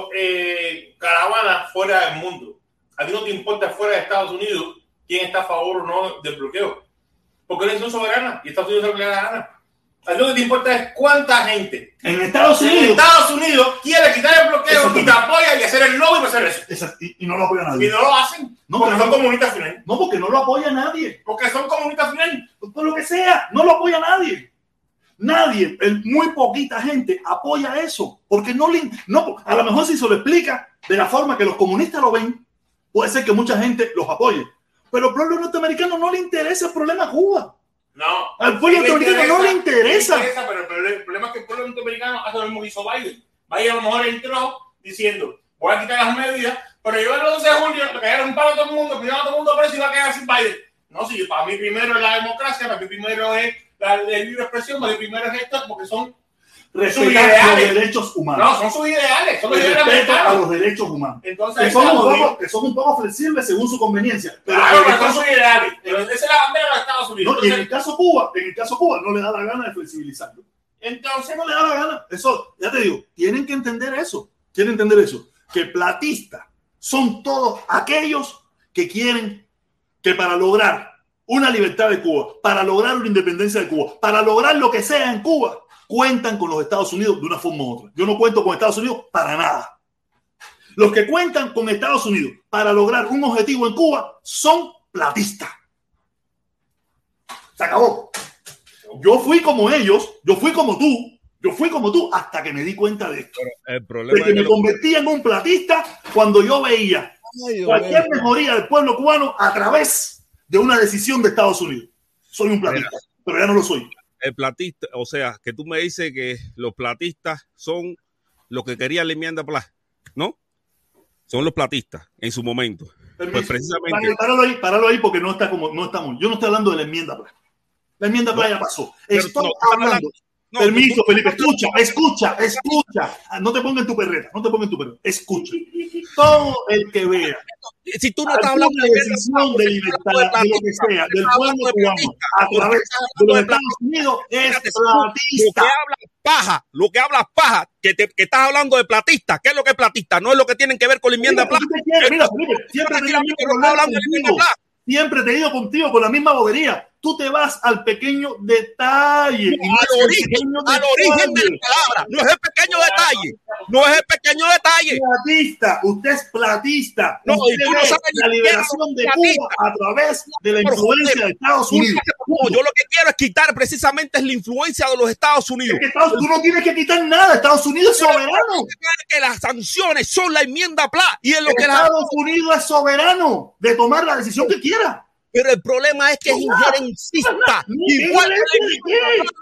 caravanas fuera del mundo. A ti no te importa fuera de Estados Unidos quién está a favor o no del bloqueo. Porque eres un soberana y Estados Unidos es lo que le da la gana. A ti lo que te importa es cuánta gente en Estados Unidos quiere quitar el bloqueo y te apoya y hacer el lobby para hacer eso. Y no lo apoya nadie. Y no lo hacen porque son comunistas finales. No, porque no lo apoya nadie. Porque son comunistas finales. Por lo que sea, no lo apoya nadie. Nadie, muy poquita gente apoya eso. Porque no, a lo mejor si se lo explica de la forma que los comunistas lo ven, puede ser que mucha gente los apoye. Pero al pueblo norteamericano no le interesa el problema de Cuba. No. Al pueblo norteamericano no le interesa. Pero el problema es que el pueblo norteamericano hace lo mismo que hizo Biden. Biden a lo mejor entró diciendo, voy a quitar las medidas, pero yo el 11 de julio le cayeron un palo a todo el mundo, primero a todo el mundo preso y va a quedar sin Biden. No, si para mí primero es la democracia, para mí primero es la libre expresión, para mí primero es esto, porque son respetar los derechos humanos. No, son sus ideales, son los ideales americanos. A los derechos humanos. Entonces, que son un poco flexibles según su conveniencia. Pero son sus ideales. Esa es la bandera de los Estados Unidos. No, y en el caso Cuba no le da la gana de flexibilizarlo. Entonces no le da la gana. Eso, ya te digo, tienen que entender eso. Quieren entender eso. Que platistas son todos aquellos que quieren que para lograr una libertad de Cuba, para lograr una independencia de Cuba, para lograr lo que sea en Cuba, cuentan con los Estados Unidos de una forma u otra. Yo no cuento con Estados Unidos para nada. Los que cuentan con Estados Unidos para lograr un objetivo en Cuba son platistas. Se acabó. Yo fui como ellos, yo fui como tú hasta que me di cuenta de esto. El problema de que me convertí en un platista cuando yo veía cualquier mejoría del pueblo cubano a través de una decisión de Estados Unidos. Soy un platista, pero ya no lo soy. El platista, o sea, que tú me dices que los platistas son los que querían la enmienda Pla, ¿no? Son los platistas en su momento. Pues precisamente. Páralo ahí porque no estamos. Yo no estoy hablando de la enmienda Pla. La enmienda Pla ya pasó. Estoy hablando Permiso, Felipe, escucha. No te pongas en tu perreta, escucha. Todo el que vea si tú no estás hablando de decisión de libertad, de lo que sea, del pueblo cubano, a través de los Estados Unidos, es platista. Lo que hablas paja, que estás hablando de platista. ¿Qué es lo que es platista? No es lo que tienen que ver con la enmienda Pla. Mira, Felipe, siempre te he ido contigo con la misma bobería. Tú te vas al pequeño detalle. Al origen de la palabra. No es el pequeño detalle. Platista. Usted es platista. No, y tú no sabes la liberación de Cuba a través de la influencia de Estados Unidos. Yo lo que quiero es quitar precisamente es la influencia de los Estados Unidos. Tú no tienes que quitar nada. Estados Unidos es soberano. Que las sanciones son la enmienda Pla. Y en lo que Estados Unidos es soberano de tomar la decisión que quiera. Pero el problema es que es injerencista. Igual ¿De qué?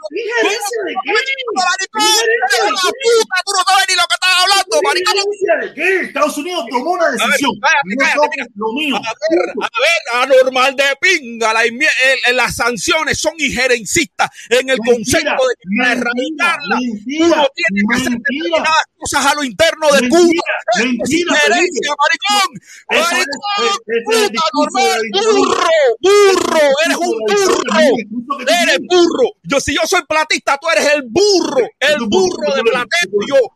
Tú no sabes ni lo que estás hablando, maricón. ¿De qué? Estados Unidos tomó una decisión. Lo mío. A ver, anormal de pinga. Las sanciones son injerencistas en el concepto de erradicarla. Uno tiene que hacer determinadas cosas a lo interno de Cuba. Injerencia, maricón. Puta, normal, burro, eres un burro, si yo soy platista, tú eres el burro de Platero,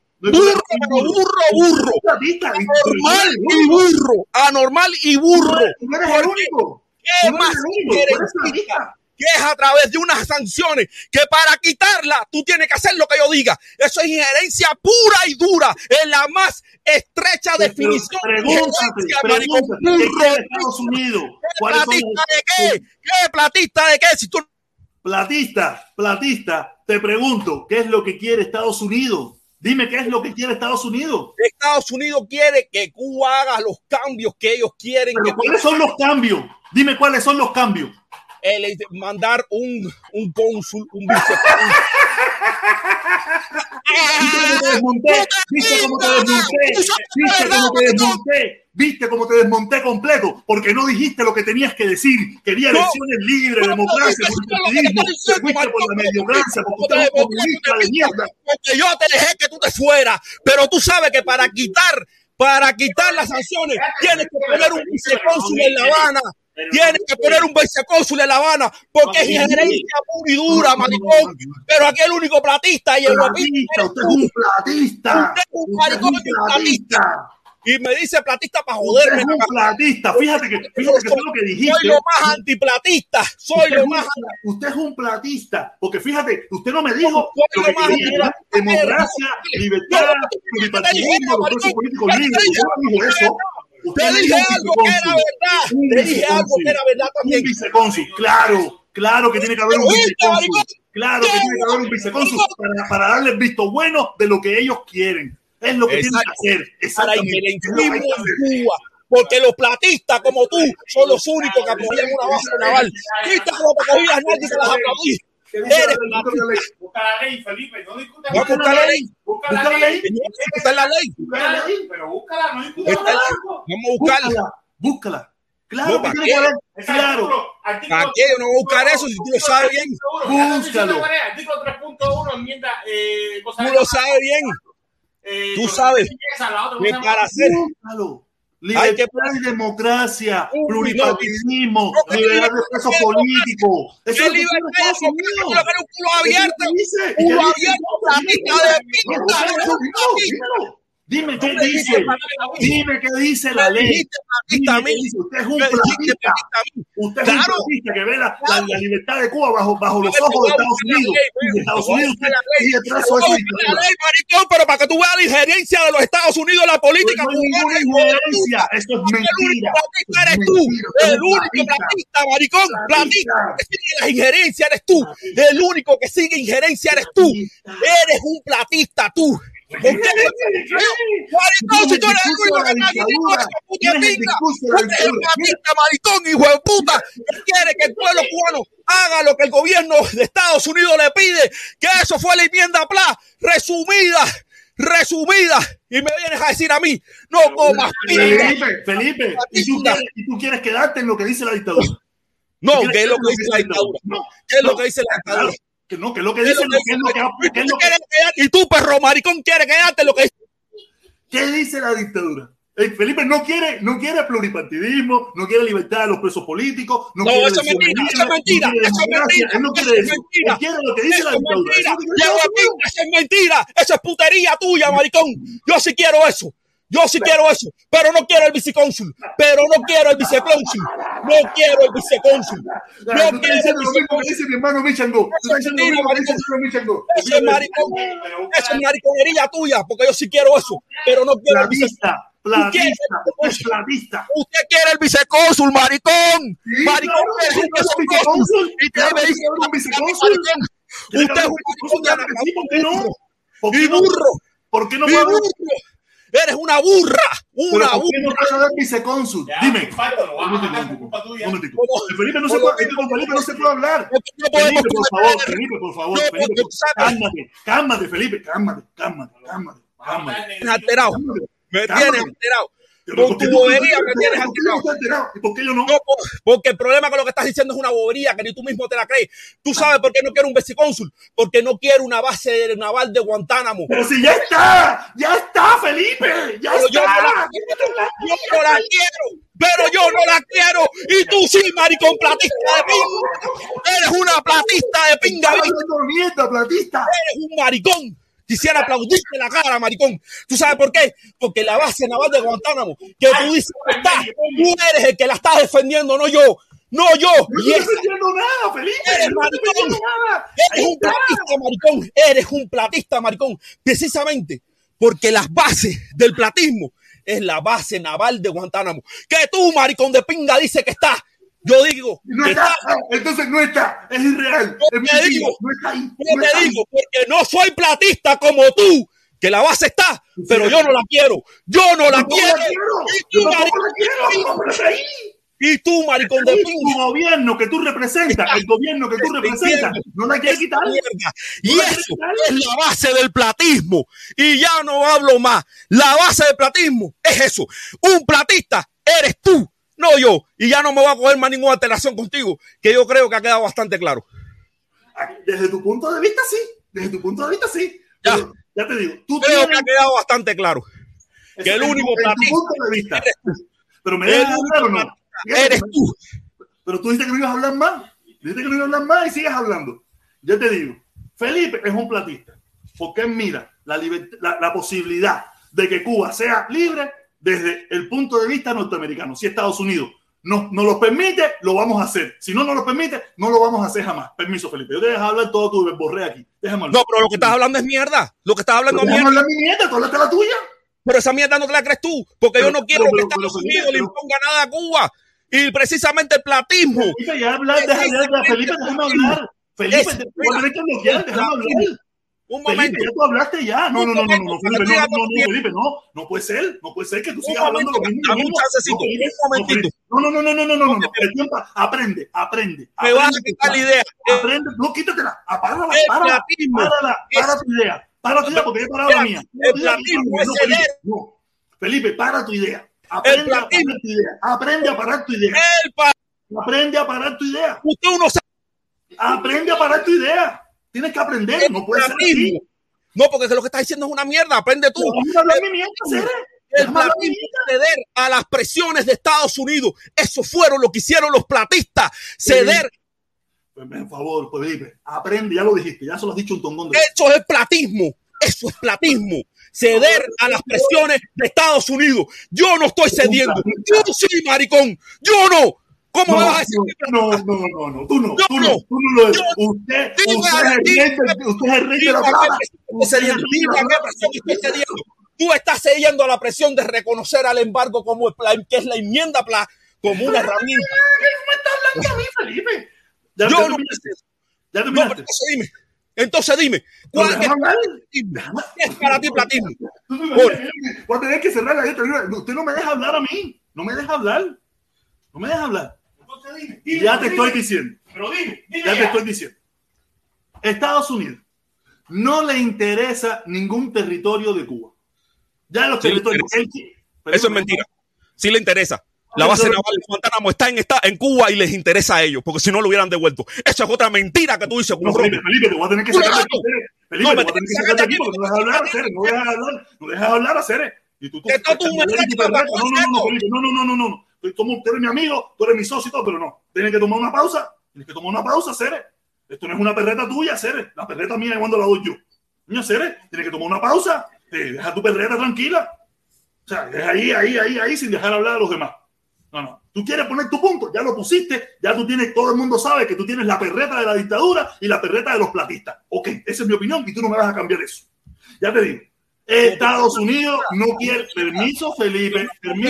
anormal y burro, ¿qué más injerencista? Que es a través de unas sanciones que para quitarla tú tienes que hacer lo que yo diga. Eso es injerencia pura y dura en la más estrecha definición. Pregúntate, ¿qué quiere Estados Unidos? ¿Platista de qué? ¿Qué platista de qué? Si tú... Platista, te pregunto, ¿qué es lo que quiere Estados Unidos? Dime qué es lo que quiere Estados Unidos. Estados Unidos quiere que Cuba haga los cambios que ellos quieren. ¿Pero cuáles son los cambios? Dime cuáles son los cambios. Mandar un cónsul, un vicepresidente. ¿Viste cómo te desmonté completo? Porque no dijiste lo que tenías que decir. Quería elecciones libres, democracia, multipartidismo. Te fuiste por la mediocracia, porque usted es un comunista de mierda. Porque yo te dejé que tú te fueras, pero tú sabes que para quitar las sanciones tienes que poner un vicecónsul en La Habana. Tienes que poner un vicecónsul en La Habana porque es injerencia pura y dura, maricón. Pero aquí el único platista y el platista, usted es un platista. Usted es un maricón platista. Y me dice platista para joderme. Usted es un platista. Fíjate que eso es lo que dijiste. Soy lo más antiplatista. Usted es un platista. Porque fíjate, usted no me dijo lo que quería era democracia, libertad, pluripartidismo, procesos políticos libres. Yo no dijo eso. Te dije algo que era verdad. Te dije algo que era verdad también. Un vicecónsul, claro que tiene que haber un vicecónsul. Claro que tiene que haber un vicecónsul para darle el visto bueno de lo que ellos quieren. Es lo que tienen que hacer. Para injerencismo en Cuba. Porque los platistas como tú son los únicos que apoyan una base naval. ¿Viste cómo te cogías nadie y se las aplaudí? Eres busca la ley, Felipe. No discutas. Vamos a buscar la ley. Busca la ley. Busca la ley. Pero búscala, no discutas. Vamos a buscarla. Búscala. Claro, ¿para qué? Claro. ¿Para qué? Yo no voy a buscar eso si tú lo sabes bien. Búscalo. Artículo 3.1, enmienda. Tú lo sabes bien. Tú sabes que para hacer. Libertad y democracia, pluripartidismo, libertad de presos políticos. ¿Qué libertad? Un culo abierto. Culo abierto, platista de pinta. Dime qué dice la ley. Usted es un platista. Usted es un platista que ve la libertad de Cuba bajo los ojos de Estados Unidos. Y Estados Unidos y detrás de eso. Pero para que tú veas la injerencia de los Estados Unidos en la política. No hay ninguna injerencia. Esto es mentira. Eres tú. El único platista, maricón. Platista. Que sigue la injerencia eres tú. El único que sigue injerencia eres tú. Eres un platista tú. Maricón, si tú eres el único que está aquí, maricón, hijo de puta, que quiere que el pueblo cubano haga lo que el gobierno de Estados Unidos le pide, que eso fue la enmienda Pla, resumida, y me vienes a decir a mí, no comas pinga. Felipe, ¿y tú quieres quedarte en lo que dice la dictadura? No, ¿qué es lo que dice la dictadura? ¿Qué es lo que dice la dictadura? Que no, que es lo que dice, y tú, perro maricón, quieres quedarte lo que dice. ¿Qué dice la dictadura? Felipe no quiere pluripartidismo, no quiere libertad de los presos políticos, no quiere eso es mentira, él no quiere eso. Él quiere lo que dice la dictadura. Eso es mentira, eso es putería tuya, maricón. Yo sí quiero eso. Pero no quiero el vicecónsul, no quiero el vicecónsul. No quiero el vicecónsul. Dice mi hermano Michango. Eso es mariconería tuya, porque yo sí quiero eso, pero no quiero el vicecónsul. Platista. Usted quiere el vicecónsul, maricón. Sí, maricón, claro, el vicecónsul. Y te dice un vicecónsul. Usted es un maricón. ¿Por qué no? ¿Por qué no? Eres una burra. ¿Por qué no puedo dar vicecónsul? Dime. Un momentico. Felipe no se puede hablar. Felipe, por favor. Cálmate, Felipe. Cálmate. Alterado. Me tienes alterado. Con tu bobería me tienes alterado. ¿Y por qué yo no? Porque el problema con lo que estás diciendo es una bobería que ni tú mismo te la crees. Tú sabes por qué no quiero un vicecónsul. Porque no quiero una base naval de Guantánamo. Pero si ya está, Felipe. Ya está. Yo no la quiero. Pero yo no la quiero. Y tú sí, maricón, platista de pinga. Eres una platista de pinga. Platista. Eres un maricón. Quisiera aplaudirte la cara, maricón. ¿Tú sabes por qué? Porque la base naval de Guantánamo, que tú dices que está, tú eres el que la estás defendiendo, no yo. No estoy defendiendo nada, Felipe. Eres maricón. Eres un platista, maricón. Precisamente porque las bases del platismo es la base naval de Guantánamo. Que tú, maricón de pinga, dices que está. Yo digo, no está, entonces no está, es irreal. Yo te digo, porque no soy platista como tú, que la base está, pero yo no la quiero. Yo no la quiero. Y tú, maricón de pinga. Tu gobierno que tú representas, no la quiere quitar. Y eso es la base del platismo. Y ya no hablo más. La base del platismo es eso. Un platista eres tú. No yo, y ya no me voy a coger más ninguna alteración contigo, que yo creo que ha quedado bastante claro. Desde tu punto de vista, sí. Ya te digo, tú creo que ha quedado bastante claro. Que el único platista eres tú. Pero me dejas hablar o no. Eres tú. Pero tú dijiste que no ibas a hablar más. Y sigues hablando. Ya te digo, Felipe es un platista, porque él mira la posibilidad de que Cuba sea libre desde el punto de vista norteamericano. Si Estados Unidos nos lo permite, lo vamos a hacer. Si no nos lo permite, no lo vamos a hacer jamás. Permiso, Felipe. Yo te dejo hablar todo tu verborrea aquí. Déjame hablar. No, pero lo que estás hablando es mierda. Lo que estás hablando es mierda. Hablar mi mierda, tú hablaste la tuya. Pero esa mierda no te la crees tú, porque yo no quiero que Estados Unidos le imponga nada a Cuba. Y precisamente el platismo. Felipe, ya hablar, déjame hablar. Felipe, te voy a tener que bloquear, déjame hablar. Un momento. Felipe, ya tú hablaste ya. No, Felipe, no puede ser que tú sigas hablando lo mismo. Dame un chancecito, un momentito. No. El tiempo, aprende. Me vas a quitar la idea. Aprende, no, quítatela. Para tu idea, porque yo he parado la mía. El platismo es ceder. No, Felipe, para tu idea. Aprende a parar tu idea. Aprende a parar tu idea. Usted uno sabe. Aprende a parar tu idea. Tienes que aprender, no puede ser así. No, porque lo que estás diciendo es una mierda. Aprende tú. El platismo ceder a las presiones de Estados Unidos. Eso fueron lo que hicieron los platistas. Ceder. Pues, por favor, Felipe, aprende, ya lo dijiste, ya se lo has dicho un tongón de... Eso es platismo. Ceder a las presiones de Estados Unidos. Yo no estoy cediendo. Yo sí, maricón. Yo no. ¿Cómo me vas a decir? No, tú no lo eres. Usted es el rey de la plata. Tú estás cediendo a la presión de reconocer al embargo como que es la enmienda como una herramienta. ¿Qué me estás hablando a mí, Felipe? Ya terminaste. Entonces dime, ¿cuál es para ti platismo? Voy a tener que cerrar la letra. Usted no me deja hablar a mí. No me deja hablar. Ya te estoy diciendo. Ya te estoy diciendo. Estados Unidos no le interesa ningún territorio de Cuba. Ya los territorios. Eso es mentira. Sí le interesa. La base naval de Guantánamo está en Cuba y les interesa a ellos, porque si no lo hubieran devuelto. Eso es otra mentira que tú dices. No, Felipe, te voy a tener que sacar de aquí. Felipe, te voy a tener que sacar de aquí porque no dejas hablar a Ceres. No dejas hablar a Ceres. Y tú Felipe, no. Tú eres mi amigo, tú eres mi socio y todo, pero no. Tienes que tomar una pausa, Ceres. Esto no es una perreta tuya, Ceres. La perreta mía es cuando la doy yo. Niño, Ceres, tienes que tomar una pausa. Deja tu perreta tranquila. O sea, deja ahí, sin dejar hablar a los demás. No. Tú quieres poner tu punto, ya lo pusiste, ya tú tienes, todo el mundo sabe que tú tienes la perreta de la dictadura y la perreta de los platistas. Ok, esa es mi opinión y tú no me vas a cambiar eso. Ya te digo. Estados Unidos no quiere. Permiso, Felipe.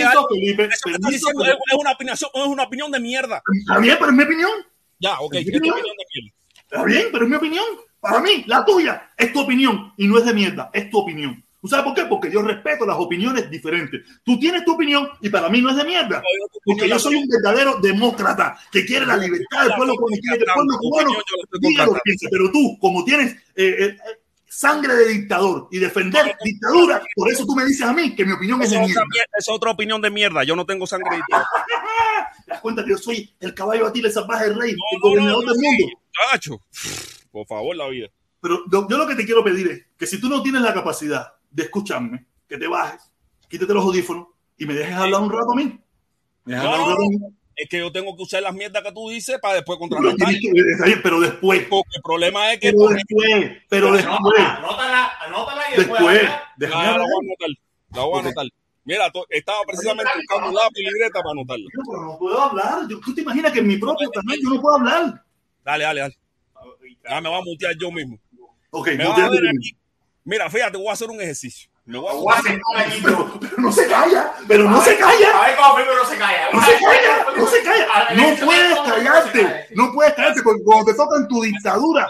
Es una opinión de mierda. Está bien, pero es mi opinión. Ya, ok. Es mi opinión. Está bien, pero es mi opinión. Para mí, la tuya es tu opinión y no es de mierda, es tu opinión. ¿Tú sabes por qué? Porque yo respeto las opiniones diferentes. Tú tienes tu opinión y para mí no es de mierda. Porque yo soy un verdadero demócrata que quiere la libertad del pueblo cubano, quiere que el pueblo cubano diga lo que piense. Pero tú, como tienes sangre de dictador y defender dictadura, por eso tú me dices a mí que mi opinión es de mierda. Es otra opinión de mierda. Yo no tengo sangre de dictador. ¿Te das cuenta que yo soy el caballo Atila, el salvaje rey, el gobernador del mundo? Chacho, por favor, la vida. Pero yo lo que te quiero pedir es que si tú no tienes la capacidad de escucharme, que te bajes, quítate los audífonos y me dejes hablar un rato a mí. Es que yo tengo que usar las mierdas que tú dices para después contrarrestar. Pero después. Porque el problema es que... Pero después. Anótala y después. La voy a anotar. Mira, estaba precisamente buscando un lápiz y libreta para anotarla. Pero no puedo hablar. ¿Tú te imaginas que en mi propio canal yo no puedo hablar? Dale. Ya me voy a mutear yo mismo. Ok, me vas a ver aquí. Mira, fíjate, voy a hacer un ejercicio. Pero no se calla. A ver cómo primero no se calla. No se calla. No puedes callarte porque cuando te tocan tu dictadura,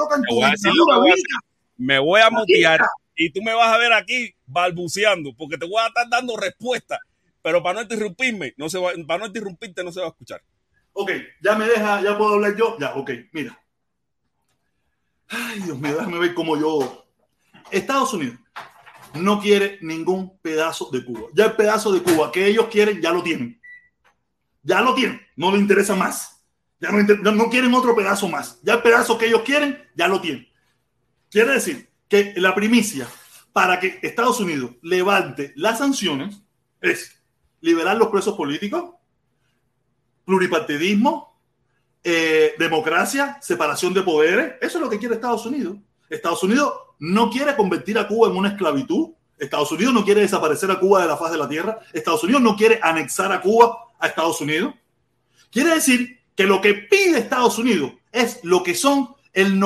me voy a mutear y tú me vas a ver aquí balbuceando porque te voy a estar dando respuesta. Pero para no interrumpirte no se va a escuchar. Ok, ya me deja, ya puedo hablar yo. Ya, ok, mira. Ay, Dios mío, déjame ver cómo yo... Estados Unidos no quiere ningún pedazo de Cuba. Ya el pedazo de Cuba que ellos quieren, ya lo tienen. No les interesa más. Ya no quieren otro pedazo más. Ya el pedazo que ellos quieren, ya lo tienen. Quiere decir que la primicia para que Estados Unidos levante las sanciones es liberar los presos políticos, pluripartidismo, democracia, separación de poderes. Eso es lo que quiere Estados Unidos. Estados Unidos no quiere convertir a Cuba en una esclavitud. Estados Unidos no quiere desaparecer a Cuba de la faz de la tierra. Estados Unidos no quiere anexar a Cuba a Estados Unidos. Quiere decir que lo que pide Estados Unidos es lo que son el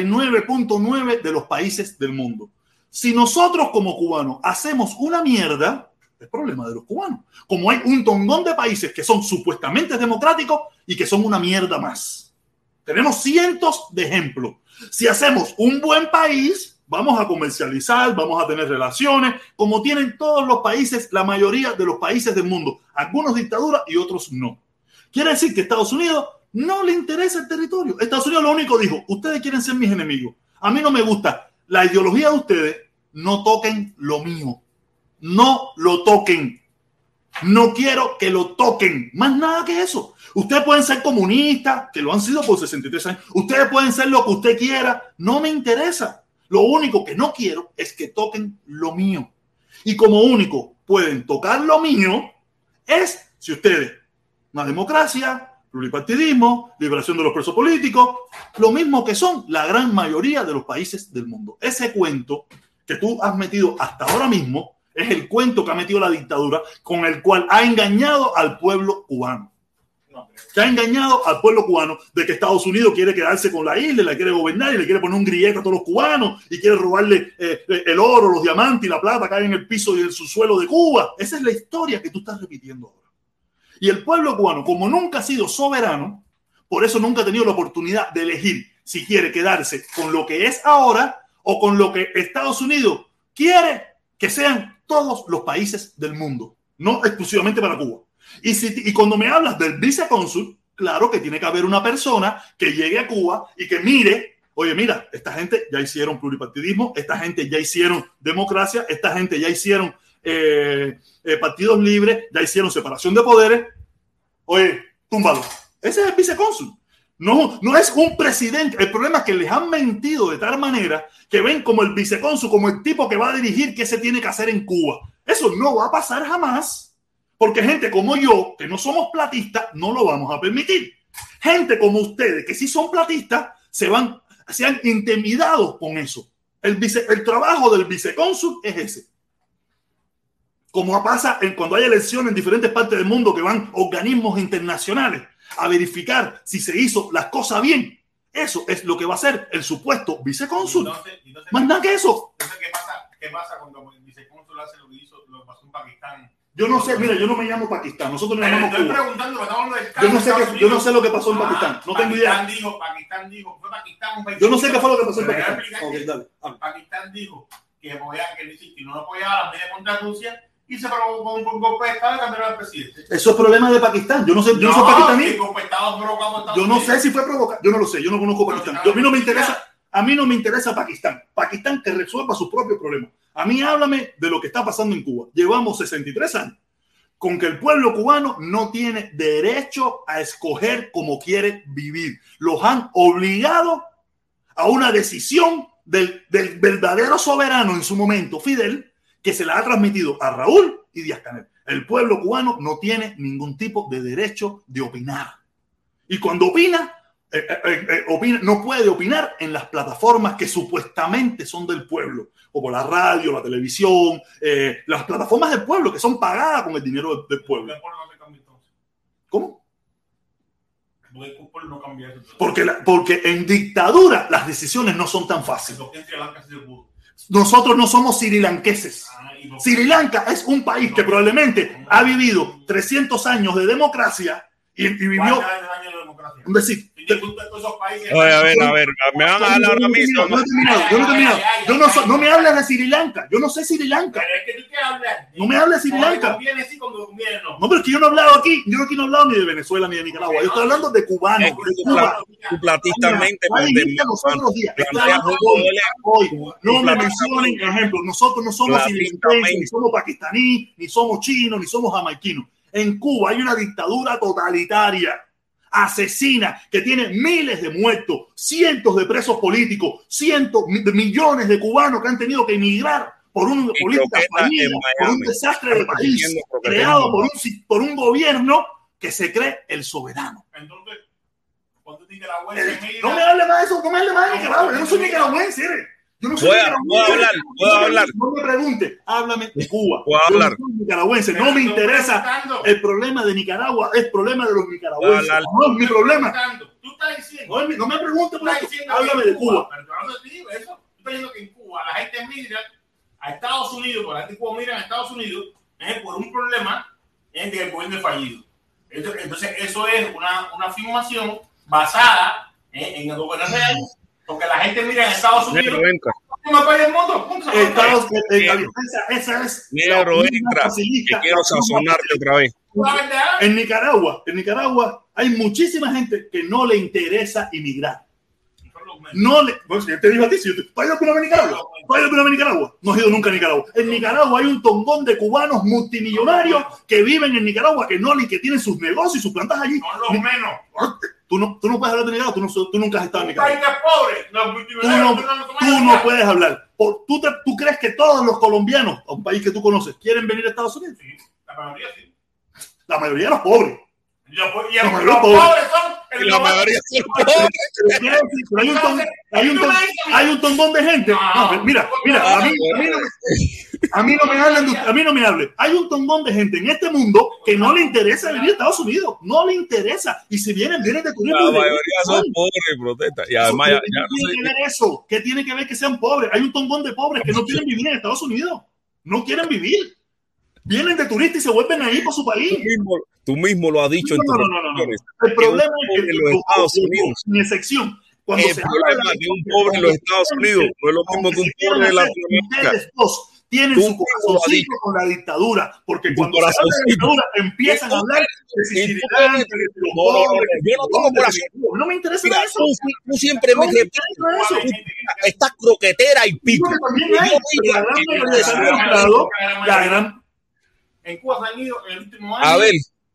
99.9% de los países del mundo. Si nosotros como cubanos hacemos una mierda, es problema de los cubanos. Como hay un tongón de países que son supuestamente democráticos y que son una mierda más. Tenemos cientos de ejemplos. Si hacemos un buen país, vamos a comercializar, vamos a tener relaciones, como tienen todos los países, la mayoría de los países del mundo. Algunos dictaduras y otros no. Quiere decir que a Estados Unidos no le interesa el territorio. Estados Unidos lo único dijo, ustedes quieren ser mis enemigos. A mí no me gusta la ideología de ustedes, no toquen lo mío. No lo toquen. No quiero que lo toquen. Más nada que eso. Ustedes pueden ser comunistas, que lo han sido por 63 años. Ustedes pueden ser lo que usted quiera. No me interesa. Lo único que no quiero es que toquen lo mío. Y como único pueden tocar lo mío es si ustedes, una democracia, pluripartidismo, liberación de los presos políticos, lo mismo que son la gran mayoría de los países del mundo. Ese cuento que tú has metido hasta ahora mismo es el cuento que ha metido la dictadura con el cual ha engañado al pueblo cubano. Que ha engañado al pueblo cubano de que Estados Unidos quiere quedarse con la isla, la quiere gobernar y le quiere poner un grillete a todos los cubanos y quiere robarle el oro, los diamantes y la plata que hay en el piso y en el subsuelo de Cuba. Esa es la historia que tú estás repitiendo ahora. Y el pueblo cubano, como nunca ha sido soberano, por eso nunca ha tenido la oportunidad de elegir si quiere quedarse con lo que es ahora o con lo que Estados Unidos quiere que sean todos los países del mundo, no exclusivamente para Cuba. Y cuando me hablas del vicecónsul, claro que tiene que haber una persona que llegue a Cuba y que mire, oye, mira, esta gente ya hicieron pluripartidismo, esta gente ya hicieron democracia, esta gente ya hicieron partidos libres, ya hicieron separación de poderes. Oye, túmbalo. Ese es el vicecónsul. No es un presidente. El problema es que les han mentido de tal manera que ven como el vicecónsul, como el tipo que va a dirigir qué se tiene que hacer en Cuba. Eso no va a pasar jamás, porque gente como yo, que no somos platistas, no lo vamos a permitir. Gente como ustedes, que sí son platistas, se han intimidados con eso. El trabajo del vicecónsul es ese. Como pasa cuando hay elecciones en diferentes partes del mundo, que van organismos internacionales a verificar si se hizo las cosas bien. Eso es lo que va a hacer el supuesto vicecónsul. Entonces, más nada que eso. Entonces, ¿qué pasa cuando el vicecónsul hace lo que pasó en Pakistán? Yo no sé, mira, yo no me llamo Pakistán, nosotros nos llamamos Cuba. Preguntando, yo no sé lo que pasó en Pakistán, no tengo idea. Pakistán dijo, fue Pakistán un país. Yo no sé qué fue lo que pasó en Pakistán. Okay, dale. Pakistán dijo que no apoyaba las medidas contra Rusia y se provocó un golpe de Estado y cambiaron al presidente. Eso es problema de Pakistán. Yo no soy pakistaní. Yo no sé si fue provocado. Yo no lo sé. Yo no conozco Pakistán. A mí no me interesa Pakistán. Pakistán que resuelva sus propios problemas. A mí háblame de lo que está pasando en Cuba. Llevamos 63 años con que el pueblo cubano no tiene derecho a escoger cómo quiere vivir. Los han obligado a una decisión del verdadero soberano en su momento, Fidel, que se la ha transmitido a Raúl y Díaz-Canel. El pueblo cubano no tiene ningún tipo de derecho de opinar. Y cuando opina, no puede opinar en las plataformas que supuestamente son del pueblo, como la radio, la televisión, las plataformas del pueblo que son pagadas con el dinero del pueblo. ¿Cómo? Porque en dictadura las decisiones no son tan fáciles. Nosotros no somos sirilanqueses. Sri Lanka es un país que probablemente ha vivido 300 años de democracia y vivió... Un decir, oye, a ver, me van a hablar ahora mismo. Yo no he terminado. No me hables de Sri Lanka. Yo no sé Sri Lanka. No me hables de Sri Lanka. No, pero es que yo no he hablado aquí. Yo aquí no he hablado ni de Venezuela ni de Nicaragua. Yo estoy hablando de cubanos. Tú platistamente. No me mencionen ejemplos. Nosotros no somos sirilanqueses, ni somos pakistaníes, ni somos chinos, ni somos jamaiquinos. En Cuba hay una dictadura totalitaria, asesina, que tiene miles de muertos, cientos de presos políticos, cientos de millones de cubanos que han tenido que emigrar por una política fallida, por un desastre de país creado por un gobierno que se cree el soberano. Entonces, cuando nicaragüense no me hable más de eso, no me hable más de Nicaragua. Yo no soy nicaragüense, Yo no soy puedo hablar. No me pregunte, háblame de Cuba. Yo no soy nicaragüense, no me interesa. El problema de Nicaragua es problema de los nicaragüenses. No es mi problema. Tú estás diciendo. No me preguntes por esto. Háblame de Cuba. Pero tú estás diciendo que en Cuba la gente migra a Estados Unidos, la gente de Cuba mira a Estados Unidos por un problema de que el gobierno es fallido. Entonces, eso es una afirmación basada en el gobierno real. Porque la gente mira en Estados Unidos. Esa es. Negro, entra. Que quiero sazonarte otra vez. En Nicaragua hay muchísima gente que no le interesa inmigrar. Bueno, si te digo a ti, si ¿tú has ido alguna vez a Nicaragua? No has ido nunca a Nicaragua. En Nicaragua hay un tongón de cubanos multimillonarios que viven en Nicaragua, que tienen sus negocios y sus plantas allí. Son los menos. Tú no puedes hablar de Nicaragua, tú nunca has estado en Nicaragua. Tú no puedes hablar. ¿Tú crees que todos los colombianos, a un país que tú conoces, quieren venir a Estados Unidos? Sí, la mayoría sí. La mayoría de los pobres. Los pobres son la mayoría son pobres. Hay un tongón de gente. No, mira, a mí no me hablen. Hay un tongón de gente en este mundo que no le interesa venir a Estados Unidos. No le interesa. Y si vienen de turismo. La mayoría son pobres y protestan. Y además ¿qué tiene que ver eso? ¿Qué tiene que ver que sean pobres? Hay un tongón de pobres que no quieren vivir en Estados Unidos. No quieren vivir. Vienen de turistas y se vuelven ahí por su país. Tú mismo lo has dicho en tus reuniones. El problema es que los Estados Unidos, mi sección, cuando se habla de un pobre en los Estados Unidos, no es lo mismo que un pobre en Latinoamérica. Tienen su corazoncito con la dictadura, porque cuando se habla de la dictadura empiezan a hablar de Sri Lanka, de yo no tengo corazón. No me interesa eso. Tú siempre me repites estás croquetera y pico. La gran En Cuba se han ido en el último año. A ver.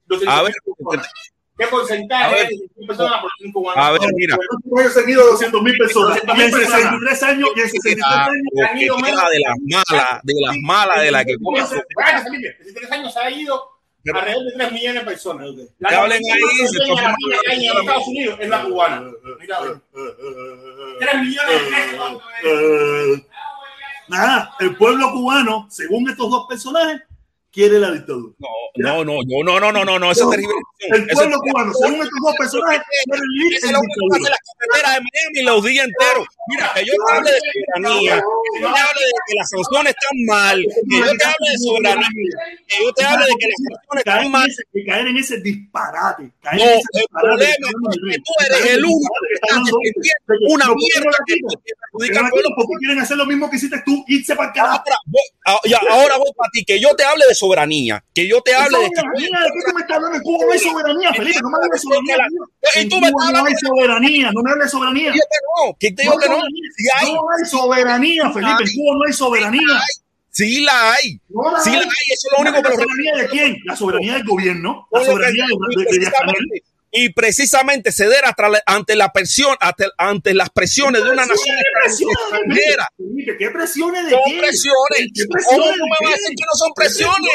¿Qué porcentaje de personas por 5 años? A ver, mira. Se han ido 200.000 personas. Y en 63 años, han ido menos de las malas, de las que en 63 años se ha ido alrededor de 3 millones de personas. La que hablen ahí, en Estados Unidos es la cubana. Mira, 3 millones. Nada, el pueblo cubano, según estos dos personajes, quiere la dictadura. No, eso es terrible. El pueblo cubano, según estos dos personajes, quiere vivir en dictadura. Las carreteras de Miami los días enteros. Mira, que yo te hable de soberanía, que yo te hable de que las sanciones están mal, que yo te hable de soberanía, que yo te hable de que las sanciones están mal. Que caer en ese disparate. No, el problema es que tú eres el único que está defendiendo una mierda que perjudica al pueblo. Porque quieren hacer lo mismo que hiciste tú, irse para el carajo. Ahora voy para ti, que yo te hable de soberanía, que yo te hable de que... ¿De qué tú me estás hablando? En Cuba no hay soberanía, Felipe, no me hables de soberanía. En Cuba no hay soberanía, no me hables de soberanía. ¿Quién te dijo que no? No hay soberanía, Felipe, en Cuba no hay soberanía. Sí la hay. Sí la hay, eso es lo único que ¿La soberanía de quién? La soberanía del gobierno, la soberanía de y precisamente ceder ante las presiones de una nación extranjera. ¿Qué presiones de son quién? presiones? ¿Cómo tú me vas a decir que no son presiones?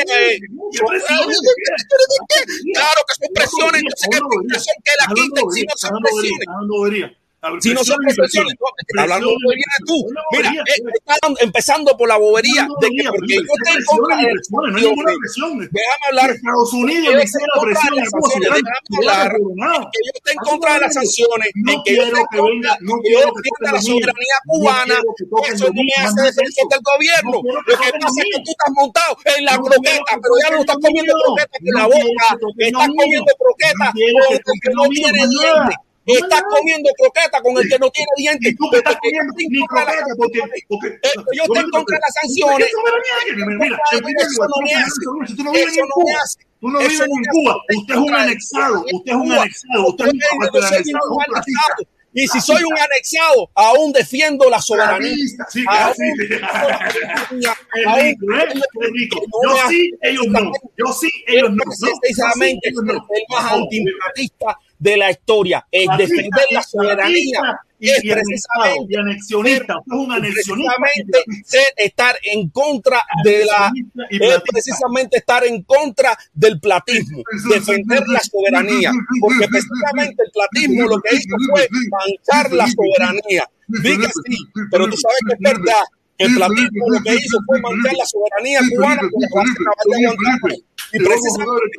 Claro que son presiones. Entonces, ¿qué son que la quinta si no son presiones? Si no son presiones, está hablando bobería tú. Mira, están empezando por la bobería de que porque yo estoy en contra de déjame hablar. Estados Unidos le hicieron la presión. Déjame hablar. Que yo esté en contra de las sanciones, en que yo esté en contra de la soberanía cubana. Eso no me hace defensor del gobierno. Lo que pasa es que tú estás montado en la croqueta, pero ya no estás comiendo croqueta con la boca, estás comiendo croqueta con el que no tiene dientes. Estás comiendo croqueta con el que no tiene dientes. Tú estás comiendo mi croqueta porque yo estoy en contra de las sanciones. Mira, si tú no vives en Cuba, tú no vives en Cuba, usted es un anexado, usted es un anexado. Y si soy un anexado, aún defiendo la soberanía. Sí, Yo sí, ellos no. Precisamente el más antiimperialista de la historia es defender la soberanía. Es precisamente anexionista. Precisamente estar en contra de precisamente estar en contra del platismo, defender la soberanía, porque precisamente el platismo lo que hizo fue manchar la soberanía. Diga sí, pero tú sabes que es verdad que el platismo lo que hizo fue manchar la soberanía cubana con la base de Guantánamo. Y precisamente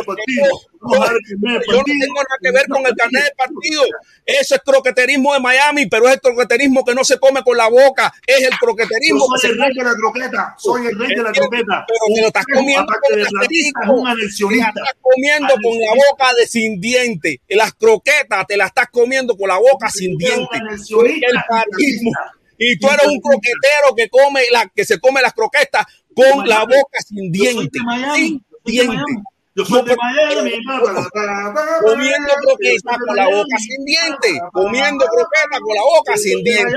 yo no tengo nada que ver con el carnet del partido. Eso es croqueterismo de Miami, pero es el croqueterismo que no se come con la boca. Es el croqueterismo. Yo soy el rey de la croqueta. Soy el rey de la croqueta. Pero me lo estás comiendo con el estás comiendo con la boca de sin diente. Las croquetas te las estás comiendo con la boca sin diente. El parismo. Y tú eres un croquetero que se come las croquetas con la boca sin diente. Yo soy de Miami, comiendo croqueta con la boca sin diente, comiendo croqueta con la boca sin diente.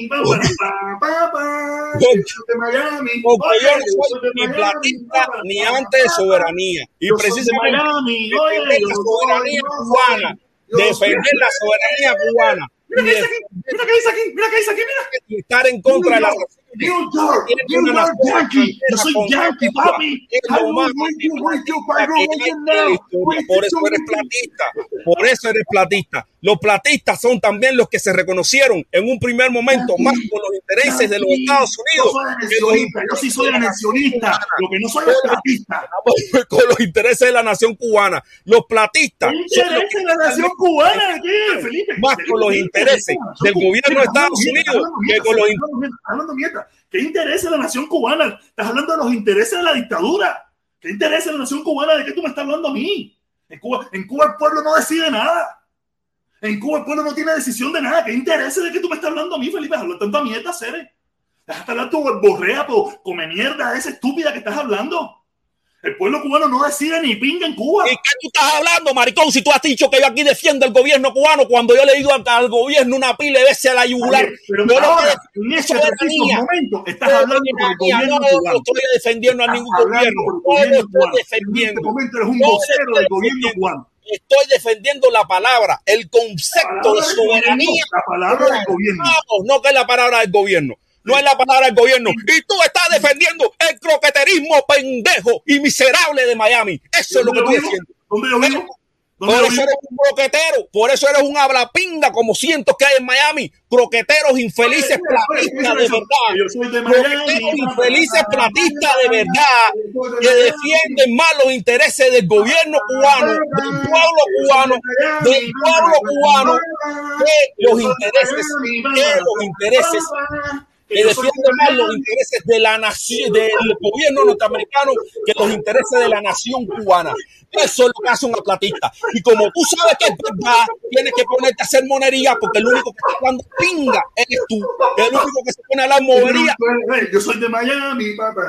Porque yo no soy ni platista ni antes de soberanía. Y precisamente defender la soberanía cubana, defender la soberanía cubana. Mira qué dice aquí, y estar en contra de la New York, Yankee. Yo soy Yankee, papi. Por eso eres platista. Por eso eres platista. Los platistas son también los que se reconocieron en un primer momento más con los intereses de los Estados Unidos. Yo sí soy anexionista. Lo que no soy es platista. Con los intereses de la nación cubana. Los platistas. ¿Qué interés de la nación cubana? ¿Qué, Felipe? Más con los intereses del gobierno de Estados Unidos que con los intereses. ¿Qué interés de la nación cubana? Estás hablando de los intereses de la dictadura. ¿Qué interés de la nación cubana? ¿De qué tú me estás hablando a mí? En Cuba el pueblo no decide nada. En Cuba el pueblo no tiene decisión de nada. ¿Qué interés de qué tú me estás hablando a mí, Felipe? Hablas tanta mierda, Cere. Déjate hablar tu borrea, come mierda esa estúpida que estás hablando. El pueblo cubano no decide ni pinga en Cuba. ¿Y qué tú estás hablando, maricón? Si tú has dicho que yo aquí defiendo el gobierno cubano cuando yo le he ido al gobierno una pila de veces a la yugular. Pero yo ahora, en ese preciso momento, estás hablando por el gobierno cubano. No estoy defendiendo a ningún gobierno. No lo estoy defendiendo. En este momento eres un vocero del gobierno cubano. Estoy defendiendo la palabra, el concepto de soberanía. La palabra del gobierno. No, que es la palabra del gobierno. No es la palabra del gobierno. Y tú estás defendiendo el croqueterismo pendejo y miserable de Miami. Eso es lo que estoy diciendo. ¿Dónde lo vivo? Por eso eres un croquetero, por eso eres un hablapinga como cientos que hay en Miami, croqueteros infelices platistas de verdad, croqueteros infelices platistas de verdad, que defienden más los intereses del gobierno cubano, del pueblo cubano, que los intereses que defienden más los intereses de la nación, del gobierno norteamericano, que los intereses de la nación cubana. Eso es lo que hace una platista. Y como tú sabes que es verdad, tienes que ponerte a hacer monería, porque el único que está dando pinga eres tú. El único que se pone a la monería. Yo soy de Miami,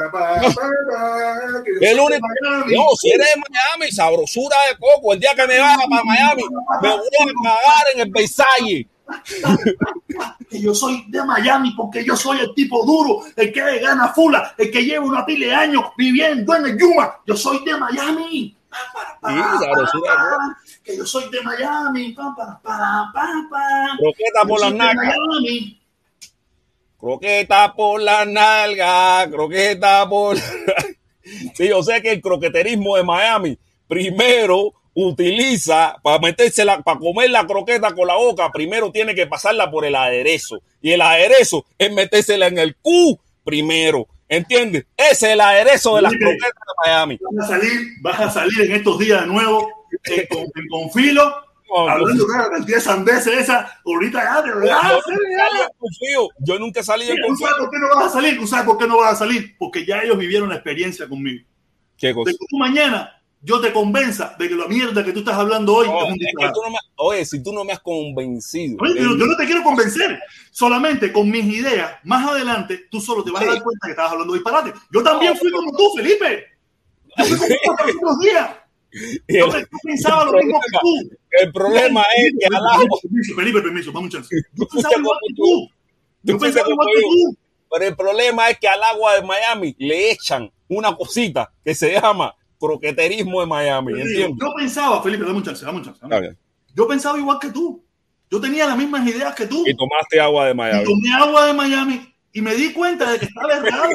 El único. No, si eres de Miami, sabrosura de coco. El día que me vaya para Miami, me voy a cagar en el Versalles. Que yo soy de Miami porque yo soy el tipo duro, el que le gana fula, el que lleva una pila de años viviendo en el Yuma. Yo soy de Miami. Que yo soy de Miami. Croqueta por las nalgas. Croqueta por las nalgas. Croqueta por. Sí, yo sé que el croqueterismo de Miami primero utiliza para metérsela, para comer la croqueta con la boca, primero tiene que pasarla por el aderezo. Y el aderezo es metérsela en el cu primero. ¿Entiendes? Ese es el aderezo de las croquetas de Miami. Vas a salir en estos días de nuevo en Confilo, hablando de una cantidad de sandeces esa. Ahorita yo nunca salí de Confilo. ¿Tú sabes por qué no vas a salir? ¿Tú sabes por qué no vas a salir? Porque ya ellos vivieron la experiencia conmigo. ¿Qué cosa? De que tú mañana yo te convenza de que la mierda que tú estás hablando hoy es un disparate. Oye, si tú no me has convencido. Oye, yo no te quiero convencer. Solamente con mis ideas, más adelante, tú solo te vas a dar cuenta que estabas hablando de disparate. Yo también fui como tú, Felipe. Yo fui como tú hace unos días. Yo pensaba lo mismo que tú. El problema es que al agua. Permiso, vamos a chance. Yo pensaba igual que tú. Yo pensaba igual que tú. Pero el problema es que al agua de Miami le echan una cosita que se llama croqueterismo de Miami, ¿entiendes? Yo pensaba, Felipe, dame un chance. Yo pensaba igual que tú. Yo tenía las mismas ideas que tú. Y tomaste agua de Miami. Y tomé agua de Miami y me di cuenta de que estaba errado.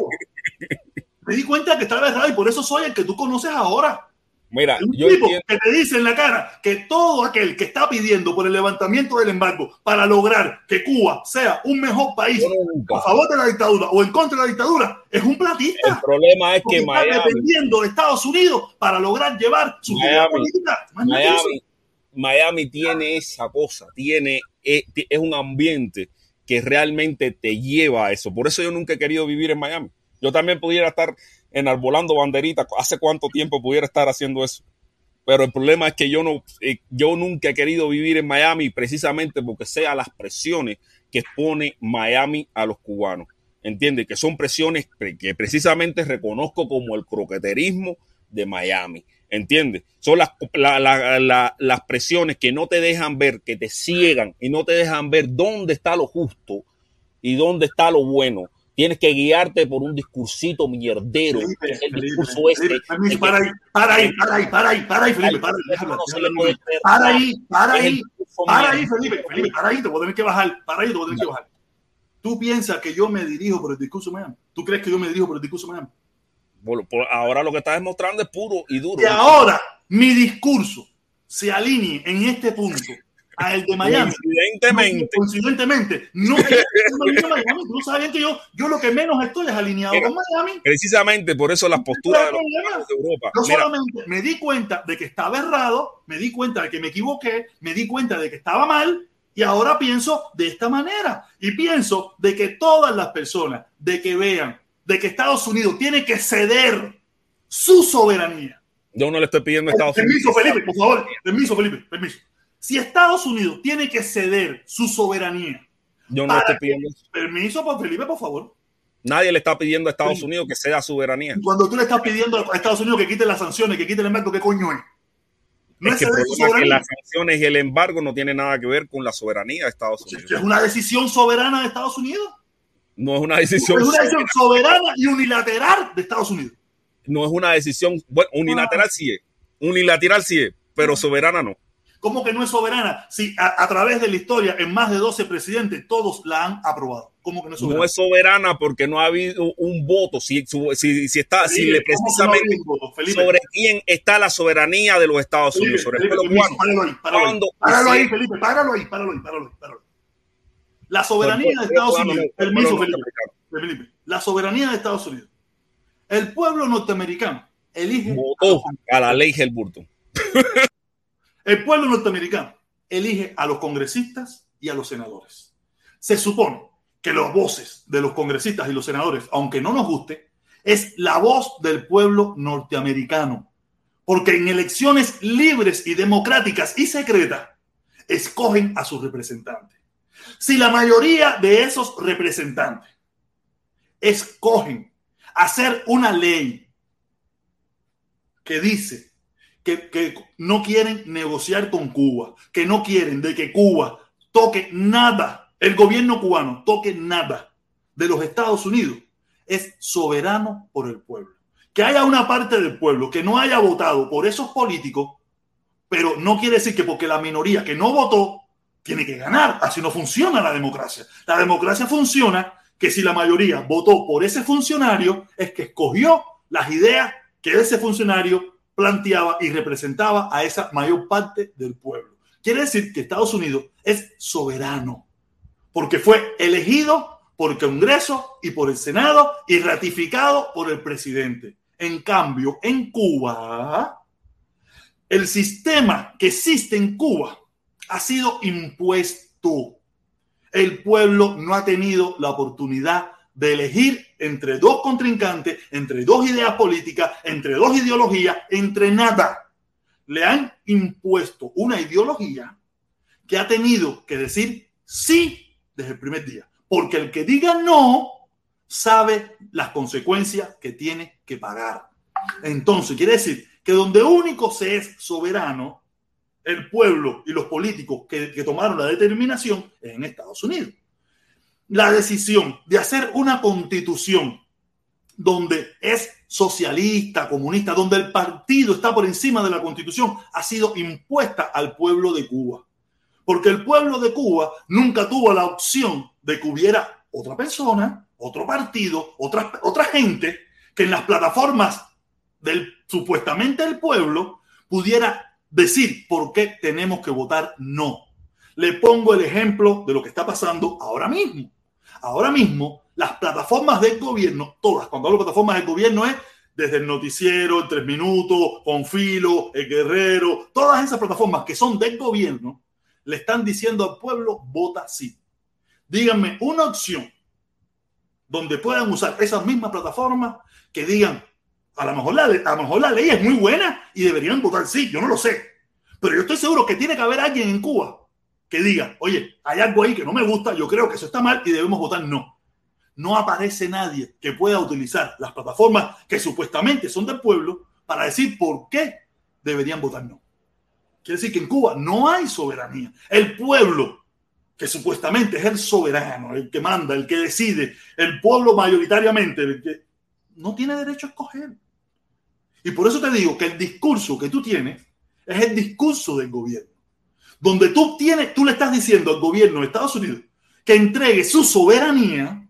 Y por eso soy el que tú conoces ahora. Mira, un yo tipo entiendo. que te dice en la cara que todo aquel que está pidiendo por el levantamiento del embargo para lograr que Cuba sea un mejor país a favor de la dictadura o en contra de la dictadura es un platista. El problema es que está dependiendo de Estados Unidos para lograr llevar su política. Miami tiene esa cosa, es un ambiente que realmente te lleva a eso. Por eso yo nunca he querido vivir en Miami. Yo también pudiera estar enarbolando banderitas. ¿Hace cuánto tiempo pudiera estar haciendo eso? Pero el problema es que yo nunca he querido vivir en Miami precisamente porque sea las presiones que pone Miami a los cubanos. ¿Entiendes? Que son presiones que precisamente reconozco como el croqueterismo de Miami. ¿Entiendes? Son las presiones que no te dejan ver, que te ciegan y no te dejan ver dónde está lo justo y dónde está lo bueno. Tienes que guiarte por un discursito mierdero. El discurso Para ahí, Felipe. Para ahí, te voy a tener que bajar. ¿Tú piensas que yo me dirijo por el discurso Miami? ¿Tú crees que yo me dirijo por el discurso Miami? Ahora lo que estás demostrando es puro y duro. Y ahora mi discurso se alinee en este punto a el de Miami. Coincidentemente. No, Miami, tú sabes que yo lo que menos estoy es alineado con Miami. Precisamente por eso las posturas de Europa. Yo solamente me di cuenta de que estaba errado, me di cuenta de que me equivoqué, me di cuenta de que estaba mal y ahora pienso de esta manera. Y pienso de que todas las personas de que vean de que Estados Unidos tiene que ceder su soberanía. Yo no le estoy pidiendo a Estados Unidos. Permiso, Felipe, por favor. Permiso. Si Estados Unidos tiene que ceder su soberanía. Yo no estoy pidiendo eso. Permiso, Felipe, por favor. Nadie le está pidiendo a Estados Unidos que ceda soberanía. Cuando tú le estás pidiendo a Estados Unidos que quite las sanciones, que quite el embargo, ¿qué coño es? No es que el problema es que las sanciones y el embargo no tienen nada que ver con la soberanía de Estados Unidos. ¿Es una decisión soberana de Estados Unidos? No es una decisión. Es una decisión soberana y unilateral de Estados Unidos. No es una decisión, bueno, unilateral sí es. Unilateral sí es, pero soberana no. ¿Cómo que no es soberana? Si a través de la historia, en más de 12 presidentes, todos la han aprobado. ¿Cómo que no es soberana? No es soberana porque no ha habido un voto. Si está, Felipe, si le precisamente no voto, sobre quién está la soberanía de los Estados Unidos. Sobre Felipe, páralo ahí, Felipe, páralo ahí. La soberanía de Estados Unidos. Permiso, Felipe. La soberanía de Estados Unidos. El pueblo norteamericano elige. Votó a la ley Helburton. El pueblo norteamericano elige a los congresistas y a los senadores. Se supone que las voces de los congresistas y los senadores, aunque no nos guste, es la voz del pueblo norteamericano. Porque en elecciones libres y democráticas y secretas, escogen a sus representantes. Si la mayoría de esos representantes escogen hacer una ley que dice que no quieren negociar con Cuba, que no quieren de que Cuba toque nada, el gobierno cubano toque nada de los Estados Unidos, es soberano por el pueblo. Que haya una parte del pueblo que no haya votado por esos políticos, pero no quiere decir que porque la minoría que no votó tiene que ganar. Así no funciona la democracia. La democracia funciona que si la mayoría votó por ese funcionario, es que escogió las ideas que ese funcionario planteaba y representaba a esa mayor parte del pueblo. Quiere decir que Estados Unidos es soberano, porque fue elegido por el Congreso y por el Senado y ratificado por el presidente. En cambio, en Cuba, el sistema que existe en Cuba ha sido impuesto. El pueblo no ha tenido la oportunidad de elegir entre dos contrincantes, entre dos ideas políticas, entre dos ideologías, entre nada. Le han impuesto una ideología que ha tenido que decir sí desde el primer día. Porque el que diga no sabe las consecuencias que tiene que pagar. Entonces, quiere decir que donde único se es soberano, el pueblo y los políticos que tomaron la determinación es en Estados Unidos. La decisión de hacer una constitución donde es socialista, comunista, donde el partido está por encima de la constitución, ha sido impuesta al pueblo de Cuba. Porque el pueblo de Cuba nunca tuvo la opción de que hubiera otra persona, otro partido, otra gente que en las plataformas del supuestamente el pueblo pudiera decir por qué tenemos que votar no. Le pongo el ejemplo de lo que está pasando ahora mismo. Ahora mismo, las plataformas del gobierno, todas, cuando hablo de plataformas del gobierno es desde el noticiero, el 3 minutos, Confilo, el Guerrero, todas esas plataformas que son del gobierno, le están diciendo al pueblo, vota sí. Díganme una opción donde puedan usar esas mismas plataformas que digan, a lo mejor la ley es muy buena y deberían votar sí, yo no lo sé. Pero yo estoy seguro que tiene que haber alguien en Cuba que diga, oye, hay algo ahí que no me gusta, yo creo que eso está mal y debemos votar no. No aparece nadie que pueda utilizar las plataformas que supuestamente son del pueblo para decir por qué deberían votar no. Quiere decir que en Cuba no hay soberanía. El pueblo, que supuestamente es el soberano, el que manda, el que decide, el pueblo mayoritariamente, el que no tiene derecho a escoger. Y por eso te digo que el discurso que tú tienes es el discurso del gobierno. Donde tú le estás diciendo al gobierno de Estados Unidos que entregue su soberanía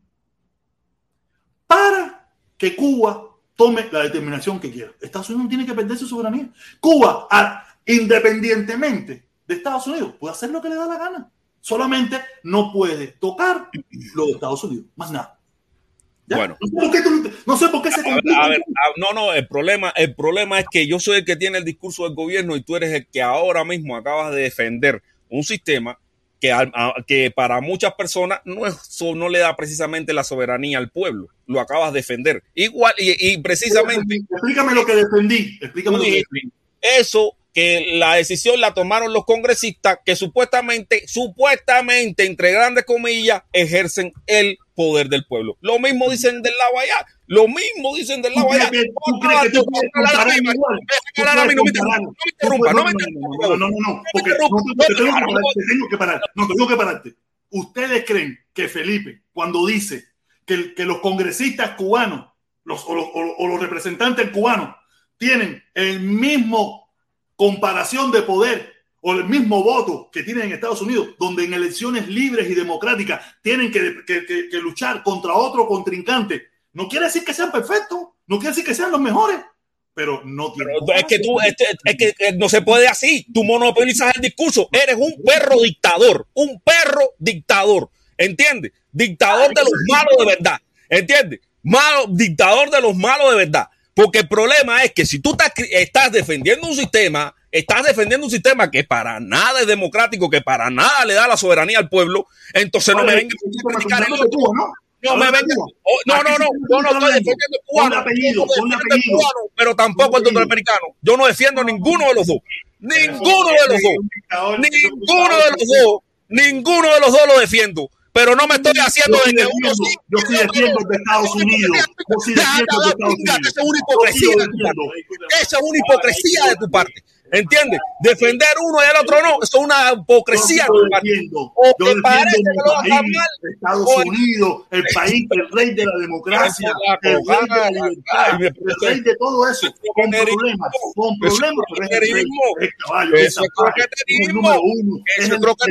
para que Cuba tome la determinación que quiera. Estados Unidos no tiene que perder su soberanía. Cuba, independientemente de Estados Unidos, puede hacer lo que le da la gana. Solamente no puede tocar lo de Estados Unidos. Más nada. ¿Ya? Bueno, no sé por qué se complica. El problema es que yo soy el que tiene el discurso del gobierno y tú eres el que ahora mismo acabas de defender un sistema que para muchas personas no le da precisamente la soberanía al pueblo. Lo acabas de defender. Igual y precisamente. Explícame lo que defendí. Eso que la decisión la tomaron los congresistas que supuestamente, entre grandes comillas, ejercen el poder del pueblo. Lo mismo dicen del lado allá. Lo mismo dicen del lado allá. ¿Tú crees que tú puedes comparar igual? No me interrumpa. No, porque te tengo que parar. No, tengo que pararte. ¿Ustedes creen que Felipe, cuando dice que los congresistas cubanos o los representantes cubanos tienen el mismo comparación de poder o el mismo voto que tienen en Estados Unidos, donde en elecciones libres y democráticas tienen que luchar contra otro contrincante? No quiere decir que sean perfectos, no quiere decir que sean los mejores, pero no tienen. Es que no se puede así. Tú monopolizas el discurso. Eres un perro dictador, ¿entiendes? Dictador de los malos de verdad, ¿entiendes? Dictador de los malos de verdad. Porque el problema es que si tú estás defendiendo un sistema que para nada es democrático, que para nada le da la soberanía al pueblo, entonces no me vengas a criticar el otro. No me vengas. Yo no estoy defendiendo cubano, pero tampoco el norteamericano. Yo no defiendo ninguno de los dos. Ninguno de los dos lo defiendo. Pero no me estoy haciendo de que uno sí. Yo sí defiendo de Estados Unidos. Esa es una hipocresía de tu parte. ¿Entiendes? Defender uno y el otro no. Eso es una hipocresía de tu parte. O te parece que lo vas a mal. Estados Unidos, el país, el rey de la democracia, el rey de la libertad, el rey de todo eso. Con problemas. Eso es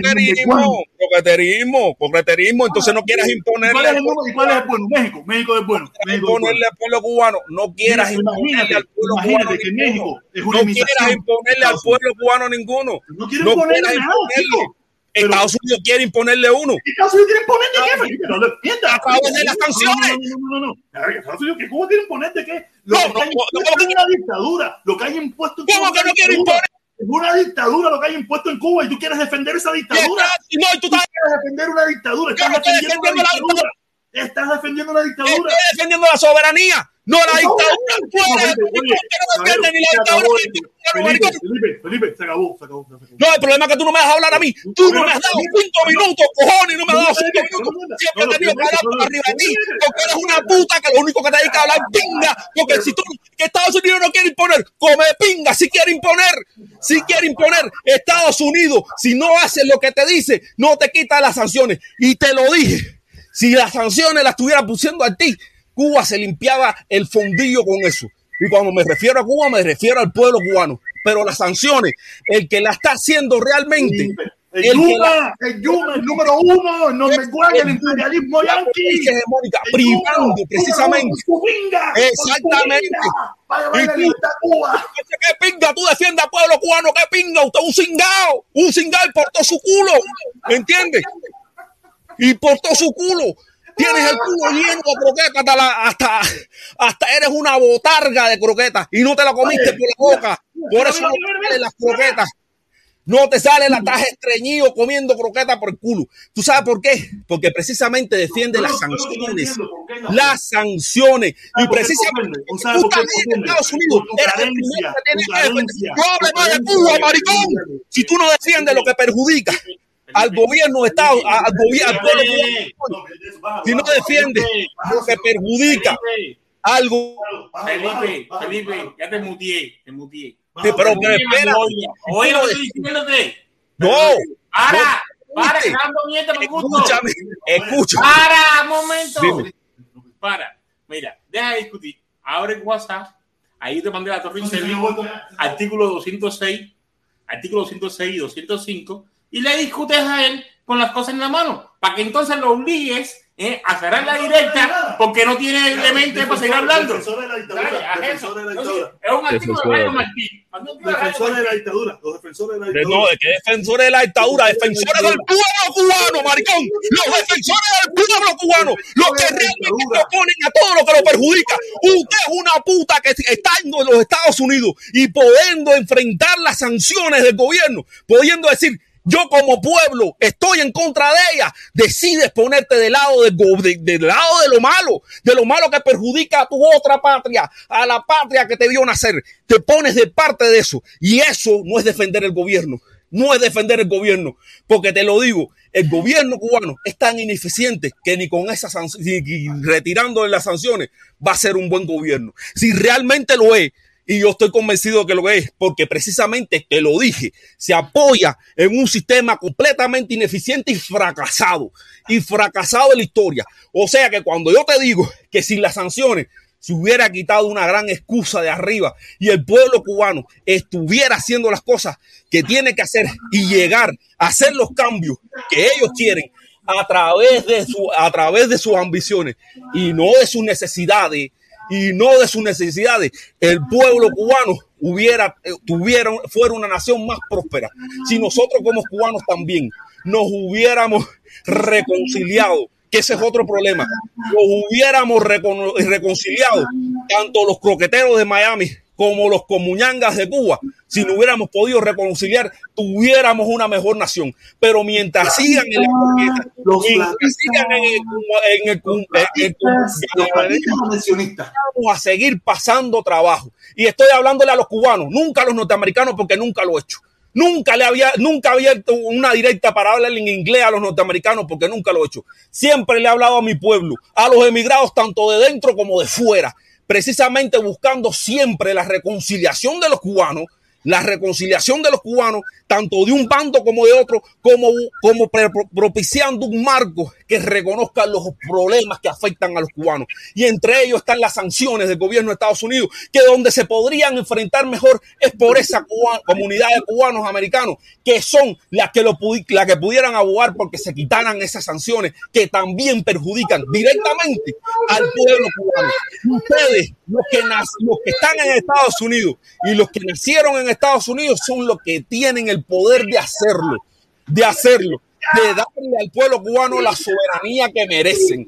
croqueterismo. Entonces no quieras imponerle. ¿Y cuál es el bueno? México es bueno. Imponerle al pueblo cubano. No quieras imponerle al pueblo cubano. Que México es una imitación. Al pueblo cubano ninguno. No quiere imponerle nada, chico. Estados Unidos quiere imponerle uno. Estados Unidos quiere imponerle qué? A través de las sanciones. No. Estados Unidos, ¿cómo quiere imponerte qué? Lo que hay impuesto es una dictadura. Lo que hay impuesto en Cuba. ¿Cómo que no quiere imponer? Es una dictadura lo que hay impuesto en Cuba y tú quieres defender esa dictadura. Tú quieres defender una dictadura. Estás defendiendo una dictadura. Estás defendiendo una dictadura. Estoy defendiendo la soberanía. No la dictadura. No defiende ni la dictadura. Felipe, se acabó. No, el problema es que tú no me has hablado a mí. Tú no me has dado 5 minutos, cojones, no me has dado 5 minutos. Siempre he tenido que hablar por arriba de ti, porque eres una puta que lo único que te dedica a hablar es pinga. Porque si tú, que Estados Unidos no quiere imponer, come pinga. Si quiere imponer Estados Unidos, si no haces lo que te dice, no te quita las sanciones. Y te lo dije, si las sanciones las estuviera pusiendo a ti, Cuba se limpiaba el fondillo con eso. Y cuando me refiero a Cuba, me refiero al pueblo cubano. Pero las sanciones, el que la está haciendo realmente... El Yuma, el número uno, el norteamericano, el imperialismo yanqui. Hegemónica, privando precisamente. Exactamente. ¿Qué pinga tú defiendes al pueblo cubano? ¿Qué pinga? Usted es un cingao y portó su culo. ¿Me entiendes? Y portó su culo. Tienes el culo lleno de croquetas, hasta eres una botarga de croquetas y no te la comiste por la boca. Por eso no te salen las croquetas. No te sale la taja estreñido comiendo croquetas por el culo. ¿Tú sabes por qué? Porque precisamente defiende las sanciones. Las sanciones. Y precisamente tú también en Estados Unidos eres el primero que tiene que defender. No hable más de Cuba, maricón. Si tú no defiendes lo que perjudica al gobierno de Estados, al pueblo cubano, si no defiendes lo que perjudica algo. Felipe, ya te mutié. Pero espera. Oye, lo estoy diciéndote. No. Para, que dando mierda por gusto. Escucha. Para, un momento. Dime. Para. Mira, deja de discutir. Abre el WhatsApp. Ahí te mandé la torre artículo 206 y 205 y le discutes a él con las cosas en la mano para que entonces lo obligues a cerrar la directa porque no tiene elementos para seguir hablando. Defensores de la dictadura. Es un artículo de Mario Martín. Defensores de la dictadura. Los defensores de la dictadura. No, ¿de qué defensores de la dictadura? Defensores del pueblo cubano, maricón. Los defensores del pueblo cubano. Los que realmente se oponen a todo lo que lo perjudica. Usted es una puta que está en los Estados Unidos y pudiendo enfrentar las sanciones del gobierno, pudiendo decir, yo como pueblo estoy en contra de ella, decides ponerte del lado del lado de lo malo que perjudica a tu otra patria, a la patria que te vio nacer. Te pones de parte de eso. Y eso no es defender el gobierno. No es defender el gobierno. Porque te lo digo, el gobierno cubano es tan ineficiente que ni con esas retirando las sanciones va a ser un buen gobierno. Si realmente lo es, y yo estoy convencido de que lo es, porque precisamente, te lo dije, se apoya en un sistema completamente ineficiente y fracasado en la historia. O sea que cuando yo te digo que sin las sanciones se hubiera quitado una gran excusa de arriba y el pueblo cubano estuviera haciendo las cosas que tiene que hacer y llegar a hacer los cambios que ellos quieren a través de sus ambiciones y no de sus necesidades, el pueblo cubano fuera una nación más próspera. Si nosotros como cubanos también nos hubiéramos reconciliado, que ese es otro problema, nos hubiéramos reconciliado tanto los croqueteros de Miami como los comuñangas de Cuba, si no hubiéramos podido reconciliar, tuviéramos una mejor nación. Pero mientras sigan en vamos a seguir pasando trabajo. Y estoy hablándole a los cubanos, nunca a los norteamericanos, porque nunca lo he hecho. Nunca había abierto una directa para hablar en inglés a los norteamericanos, porque nunca lo he hecho. Siempre le he hablado a mi pueblo, a los emigrados, tanto de dentro como de fuera, precisamente buscando siempre la reconciliación de los cubanos, tanto de un bando como de otro, como propiciando un marco que reconozca los problemas que afectan a los cubanos. Y entre ellos están las sanciones del gobierno de Estados Unidos, que donde se podrían enfrentar mejor es por esa comunidad de cubanos americanos, que son las que pudieran abogar porque se quitaran esas sanciones que también perjudican directamente al pueblo cubano. Ustedes, los que están en Estados Unidos y los que nacieron en Estados Unidos, son los que tienen el poder de hacerlo, de darle al pueblo cubano la soberanía que merecen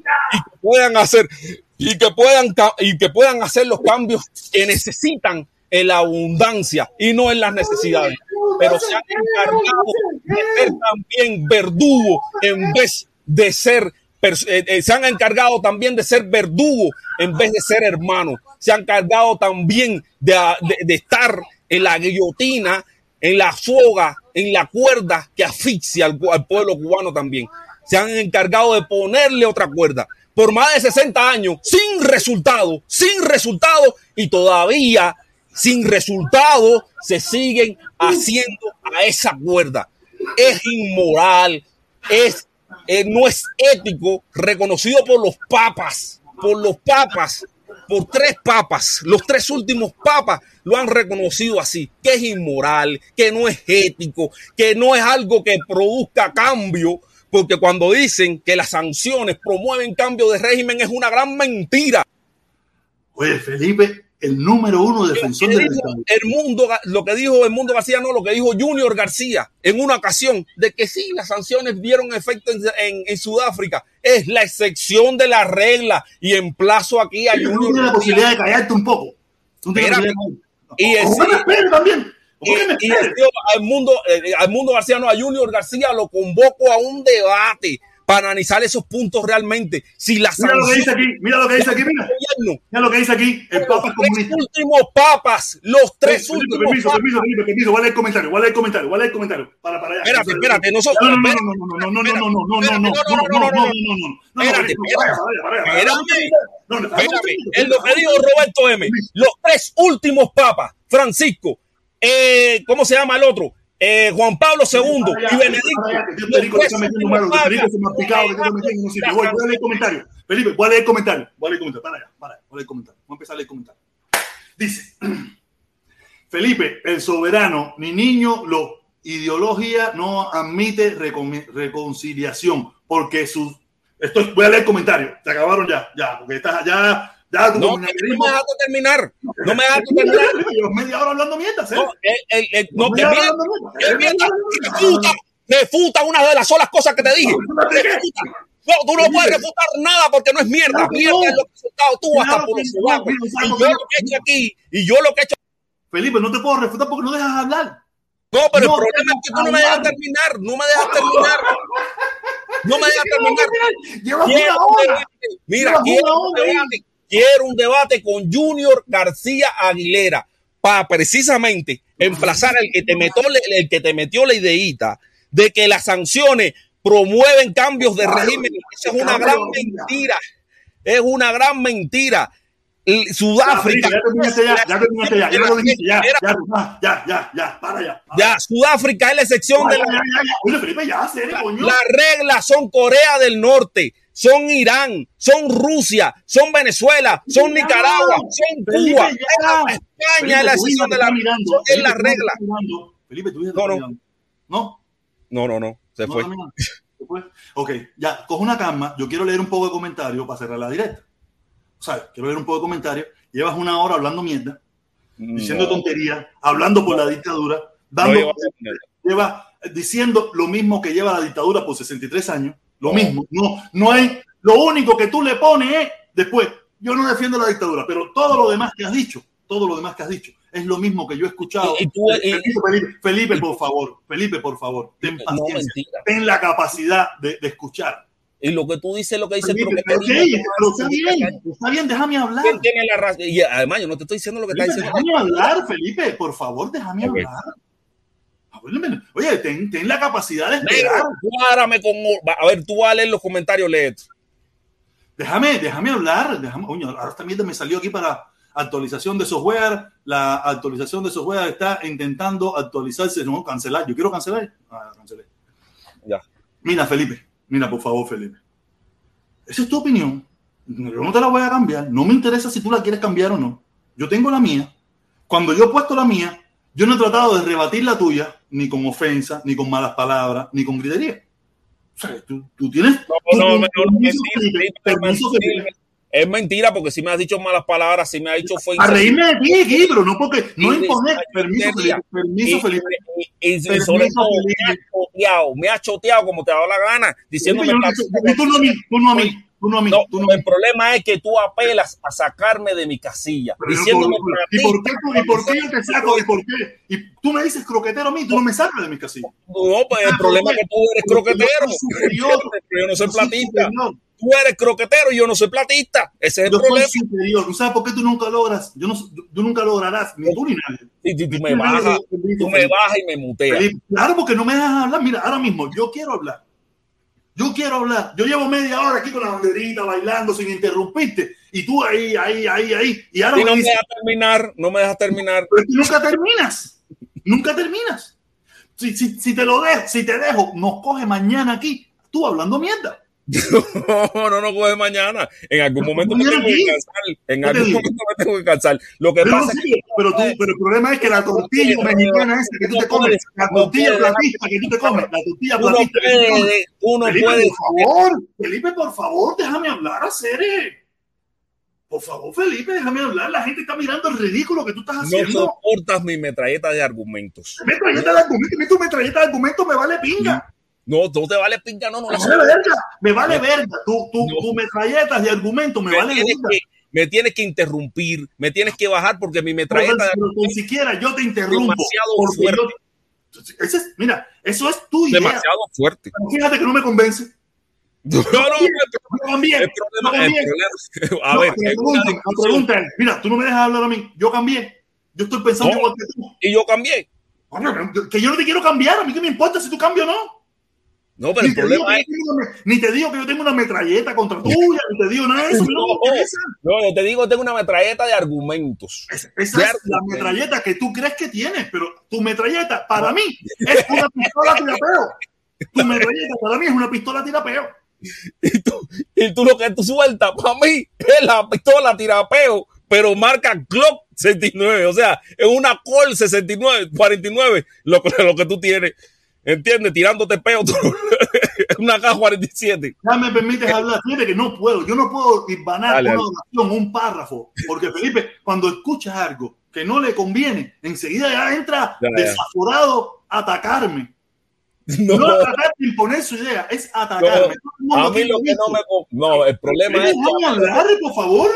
y que puedan hacer los cambios que necesitan en la abundancia y no en las necesidades. Pero se han encargado de ser también verdugos en vez de ser se han encargado también de ser verdugos en vez de ser hermanos. Se han encargado también de estar en la guillotina, en la soga, en la cuerda que asfixia al pueblo cubano también. Se han encargado de ponerle otra cuerda por más de 60 años, sin resultado, y todavía sin resultado se siguen haciendo a esa cuerda. Es inmoral, no es ético, reconocido por los papas, por 3 papas, los 3 últimos papas lo han reconocido así, que es inmoral, que no es ético, que no es algo que produzca cambio, porque cuando dicen que las sanciones promueven cambio de régimen es una gran mentira. Oye, Felipe, el número 1 defensor del Estado. Lo que dijo Edmundo García, no, lo que dijo Junior García en una ocasión, de que sí, las sanciones dieron efecto en Sudáfrica, es la excepción de la regla, y emplazo aquí a Junior. No tiene la posibilidad de callarte un poco. Y Edmundo García, no, a Junior García lo convoco a un debate para analizar esos puntos realmente. Si la mira lo que dice aquí, mira lo que dice aquí, mira lo que dice aquí, el Papa es comunista. Los tres últimos papas. Permiso, voy a leer el comentario. Para allá. Espérate, nosotros. Espérate. Es lo que dijo Roberto M. Los 3 últimos papas, Francisco, ¿cómo se llama el otro? Juan Pablo II y Benedicto. Voy a leer comentario. Felipe, voy a leer comentario. Para allá. Voy a empezar a leer comentario. Dice Felipe, el soberano, ni niño, ideología no admite reconciliación, porque voy a leer comentario. Se acabaron ya, porque estás ya. No me dejaste terminar. Yo media hora hablando mierda, ¿eh? Refuta una de las solas cosas que te dije. No, tú no puedes refutar nada porque no es mierda. Mierda es lo que has soltado tú hasta por los sobacos. Y yo lo que he hecho aquí, Felipe, no te puedo refutar porque no dejas hablar. No, pero el problema es que tú no me dejas terminar. No me dejas terminar. No me dejas terminar. Llevas una hora. Mira, quiero un debate con Junior García Aguilera para precisamente emplazar al que te metió la ideita de que las sanciones promueven cambios de régimen. Esa es una gran mentira. Es una gran mentira. Sudáfrica. Ya, para ya. Ya, Sudáfrica es la excepción de las reglas son Corea del Norte, son Irán, son Rusia, son Venezuela, son Nicaragua, son Cuba, España es la excepción de las reglas. Felipe, tú no, se fue. Ok, ya, coge una calma. Yo quiero leer un poco de comentarios para cerrar la directa. ¿Sabes? Quiero leer un poco de comentarios. Llevas una hora hablando mierda, diciendo tonterías, hablando por la dictadura, lleva diciendo lo mismo que lleva la dictadura por 63 años. Lo mismo. No hay. Lo único que tú le pones es después. Yo no defiendo la dictadura, pero todo lo demás que has dicho es lo mismo que yo he escuchado. Felipe, por favor, ten paciencia, ten la capacidad de escuchar. Y lo que tú dices, lo que dice Felipe, pero está bien, déjame hablar. ¿Quién tiene la razón? Y además, yo no te estoy diciendo lo que Felipe, está diciendo. Déjame hablar, Felipe, por favor, déjame hablar. Oye, ten la capacidad de esperar. A ver, tú vas a leer los comentarios, lee. Déjame hablar. Oye, ahora esta mierda me salió aquí para actualización de software. La actualización de software está intentando actualizarse. No, cancelar. Yo quiero cancelar. Cancelé. Ya. Mira, Felipe. Mira, por favor, Felipe. Esa es tu opinión. Yo no te la voy a cambiar. No me interesa si tú la quieres cambiar o no. Yo tengo la mía. Cuando yo he puesto la mía, yo no he tratado de rebatir la tuya, ni con ofensa, ni con malas palabras, ni con gritería. O sea, tú tienes... permiso, Felipe. Es mentira, porque si me has dicho malas palabras, si me has dicho ofensa. A reírme de ti aquí, pero no porque... No imponer. Permiso, Felipe. Y sobre todo, me ha choteado como te ha dado la gana, diciéndome... Tú no a mí. El problema es que tú apelas a sacarme de mi casilla. Diciéndome ¿Y por qué yo te saco? ¿Y por qué? Y tú me dices croquetero a mí, tú no me sacas de mi casilla. No, pues el problema es que tú eres croquetero. Yo no soy platista. Tú eres croquetero y yo no soy platista. Ese es el problema. Soy superior. ¿Tú sabes por qué tú nunca logras? Tú nunca lograrás, ni tú ni nadie. Y tú me bajas y me muteas. Claro, porque no me dejas hablar. Mira, ahora mismo yo quiero hablar. Yo llevo media hora aquí con la banderita bailando sin interrumpirte. Y tú ahí. Y ahora no me dejas terminar. Pero tú nunca terminas. Si te dejo, nos coge mañana aquí, tú hablando mierda. No coge mañana. En algún momento me tengo que cansar. Lo que pasa es que... Pero el problema es que la tortilla mexicana esa que tú te comes, la tortilla platista que tú te comes, Felipe, por favor, déjame hablar a serie. Por favor, Felipe, déjame hablar. La gente está mirando el ridículo que tú estás haciendo. No soportas mi metralleta de argumentos. Tu metralleta de argumentos me vale pinga. No te vale pinga, no. Me vale verga. Tu metralletas de argumentos me vale verga. Me tienes que interrumpir, me tienes que bajar porque mi metralleta... Pero ni siquiera yo te interrumpo. Demasiado fuerte. Mira, eso es tu idea. Demasiado fuerte. Pero fíjate que no me convence. No. El problema. A ver, la pregunta es, mira, tú no me dejas hablar a mí. Yo cambié. Yo estoy pensando igual que tú. Y yo cambié. Que yo no te quiero cambiar. A mí qué me importa si tú cambias o no. No, pero el problema es... Ni te digo que yo tengo una metralleta contra tuya, ni te digo nada de eso. No, yo te digo que tengo una metralleta de argumentos. Esa es la metralleta que tú crees que tienes, pero tu metralleta para mí es una pistola tirapeo. Tu metralleta para mí es una pistola tirapeo. Y tú lo que tú sueltas para mí es la pistola tirapeo, pero marca Glock 69. O sea, es una Colt 49 lo que tú tienes. ¿Entiendes? Tirándote peo. Una K-47. Ya me permites hablar. Fíjate que no puedo. Yo no puedo irvanar una oración, un párrafo. Porque Felipe, cuando escuchas algo que no le conviene, enseguida ya entra desaforado a atacarme. No tratar de imponer su idea, es atacarme. A mí lo que no, el problema es... Déjame hablar, por favor.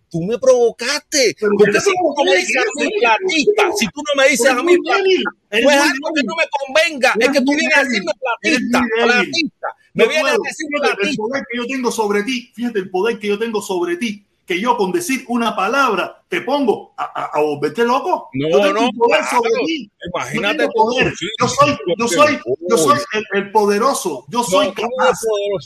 Tú me provocaste. Pero Porque si tú no me dices a mí platista, si tú no me dices a mí platista, pues algo que no me convenga. Es que tú vienes a decirme platista. Me vienes a decir platista. El poder que yo tengo sobre ti, fíjate el poder que yo tengo sobre ti, que yo con decir una palabra te pongo a volverte loco. No, yo tengo poder sobre ti. Imagínate yo poder. Yo soy el poderoso. Yo soy capaz.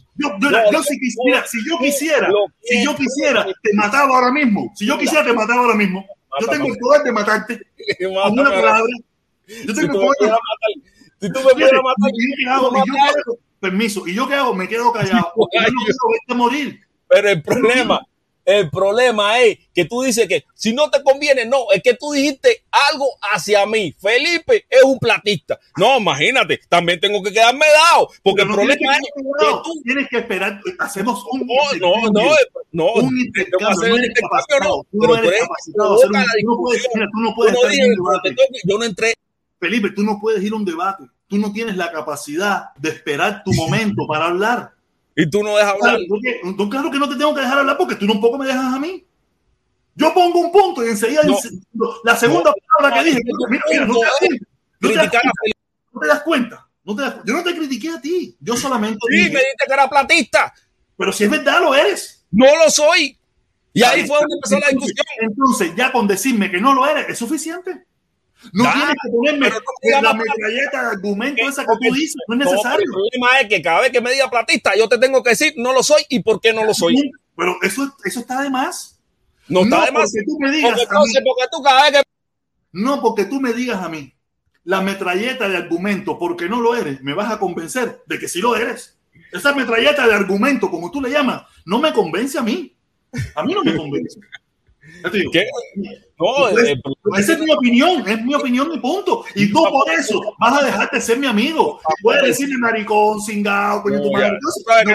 Si yo quisiera, te mataba ahora mismo. Si yo quisiera, te mataba ahora mismo. Yo tengo el poder de matarte. Con una palabra. Yo tengo el poder de matarte. Si tú me quieres matar, permiso. ¿Y yo qué hago? Me quedo callado. Yo no quiero verte morir. Pero el problema es que tú dices que si no te conviene, no, es que tú dijiste algo hacia mí. Felipe es un platista. No, imagínate, también tengo que quedarme dado, porque el problema es que tú tienes que esperar. Hacemos un intercambio. Yo no entré. Felipe, tú no puedes ir a un debate. Tú no tienes la capacidad de esperar tu momento para hablar. Y tú no dejas hablar. Claro que no te tengo que dejar hablar porque tú tampoco me dejas a mí. Yo pongo un punto y enseguida la segunda palabra que dije. Mira, no te das cuenta. Yo no te critiqué a ti. Yo solamente dije, me dijiste que era platista. Pero si es verdad, lo eres. No lo soy. Y ahí fue donde empezó la discusión. Entonces, ya con decirme que no lo eres, es suficiente. No tienes que ponerme la metralleta de argumento esa que tú dices, no es necesario. El problema es que cada vez que me diga platista, yo te tengo que decir no lo soy y por qué no lo soy. Pero eso está de más. No está de más. Porque tú me digas porque tú me digas a mí la metralleta de argumento porque no lo eres, me vas a convencer de que sí lo eres. Esa metralleta de argumento, como tú le llamas, no me convence a mí. A mí no me convence. ¿Qué? No, esa es mi opinión y punto. Y tú por eso vas a dejarte ser mi amigo. Puedes decirme maricón, cingado, coño, tu madre.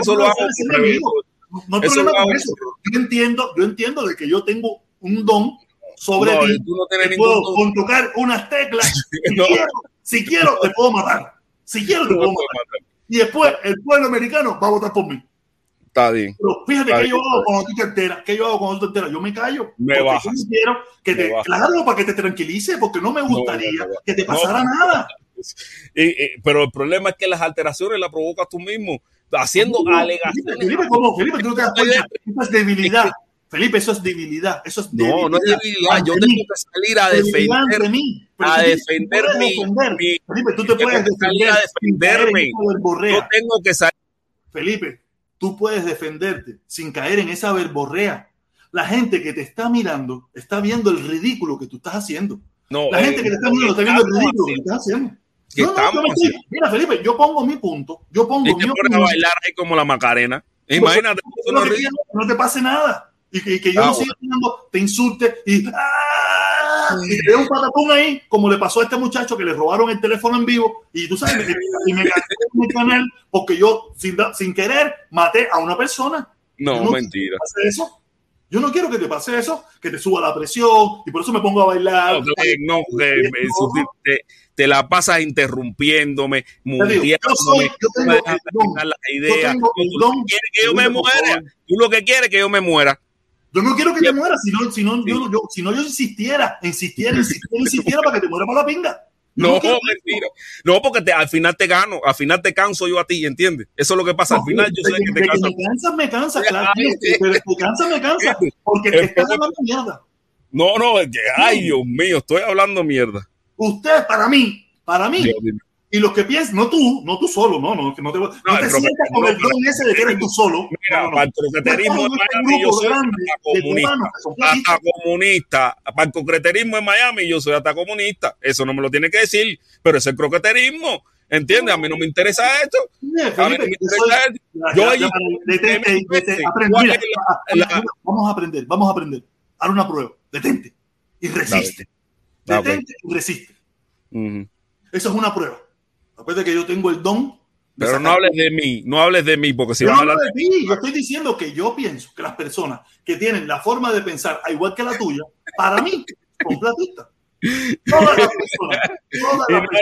No hay problema con eso. Yo entiendo de que yo tengo un don sobre ti. Tú no tienes que puedo con tocar unas teclas. Si quiero, te puedo matar. Si quiero, te puedo matar. Y después el pueblo americano va a votar por mí. Está bien. Pero fíjate que yo hago cuando tú te enteras. Yo me callo. Me bajas. Yo no quiero que te, claro, para que te tranquilice, porque no me gustaría que te pasara nada. Pero el problema es que las alteraciones las provocas tú mismo, haciendo alegaciones. Felipe, tú no te das cuenta. Eso es debilidad. Felipe, eso es debilidad. No es debilidad. Yo tengo que salir a defenderme. Felipe, tú te puedes defenderme. Yo tengo que salir. Felipe, tú puedes defenderte sin caer en esa verborrea. La gente que te está mirando está viendo el ridículo que tú estás haciendo. La gente que te está mirando está viendo el ridículo que estás haciendo. Mira, Felipe, yo pongo mi punto. Yo pongo mi opinión. A bailar ahí como la Macarena. Imagínate. No te pase nada. Y que yo no siga hablando, te insulte y te dé un patatón ahí, como le pasó a este muchacho que le robaron el teléfono en vivo. Y tú sabes, y me cansé en mi canal porque yo sin querer maté a una persona. No, mentira. Eso. Yo no quiero que te pase eso, que te suba la presión y por eso me pongo a bailar. Te la pasas interrumpiéndome, muteándome. Yo tengo yo me muera. Tú lo que quieres es que yo me muera. Yo no quiero que te mueras, si no yo insistiera para que te muera para la pinga. No, mentira. No, porque al final te gano, al final te canso yo a ti, ¿entiendes? Eso es lo que pasa. Al final yo sé que te canso. Me cansa, claro. Pero me cansa, porque te estás hablando mierda. No, ay, Dios mío, estoy hablando mierda. Usted, para mí, y los que piensan, no tú solo, no te sientas con el don ese de que eres tú solo. Mira, para el croqueterismo en Miami yo soy hasta comunista. Para el croqueterismo en Miami yo soy hasta comunista. Eso no me lo tiene que decir, pero es el croqueterismo. ¿Entiendes? A mí no me interesa esto. A mí no me interesa esto. Vamos a aprender. Haz una prueba. Detente y resiste. Y resiste. Eso es una prueba. Después de que yo tengo el don. Pero no hables de mí, porque si van a hablar de mí, yo estoy diciendo que yo pienso que las personas que tienen la forma de pensar igual que la tuya, para mí, son platistas. Todas las personas.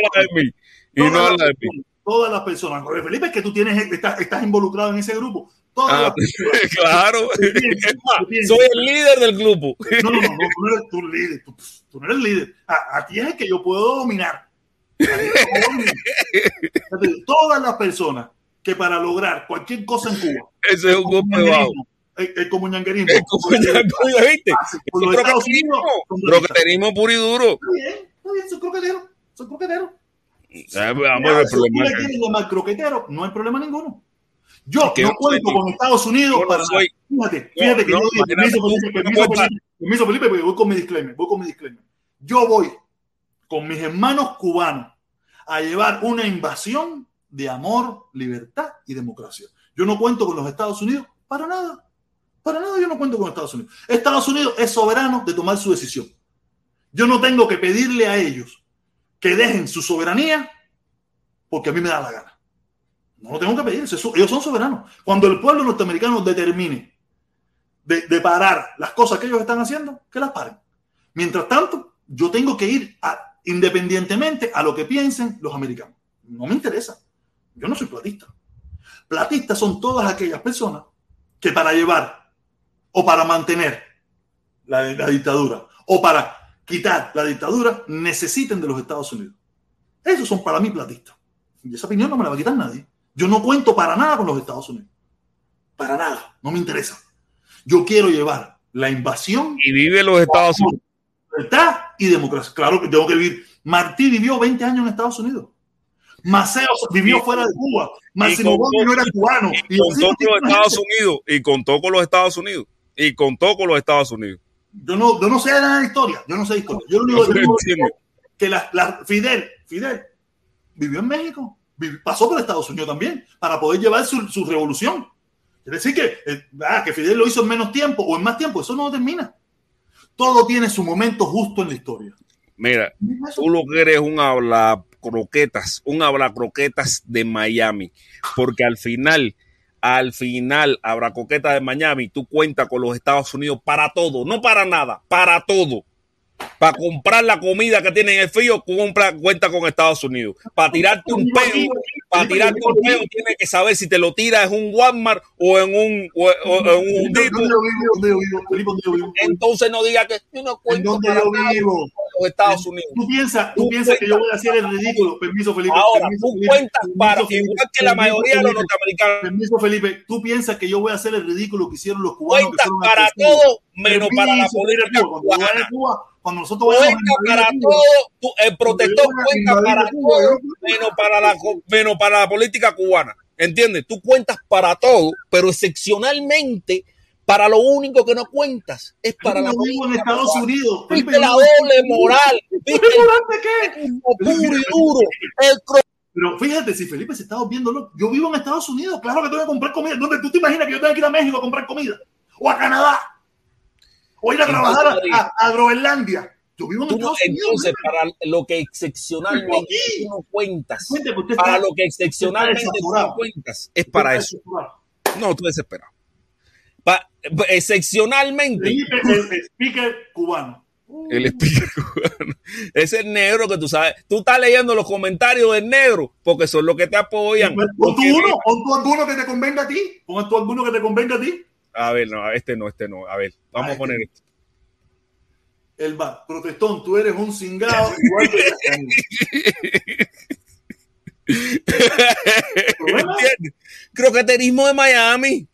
Todas las personas. Felipe, es que tú estás involucrado en ese grupo. Claro. Soy el líder del grupo. No, tú no eres tu líder. Tú no eres el líder. A ti es el que yo puedo dominar. Todas las personas que para lograr cualquier cosa en Cuba, ese es un golpe bajo. El comunanguerismo, ¿viste? Croqueterismo puro y duro. Está bien, son croqueteros. Croquetero, no hay problema ninguno. Yo no cuento con Estados Unidos para nada. Fíjate que yo digo, permiso, Felipe, porque voy con mi disclaimer. Yo voy con mis hermanos cubanos a llevar una invasión de amor, libertad y democracia. Yo no cuento con los Estados Unidos para nada. Para nada yo no cuento con Estados Unidos. Estados Unidos es soberano de tomar su decisión. Yo no tengo que pedirle a ellos que dejen su soberanía porque a mí me da la gana. No lo tengo que pedir. Ellos son soberanos. Cuando el pueblo norteamericano determine de parar las cosas que ellos están haciendo, que las paren. Mientras tanto, yo tengo que ir independientemente a lo que piensen los americanos. No me interesa. Yo no soy platista. Platistas son todas aquellas personas que para llevar o para mantener la dictadura o para quitar la dictadura necesiten de los Estados Unidos. Esos son para mí platistas. Y esa opinión no me la va a quitar nadie. Yo no cuento para nada con los Estados Unidos. Para nada. No me interesa. Yo quiero llevar la invasión. Y vive en los Estados Unidos. Libertad y democracia. Claro que tengo que vivir. Martí vivió 20 años en Estados Unidos. Maceo vivió fuera de Cuba. Máximo Gómez no era cubano. Y contó con los Estados Unidos. Y contó con los Estados Unidos. Yo no sé nada de historia. Yo no sé de historia. Yo lo único que Fidel vivió en México. Pasó por Estados Unidos también para poder llevar su revolución. Quiere decir que Fidel lo hizo en menos tiempo o en más tiempo. Eso no termina. Todo tiene su momento justo en la historia. Mira, tú lo que eres un habla croquetas de Miami, porque al final habla croquetas de Miami, tú cuentas con los Estados Unidos para todo, no para nada, para todo. Para comprar la comida que tiene en el frío, cuenta con Estados Unidos. Para tirarte un peo, tienes que saber si te lo tiras en un Walmart o en un Dito. Entonces no digas que yo no cuento para los Estados Unidos. Tú piensas que yo voy a hacer el ridículo. Permiso, Felipe. Ahora, tú cuentas para igual que la mayoría de los norteamericanos. Permiso, Felipe. Tú piensas que yo voy a hacer el ridículo que hicieron los cubanos. Cuentas para todo menos para la política cubana. Cuando nosotros cuenta para todo, el protector cuenta para todo, menos para la política cubana. ¿Entiendes? Tú cuentas para todo, pero excepcionalmente para lo único que no cuentas es para la política en Estados Unidos. ¿Viste la doble moral? ¿Viste qué? Puro y duro. Pero fíjate, si Felipe se está viendo, yo vivo en Estados Unidos, claro que tengo que comprar comida. ¿Dónde tú te imaginas que yo tengo que ir a México a comprar comida? O a Canadá. O ir a trabajar a Groenlandia. Yo vivo en Estados Unidos. Entonces, para lo que excepcionalmente tú no cuentas, para lo que excepcionalmente tú no cuentas, es para eso. No, tú desesperado. Excepcionalmente. El speaker cubano. El speaker cubano. Ese es el negro que tú sabes. Tú estás leyendo los comentarios del negro porque son los que te apoyan. Pon tú alguno que te convenga a ti. Pon tú alguno que te convenga a ti. A ver, no, este no. A ver, vamos a poner esto. El protestón, tú eres un cingado igual que ¿entiendes? Croqueterismo de Miami.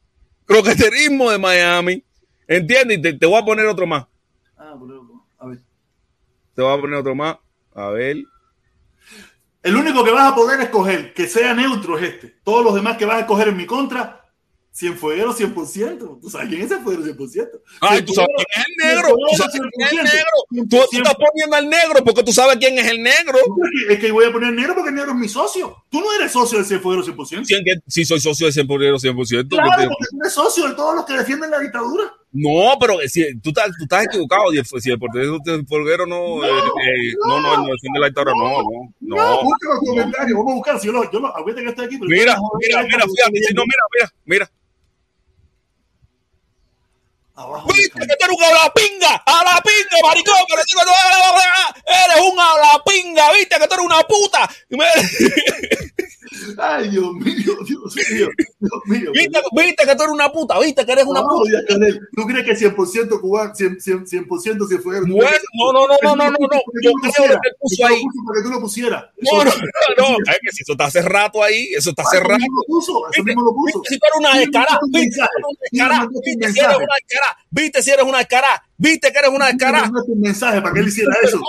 ¿Entiendes? Y te voy a poner otro más. A ver. Te voy a poner otro más. A ver. El único que vas a poder escoger que sea neutro es este. Todos los demás que vas a escoger en mi contra, Cienfuegos 100%. ¿Tú sabes quién es Cienfuegos 100%? Ay, tú sabes quién es el negro. Tú sabes quién es el negro. Tú estás poniendo al negro porque tú sabes quién es el negro. Es que voy a poner negro porque el negro es mi socio. Tú no eres socio de Cienfuegos 100%. Sí, soy socio de Cienfuegos 100%. Claro, porque tú eres socio de todos los que defienden la dictadura. No, pero tú estás equivocado. Si el portero no defiende la dictadura, no. Busca los comentarios. Vamos a buscar. Si yo no, aguante que estoy aquí. Mira, fíjate. Si no, mira. ¿Viste que tú eres un hablapinga? ¡Hablapinga, maricón! Que le digo, eres un hablapinga, ¿viste que tú eres una puta? Ay, Dios mío. Viste que tú eres una puta, viste que eres una puta. ¿Tú crees que 100% cubano, 100% se fue? Bueno, no. Yo creo lo que él puso ahí. Para que tú lo pusieras. No. Es que si eso está hace rato ahí, eso está hace rato. Eso mismo lo puso. Si tú eres una descarada, viste si eres una descarada, viste que eres una descarada. Un mensaje para que él hiciera eso.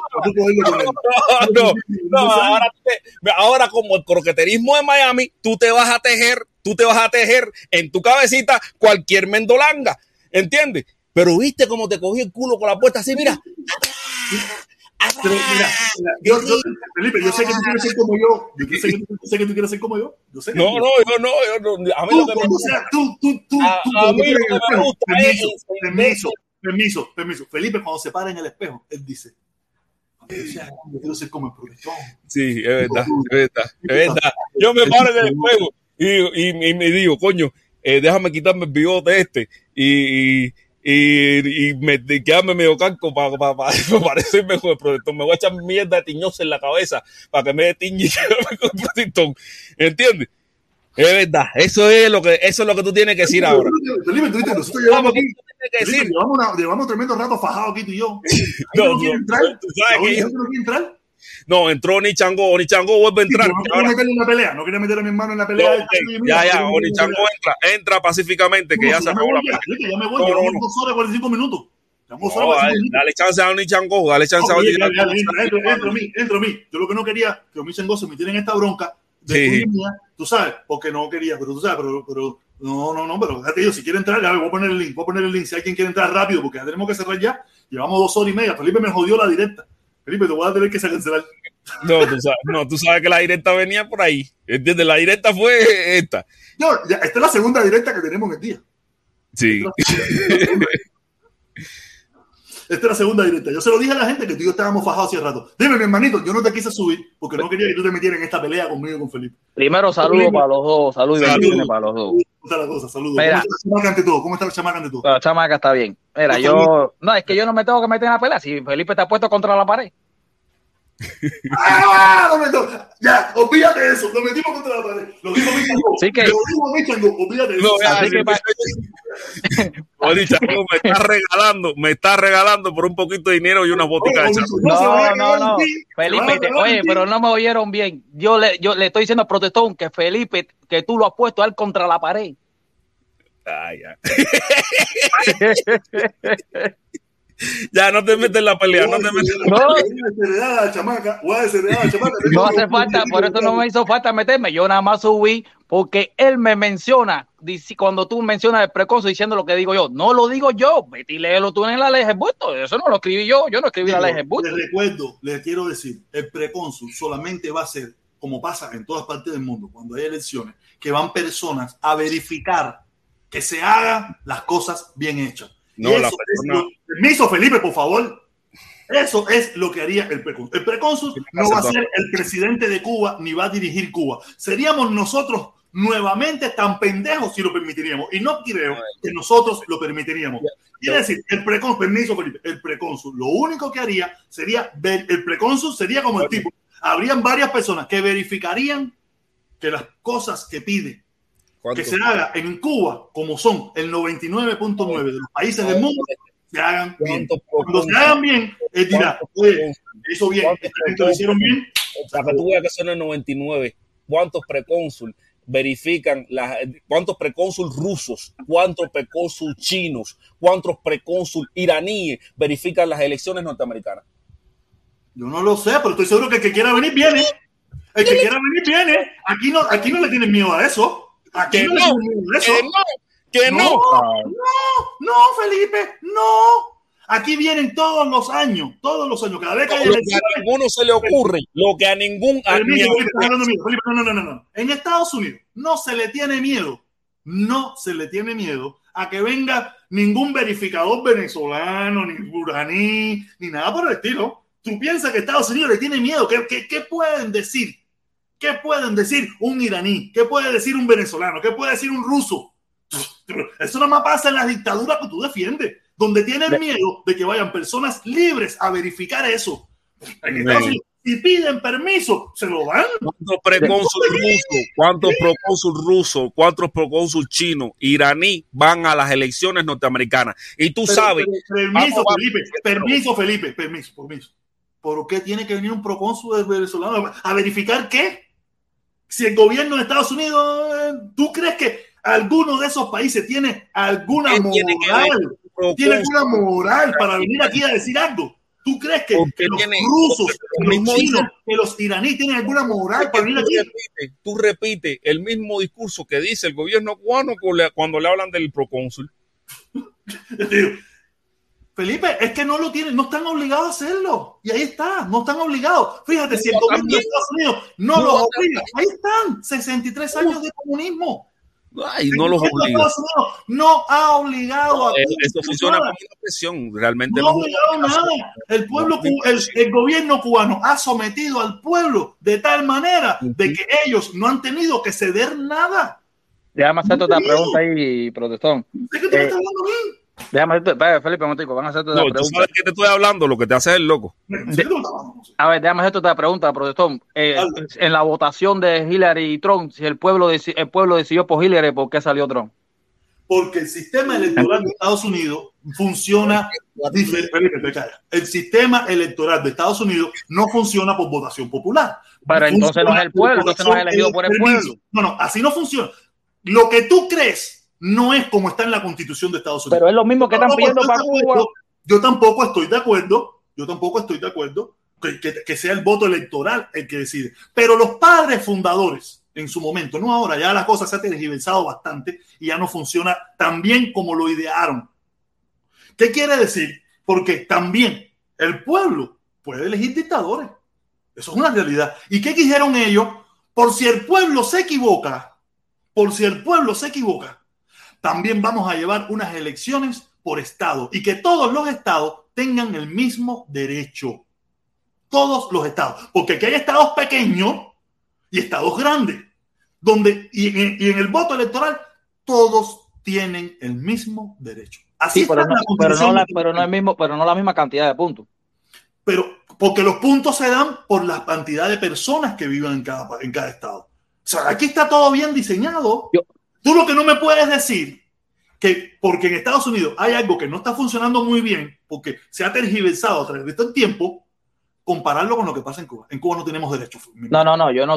No, ahora como el croqueterismo de Miami, tú te vas a tejer en tu cabecita cualquier mendolanga, ¿entiendes? Pero viste cómo te cogí el culo con la puerta así, mira. Pero mira, Felipe, yo sé que tú quieres ser como yo. Yo sé que tú quieres ser como yo. Yo sé que no. A mí lo que me gusta. A mí lo que me gusta es. Permiso. Felipe, cuando se para en el espejo, él dice: yo quiero ser como el protestón. Sí, es verdad. Yo me paro en el espejo y me digo, coño, déjame quitarme el bigote y quedarme medio canco para parecerme con el protestón. Me voy a echar mierda de tiñosa en la cabeza para que me dé tiña y quedarme con el protestón. ¿Entiendes? Es verdad. Eso es lo que tú tienes que decir ahora. Felipe, nosotros llevamos tremendo rato fajado aquí tú y yo. No, entró Onichango vuelve a entrar. No quería meter a mi hermano en la pelea. Ya, Onichango entra pacíficamente, que ya se acabó la pelea. Ya me voy, llevamos 2 horas y 45 minutos. Dale chance a Onichango, Entro a mí. Yo lo que no quería que Onichango se metiera en esta bronca de tú sabes, porque no quería, pero tú sabes, pero pero fíjate yo, si quiere entrar, voy a poner el link, si hay quien quiere entrar rápido, porque ya tenemos que cerrar ya, llevamos 2 horas y media, Felipe me jodió la directa. Felipe, te voy a tener que cancelar. Tú sabes que la directa venía por ahí. ¿Entiendes? La directa fue esta. Esta es la segunda directa que tenemos en el día. Sí. Esta es la segunda directa. Yo se lo dije a la gente que tú y yo estábamos fajados hace rato. Dime, mi hermanito, yo no te quise subir porque no quería que tú te metieras en esta pelea conmigo y con Felipe. Primero, saludos para los dos. Saludos para los dos. Saludos. ¿Cómo está la chamaca ante todo? La chamaca está bien. Mira, es que yo no me tengo que meter en la pelea. Si Felipe está puesto contra la pared. Ya, olvídate de eso. Nos metimos contra la pared. Lo dijo Michango. Olvídate de eso. Me está regalando por un poquito de dinero y unas boticas de champán. No. Felipe, pero no me oyeron bien. Yo le estoy diciendo a Protestón que Felipe, que tú lo has puesto a él contra la pared. Ya. Ya, no te metes en la pelea, no te metes. No hace falta, por eso no me hizo falta meterme. Yo nada más subí porque él me menciona, cuando tú mencionas el precónsul diciendo lo que digo yo. No lo digo yo, vete y léelo tú en la ley de Burton. Eso no lo escribí yo no escribí la ley de Burton. Les quiero decir, el precónsul solamente va a ser, como pasa en todas partes del mundo, cuando hay elecciones, que van personas a verificar que se hagan las cosas bien hechas. Permiso, Felipe, por favor. Eso es lo que haría el precónsul. El precónsul no va a ser el presidente de Cuba ni va a dirigir Cuba. Seríamos nosotros nuevamente tan pendejos si lo permitiríamos. Y no creo que nosotros lo permitiríamos. Quiere decir, el precónsul, permiso, Felipe, el precónsul, lo único que haría sería el precónsul sería como el tipo. Habrían varias personas que verificarían que las cosas que pide que se haga en Cuba, como son el 99.9 de los países del mundo, se hagan bien. Cuando se hagan bien, él dirá, oye, hizo bien, lo hicieron bien. Para que tú veas que son el 99, ¿cuántos precónsul verifican, cuántos precónsul rusos, cuántos precónsul chinos, cuántos precónsul iraníes verifican las elecciones norteamericanas? Yo no lo sé, pero estoy seguro que el que quiera venir, viene. El que quiera venir, viene. Aquí no le tienen miedo a eso. Que no, Felipe, no. Aquí vienen todos los años. Cada vez que hay elecciones. A ninguno se le ocurre. Lo que a ningún. Felipe, no. En Estados Unidos no se le tiene miedo. No se le tiene miedo a que venga ningún verificador venezolano, ni iraní, ni nada por el estilo. ¿Tú piensas que Estados Unidos le tiene miedo? ¿Qué pueden decir? ¿Qué pueden decir un iraní? ¿Qué puede decir un venezolano? ¿Qué puede decir un ruso? Eso nada más pasa en las dictaduras que tú defiendes, donde tienen miedo de que vayan personas libres a verificar eso. Si piden permiso, se lo dan. ¿Cuántos precónsul rusos, cuántos procónsul chinos, iraní van a las elecciones norteamericanas? Y tú sabes. Permiso, Felipe. ¿Por qué tiene que venir un procónsul venezolano a verificar qué? Si el gobierno de Estados Unidos, ¿tú crees que alguno de esos países tiene alguna moral? ¿Tiene alguna moral para venir aquí a decir algo? ¿Tú crees que los rusos, los chinos, que los iraníes tienen alguna moral para venir aquí? Tú repites el mismo discurso que dice el gobierno cubano cuando le hablan del procónsul. Felipe, es que no lo tienen, no están obligados a hacerlo. Y ahí está, no están obligados. Fíjate, si el gobierno de Estados Unidos no los obliga, ahí están, 63 años de comunismo. Ay, no los obliga. No ha obligado a esto funciona como una presión, realmente no ha obligado nada. El gobierno cubano ha sometido al pueblo de tal manera de que ellos no han tenido que ceder nada. Déjame hacerte otra pregunta ahí, protestón. ¿De qué te estás hablando a mí? Déjame hacerte, Felipe, Montico, van a hacerte otra pregunta. Tú sabes que te estoy hablando, lo que te hace es el loco. A ver, déjame hacerte otra pregunta, protestón. En la votación de Hillary y Trump, si el pueblo decidió por Hillary, ¿por qué salió Trump? Porque el sistema electoral de Estados Unidos funciona diferente. El sistema electoral de Estados Unidos no funciona por votación popular. Pero entonces no es el pueblo, entonces no es elegido por el pueblo. No, así no funciona. Lo que tú crees no es como está en la Constitución de Estados Unidos. Pero es lo mismo que están pidiendo para Cuba. Yo tampoco estoy de acuerdo que sea el voto electoral el que decide. Pero los padres fundadores, en su momento, no ahora, ya la cosa se ha tergiversado bastante y ya no funciona tan bien como lo idearon. ¿Qué quiere decir? Porque también el pueblo puede elegir dictadores. Eso es una realidad. ¿Y qué quisieron ellos? Por si el pueblo se equivoca, también vamos a llevar unas elecciones por estado y que todos los estados tengan el mismo derecho. Todos los estados. Porque aquí hay estados pequeños y estados grandes. Y en el voto electoral todos tienen el mismo derecho. Así sí, pero no la misma cantidad de puntos. Pero porque los puntos se dan por la cantidad de personas que viven en cada estado. O sea, aquí está todo bien diseñado. Tú lo que no me puedes decir que porque en Estados Unidos hay algo que no está funcionando muy bien, porque se ha tergiversado a través de este tiempo, compararlo con lo que pasa en Cuba. En Cuba no tenemos derechos. No, yo no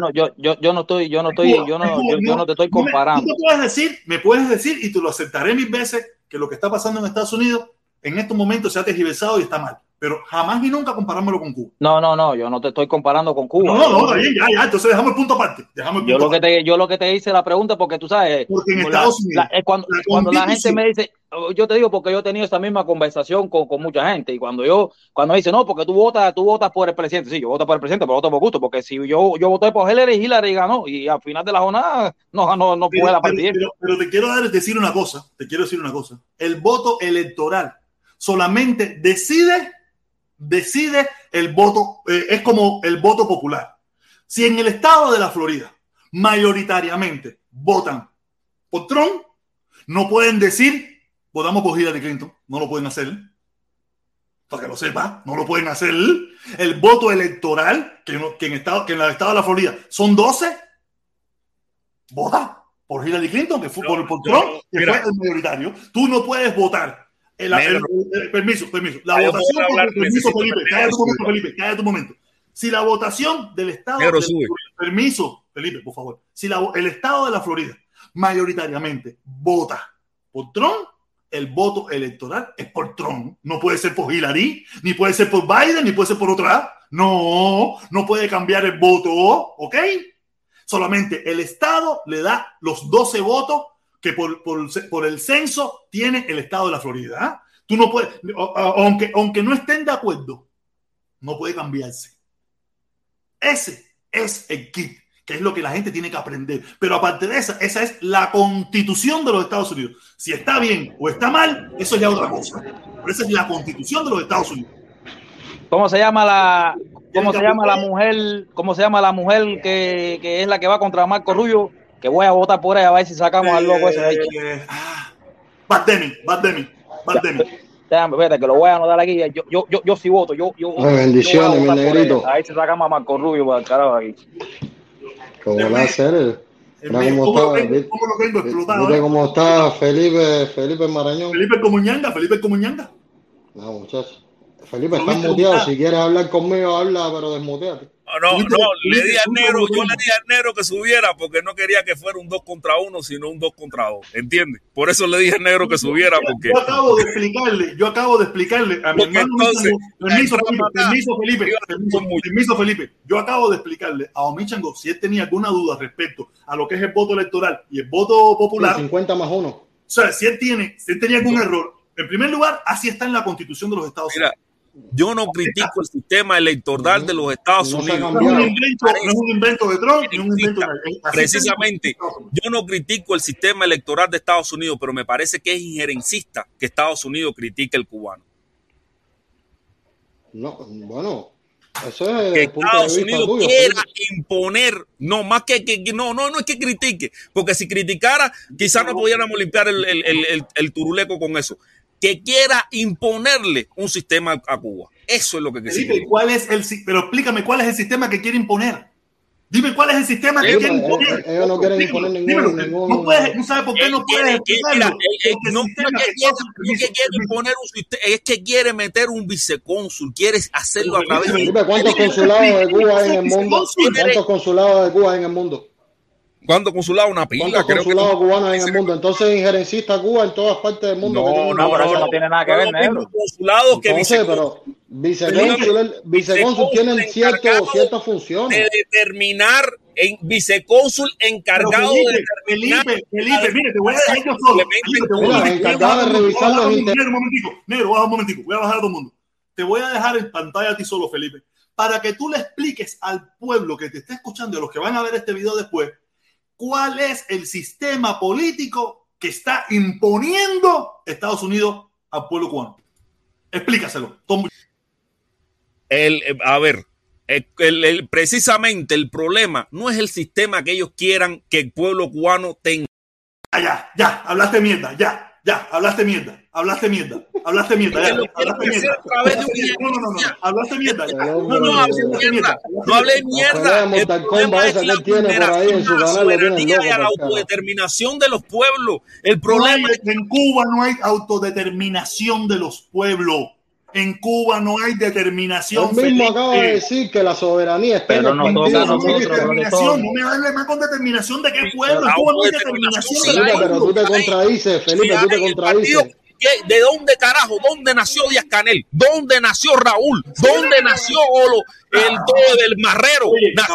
te estoy comparando. Tú me puedes decir y te lo aceptaré mil veces que lo que está pasando en Estados Unidos en estos momentos se ha tergiversado y está mal. Pero jamás y nunca comparármelo con Cuba. No, yo no te estoy comparando con Cuba. No, ya, entonces dejamos el punto aparte. Yo lo que te hice la pregunta porque tú sabes, porque en Estados Unidos, cuando la gente me dice, yo te digo porque yo he tenido esa misma conversación con mucha gente y cuando me dice, no, porque tú votas por el presidente. Sí, yo voto por el presidente, pero voto por gusto, porque si yo voté por Hillary ganó y al final de la jornada no pude la partida. Pero te quiero decir una cosa. El voto electoral solamente decide el voto, es como el voto popular. Si en el estado de la Florida mayoritariamente votan por Trump, no pueden decir votamos por Hillary Clinton, no lo pueden hacer. Para que lo sepa, no lo pueden hacer. El voto electoral que en el estado de la Florida son 12, vota por Hillary Clinton, que fue por Trump, que fue el mayoritario. Tú no puedes votar. Permiso. La votación. Felipe, cállate un momento. Si la votación del estado. Permiso, Felipe, por favor. Si el estado de la Florida mayoritariamente vota por Trump, el voto electoral es por Trump. No puede ser por Hillary, ni puede ser por Biden, ni puede ser por otra. No puede cambiar el voto, ¿ok? Solamente el estado le da los 12 votos que por el censo tiene el estado de la Florida. Tú no puedes, aunque no estén de acuerdo, no puede cambiarse. Ese es el kit, que es lo que la gente tiene que aprender. Pero aparte de esa es la Constitución de los Estados Unidos. Si está bien o está mal, eso es ya otra cosa. Pero esa es la Constitución de los Estados Unidos. ¿Cómo se llama la mujer que es la que va contra Marco Rubio? Que voy a votar por ella a ver si sacamos al loco ese de ahí. Bad Demi. Déjame, espérate, que lo voy a anotar aquí. Yo sí voto. Bendiciones, mi negrito. Ahí se saca Marco Rubio para el carajo aquí. ¿Cómo va a ser? ¿Cómo lo tengo explotado? Mire cómo está Felipe Marañón. Felipe como ñanga. No, muchachos. Felipe, estás muteado. Si quieres hablar conmigo, habla, pero desmuteate. No, le di al negro que subiera porque no quería que fuera un 2 contra 1, sino un 2 contra 2. ¿Entiendes? Por eso le dije al negro que subiera. Porque... Yo acabo de explicarle a mi hermano. Permiso, Felipe. Yo acabo de explicarle a Omichango si él tenía alguna duda respecto a lo que es el voto electoral y el voto popular. 50 más 1. O sea, si él tenía algún error. En primer lugar, así está en la Constitución de los Estados Unidos. Yo no critico el sistema electoral de los Estados Unidos. No es un invento de Trump, ni un invento de... Precisamente, yo no critico el sistema electoral de Estados Unidos, pero me parece que es injerencista que Estados Unidos critique el cubano. No, bueno, eso es que Estados Unidos quiera imponer, no más que no es que critique, porque si criticara, quizás no pudiéramos limpiar el turuleco con eso. Que quiera imponerle un sistema a Cuba. Eso es lo que Felipe, pero explícame cuál es el sistema que quiere imponer. Dime cuál es el sistema que quiere imponer. Ellos no quieren imponer ninguno. No sabes por qué no puedes explicarlo. No es que quiere imponer un sistema, es que quiere meter un vicecónsul, quiere hacerlo a través de... ¿Cuántos consulados de Cuba hay en el mundo? ¿Cuántos consulados de Cuba hay en el mundo? ¿Cuántos consulados? Una pila. ¿Cuántos consulados cubanos hay en el mundo? Entonces, injerencista Cuba en todas partes del mundo. Pero eso no tiene nada que ver, negro. Consulados que pero vicecónsul tienen ciertas funciones. De determinar, vicecónsul encargado de determinar. Felipe, mire, te voy a dejar yo solo. Encargado de revisar los intereses. Negro, baja un momentico. Voy a bajar a todo el mundo. Te voy a dejar en pantalla a ti solo, Felipe, para que tú le expliques al pueblo que te está escuchando y a los que van a ver este video después, ¿cuál es el sistema político que está imponiendo Estados Unidos al pueblo cubano? Explícaselo. Precisamente el problema no es el sistema que ellos quieran que el pueblo cubano tenga. Ya, hablaste mierda, hablaste mierda. Hablaste mierda. Hablaste mierda. No hablé mierda. El problema es la vulneración a la soberanía y a la autodeterminación de los pueblos. El problema es que en Cuba no hay autodeterminación de los pueblos. En Cuba no hay determinación. Él mismo acaba de decir que la soberanía está en el partido. No me hable más con determinación de qué pueblo. En Cuba no hay determinación. Pero tú te contradices, Felipe, tú te contradices. ¿De dónde carajo? ¿Dónde nació Díaz Canel? ¿Dónde nació Raúl? ¿Dónde nació el todo del Marrero?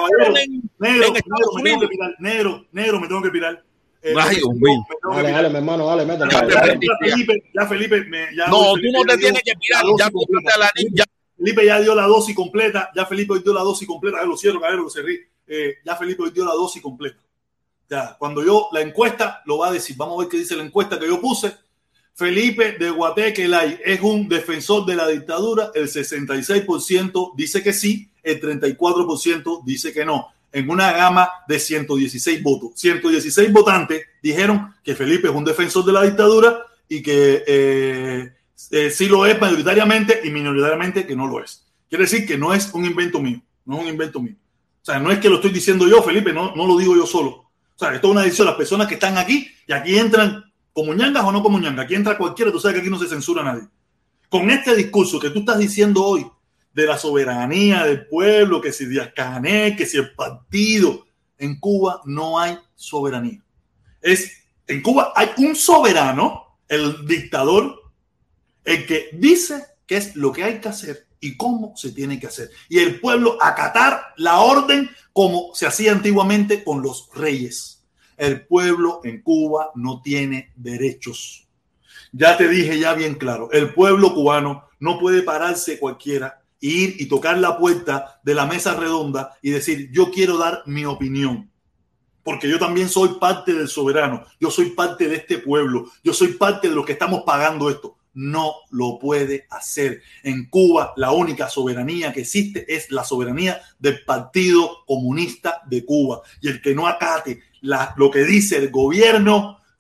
Negro, me tengo que pirar. Ay, Dios mío. Dale, mi hermano, dale, métale. Ya Felipe, no, tú no te tienes que pirar. Felipe ya dio la dosis completa. Ya Felipe dio la dosis completa. Lo cierro, lo cerré. Ya Felipe dio la dosis completa. Ya, cuando la encuesta lo va a decir. Vamos a ver qué dice la encuesta que yo puse. Felipe de Guatequelay es un defensor de la dictadura. El 66% dice que sí, el 34% dice que no. En una gama de 116 votos. 116 votantes dijeron que Felipe es un defensor de la dictadura y que sí lo es mayoritariamente y minoritariamente que no lo es. Quiere decir que no es un invento mío. No es un invento mío. O sea, no es que lo estoy diciendo yo, Felipe, no lo digo yo solo. O sea, esto es una decisión de las personas que están aquí y aquí entran como ñangas o no como ñangas. Aquí entra cualquiera, tú sabes que aquí no se censura a nadie. Con este discurso que tú estás diciendo hoy de la soberanía del pueblo, que si Díaz Canel, que si el partido, en Cuba no hay soberanía. En Cuba hay un soberano, el dictador, el que dice qué es lo que hay que hacer y cómo se tiene que hacer. Y el pueblo acatar la orden como se hacía antiguamente con los reyes. El pueblo en Cuba no tiene derechos. Ya te dije ya bien claro, el pueblo cubano no puede pararse cualquiera, ir y tocar la puerta de la mesa redonda y decir, yo quiero dar mi opinión. Porque yo también soy parte del soberano, yo soy parte de este pueblo, yo soy parte de los que estamos pagando esto. No lo puede hacer. En Cuba la única soberanía que existe es la soberanía del Partido Comunista de Cuba. Y el que no acate lo que dice el gobierno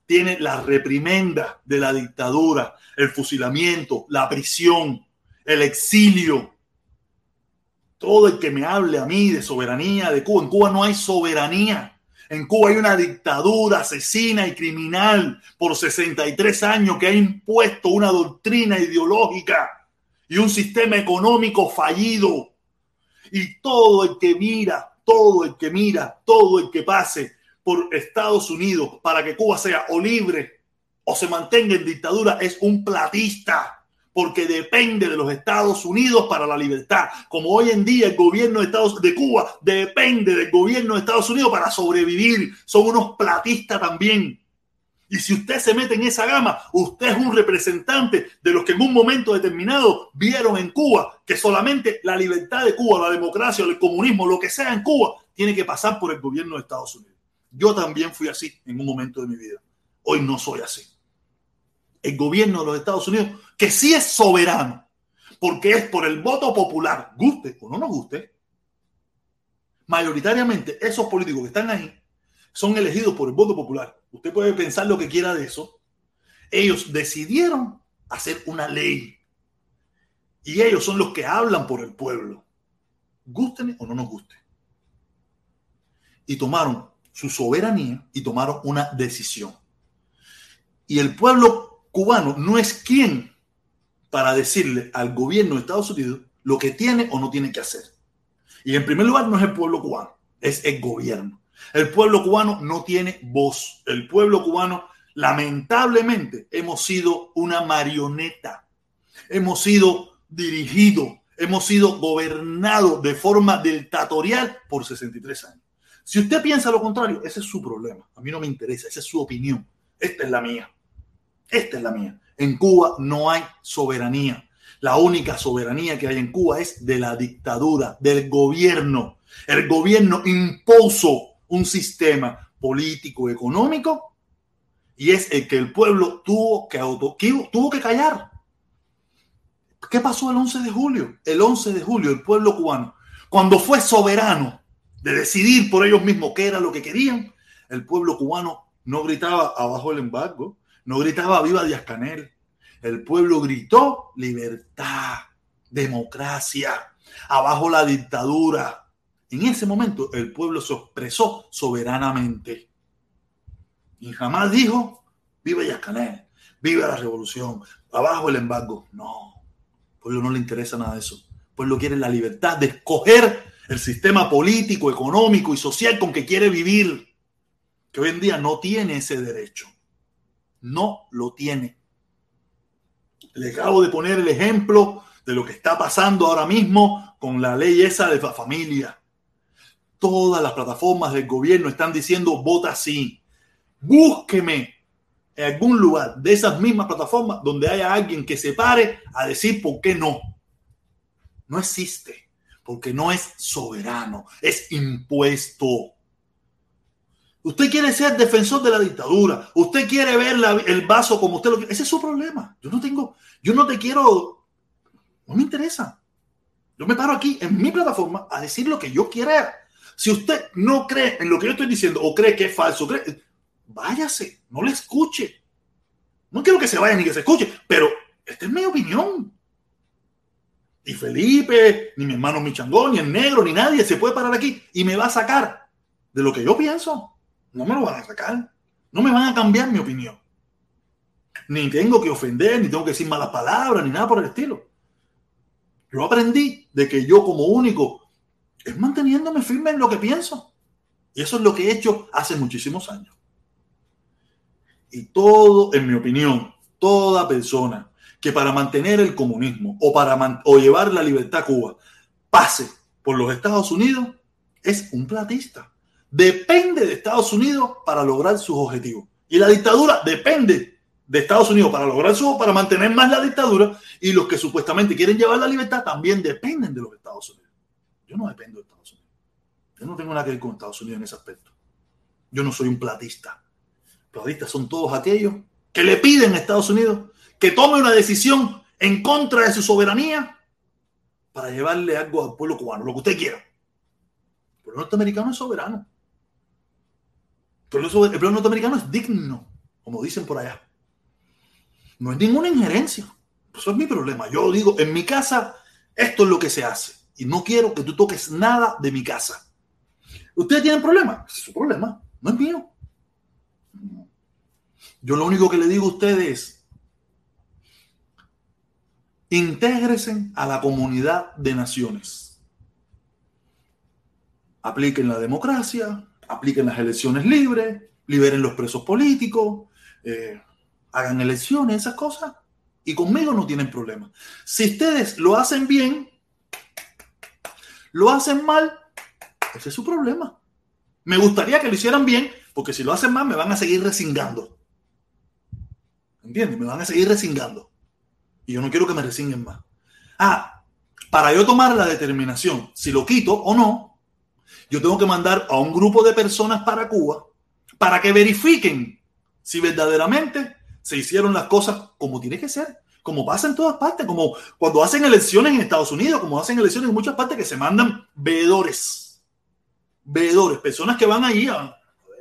tiene la reprimenda de la dictadura, el fusilamiento, la prisión, el exilio. Todo el que me hable a mí de soberanía de Cuba, en Cuba no hay soberanía. En Cuba hay una dictadura asesina y criminal por 63 años que ha impuesto una doctrina ideológica y un sistema económico fallido. Y todo el que mira, todo el que pase por Estados Unidos para que Cuba sea o libre o se mantenga en dictadura es un platista, porque depende de los Estados Unidos para la libertad. Como hoy en día el gobierno de Cuba depende del gobierno de Estados Unidos para sobrevivir. Son unos platistas también. Y si usted se mete en esa gama, usted es un representante de los que en un momento determinado vieron en Cuba que solamente la libertad de Cuba, la democracia, el comunismo, lo que sea en Cuba, tiene que pasar por el gobierno de Estados Unidos. Yo también fui así en un momento de mi vida. Hoy no soy así. El gobierno de los Estados Unidos, que sí es soberano, porque es por el voto popular, guste o no nos guste, mayoritariamente esos políticos que están ahí son elegidos por el voto popular. Usted puede pensar lo que quiera de eso. Ellos decidieron hacer una ley y ellos son los que hablan por el pueblo, gusten o no nos guste. Y tomaron su soberanía y tomaron una decisión. Y el pueblo cubano no es quien para decirle al gobierno de Estados Unidos lo que tiene o no tiene que hacer. Y en primer lugar no es el pueblo cubano, es el gobierno. El pueblo cubano no tiene voz. El pueblo cubano, lamentablemente, hemos sido una marioneta. Hemos sido dirigidos, hemos sido gobernados de forma dictatorial por 63 años. Si usted piensa lo contrario, ese es su problema. A mí no me interesa, esa es su opinión. Esta es la mía. Esta es la mía. En Cuba no hay soberanía. La única soberanía que hay en Cuba es de la dictadura, del gobierno. El gobierno impuso un sistema político, económico, y es el que el pueblo tuvo que callar. ¿Qué pasó el 11 de julio? El 11 de julio, el pueblo cubano, cuando fue soberano de decidir por ellos mismos qué era lo que querían, el pueblo cubano no gritaba abajo el embargo, no gritaba viva Díaz-Canel. El pueblo gritó libertad, democracia, abajo la dictadura. En ese momento el pueblo se expresó soberanamente y jamás dijo viva Díaz-Canel, viva la revolución, abajo el embargo. No, al pueblo no le interesa nada de eso. El pueblo quiere la libertad de escoger el sistema político, económico y social con que quiere vivir, que hoy en día no tiene ese derecho. No lo tiene. Le acabo de poner el ejemplo de lo que está pasando ahora mismo con la ley esa de la familia. Todas las plataformas del gobierno están diciendo vota sí. Búsqueme en algún lugar de esas mismas plataformas donde haya alguien que se pare a decir por qué no. No existe, porque no es soberano, es impuesto. Usted quiere ser defensor de la dictadura. Usted quiere ver el vaso como usted lo quiere. Ese es su problema. Yo no te quiero. No me interesa. Yo me paro aquí en mi plataforma a decir lo que yo quiera. Si usted no cree en lo que yo estoy diciendo o cree que es falso, váyase. No le escuche. No quiero que se vaya ni que se escuche, pero esta es mi opinión. Y Felipe, ni mi hermano Michangón, ni el negro, ni nadie se puede parar aquí y me va a sacar de lo que yo pienso. No me lo van a sacar. No me van a cambiar mi opinión. Ni tengo que ofender, ni tengo que decir malas palabras, ni nada por el estilo. Yo aprendí de que yo como único es manteniéndome firme en lo que pienso. Y eso es lo que he hecho hace muchísimos años. Y todo, en mi opinión, toda persona que para mantener el comunismo o llevar la libertad a Cuba pase por los Estados Unidos es un platista. Depende de Estados Unidos para lograr sus objetivos. Y la dictadura depende de Estados Unidos para mantener más la dictadura, y los que supuestamente quieren llevar la libertad también dependen de los Estados Unidos. Yo no dependo de Estados Unidos. Yo no tengo nada que ver con Estados Unidos en ese aspecto. Yo no soy un platista. Platistas son todos aquellos que le piden a Estados Unidos que tome una decisión en contra de su soberanía para llevarle algo al pueblo cubano, lo que usted quiera. El norteamericano es soberano. Pero el pueblo norteamericano es digno, como dicen por allá. No es ninguna injerencia. Eso es mi problema. Yo digo, en mi casa, esto es lo que se hace. Y no quiero que tú toques nada de mi casa. ¿Ustedes tienen problemas? Es su problema, no es mío. Yo lo único que le digo a ustedes es, intégresen a la comunidad de naciones. Apliquen la democracia, apliquen las elecciones libres, liberen los presos políticos, hagan elecciones, esas cosas, y conmigo no tienen problema. Si ustedes lo hacen bien, lo hacen mal, ese es su problema. Me gustaría que lo hicieran bien, porque si lo hacen mal me van a seguir resingando. ¿Entiendes? Me van a seguir resingando. Y yo no quiero que me resinguen más. Para yo tomar la determinación, si lo quito o no, yo tengo que mandar a un grupo de personas para Cuba para que verifiquen si verdaderamente se hicieron las cosas como tiene que ser, como pasa en todas partes, como cuando hacen elecciones en Estados Unidos, como hacen elecciones en muchas partes, que se mandan veedores, personas que van ahí a...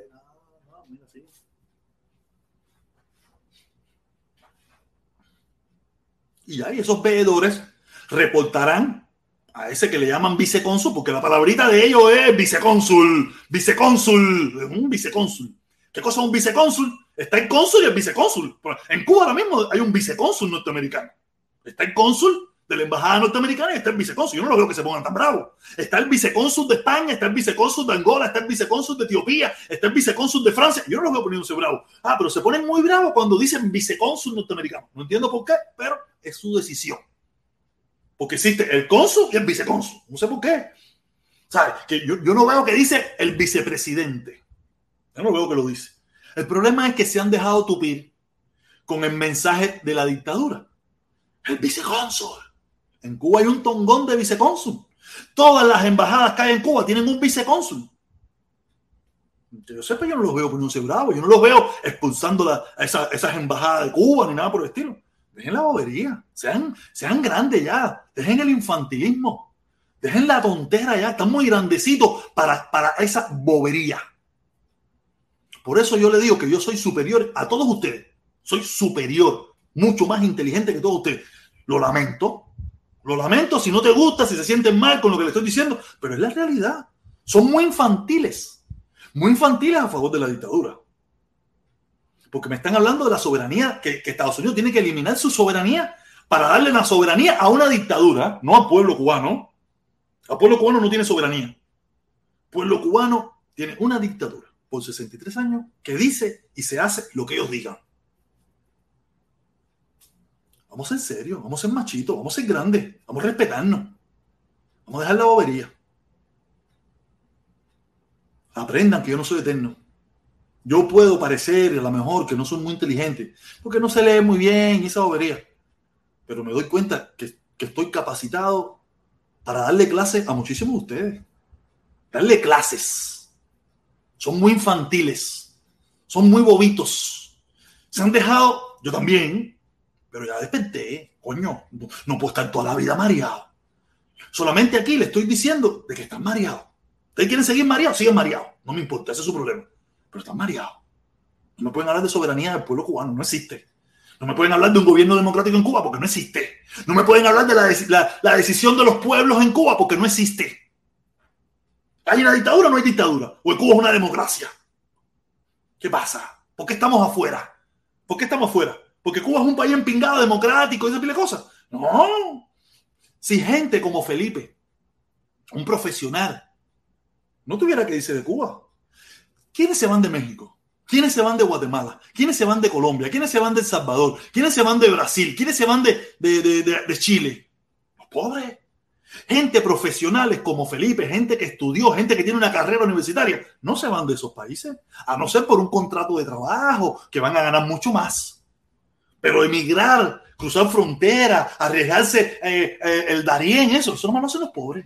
Y ahí esos veedores reportarán a ese que le llaman vicecónsul, porque la palabrita de ellos es vicecónsul. Un vicecónsul. ¿Qué cosa es un vicecónsul? Está el cónsul y el vicecónsul. En Cuba ahora mismo hay un vicecónsul norteamericano. Está el cónsul de la embajada norteamericana y está el vicecónsul. Yo no lo veo que se pongan tan bravos. Está el vicecónsul de España, está el vicecónsul de Angola, está el vicecónsul de Etiopía, está el vicecónsul de Francia. Yo no los veo poniéndose bravos. Pero se ponen muy bravos cuando dicen vicecónsul norteamericano. No entiendo por qué, pero es su decisión. Porque existe el cónsul y el vicecónsul. No sé por qué. ¿Sabes? Que yo no veo que dice el vicepresidente. Yo no veo que lo dice. El problema es que se han dejado tupir con el mensaje de la dictadura. El vicecónsul. En Cuba hay un tongón de vicecónsul. Todas las embajadas que hay en Cuba tienen un vicecónsul. Yo sé, pero yo no los veo poniéndose bravos. Yo no los veo expulsando a esas embajadas de Cuba ni nada por el estilo. Dejen la bobería. Sean grandes ya. Dejen el infantilismo. Dejen la tontera ya. Están muy grandecitos para esa bobería. Por eso yo le digo que yo soy superior a todos ustedes. Soy superior. Mucho más inteligente que todos ustedes. Lo lamento. Lo lamento si no te gusta, si se sienten mal con lo que le estoy diciendo. Pero es la realidad. Son muy infantiles. Muy infantiles a favor de la dictadura. Porque me están hablando de la soberanía, que Estados Unidos tiene que eliminar su soberanía para darle la soberanía a una dictadura, no al pueblo cubano. El pueblo cubano no tiene soberanía. El pueblo cubano tiene una dictadura por 63 años que dice y se hace lo que ellos digan. Vamos a ser serios, vamos a ser machitos, vamos a ser grandes, vamos a respetarnos. Vamos a dejar la bobería. Aprendan que yo no soy eterno. Yo puedo parecer a lo mejor que no soy muy inteligente, porque no se lee muy bien esa bobería. Pero me doy cuenta que estoy capacitado para darle clases a muchísimos de ustedes. Darle clases. Son muy infantiles. Son muy bobitos. Se han dejado, yo también, pero ya desperté. Coño, no puedo estar toda la vida mareado. Solamente aquí le estoy diciendo de que están mareados. ¿Ustedes quieren seguir mareados? Sigan mareados. No me importa, ese es su problema. Pero están mareados. No me pueden hablar de soberanía del pueblo cubano, no existe. No me pueden hablar de un gobierno democrático en Cuba porque no existe. No me pueden hablar de la decisión de los pueblos en Cuba porque no existe. ¿Hay una dictadura o no hay dictadura? ¿O en Cuba es una democracia? ¿Qué pasa? ¿Por qué estamos afuera? ¿Por qué estamos afuera? ¿Porque Cuba es un país empingado, democrático y esa pila de cosas? No. Si gente como Felipe, un profesional, no tuviera que irse de Cuba, ¿quiénes se van de México? ¿Quiénes se van de Guatemala? ¿Quiénes se van de Colombia? ¿Quiénes se van de El Salvador? ¿Quiénes se van de Brasil? ¿Quiénes se van de Chile? Los pobres. Gente profesionales como Felipe, gente que estudió, gente que tiene una carrera universitaria, no se van de esos países, a no ser por un contrato de trabajo, que van a ganar mucho más. Pero emigrar, cruzar frontera, arriesgarse el Darién, eso nomás no hacen los pobres.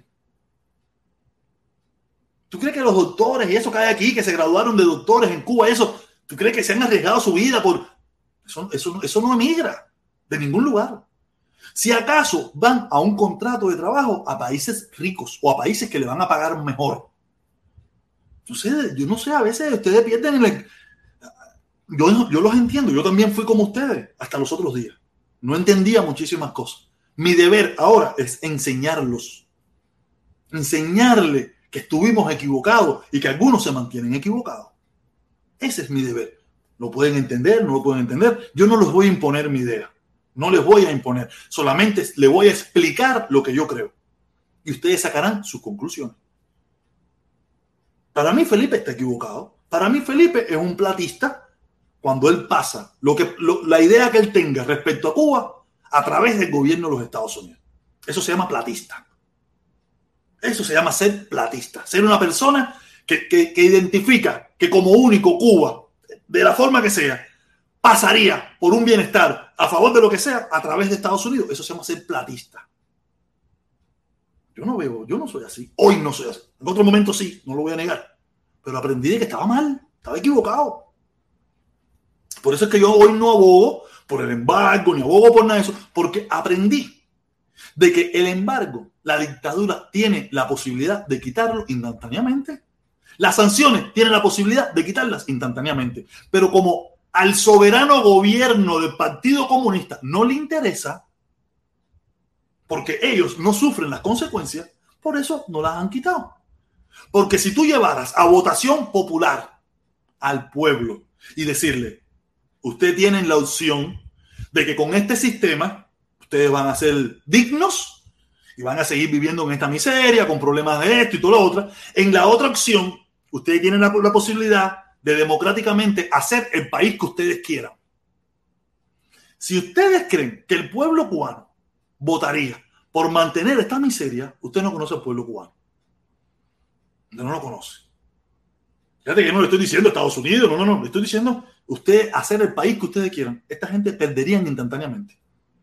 ¿Tú crees que los doctores y eso que hay aquí, que se graduaron de doctores en Cuba, eso, tú crees que se han arriesgado su vida por... Eso no emigra de ningún lugar. Si acaso van a un contrato de trabajo a países ricos o a países que le van a pagar mejor. Entonces, yo no sé, a veces ustedes pierden yo los entiendo. Yo también fui como ustedes hasta los otros días. No entendía muchísimas cosas. Mi deber ahora es enseñarles que estuvimos equivocados y que algunos se mantienen equivocados. Ese es mi deber. Lo pueden entender, no lo pueden entender. Yo no les voy a imponer mi idea. No les voy a imponer. Solamente les voy a explicar lo que yo creo. Y ustedes sacarán sus conclusiones. Para mí Felipe está equivocado. Para mí Felipe es un platista cuando él pasa la idea que él tenga respecto a Cuba a través del gobierno de los Estados Unidos. Eso se llama platista. Eso se llama ser platista. Ser una persona que identifica que como único Cuba, de la forma que sea, pasaría por un bienestar a favor de lo que sea a través de Estados Unidos. Eso se llama ser platista. Yo no soy así. Hoy no soy así. En otro momento sí, no lo voy a negar. Pero aprendí de que estaba mal, estaba equivocado. Por eso es que yo hoy no abogo por el embargo, ni abogo por nada de eso, porque aprendí de que el embargo, la dictadura tiene la posibilidad de quitarlo instantáneamente. Las sanciones tienen la posibilidad de quitarlas instantáneamente. Pero como al soberano gobierno del Partido Comunista no le interesa, porque ellos no sufren las consecuencias, por eso no las han quitado. Porque si tú llevaras a votación popular al pueblo y decirle, ustedes tienen la opción de que con este sistema ustedes van a ser dignos y van a seguir viviendo en esta miseria, con problemas de esto y todo lo otro. En la otra opción, ustedes tienen la posibilidad de democráticamente hacer el país que ustedes quieran. Si ustedes creen que el pueblo cubano votaría por mantener esta miseria, usted no conoce al pueblo cubano. Usted no lo conoce. Fíjate que no le estoy diciendo Estados Unidos, no, le estoy diciendo usted hacer el país que ustedes quieran. Esta gente perderían instantáneamente.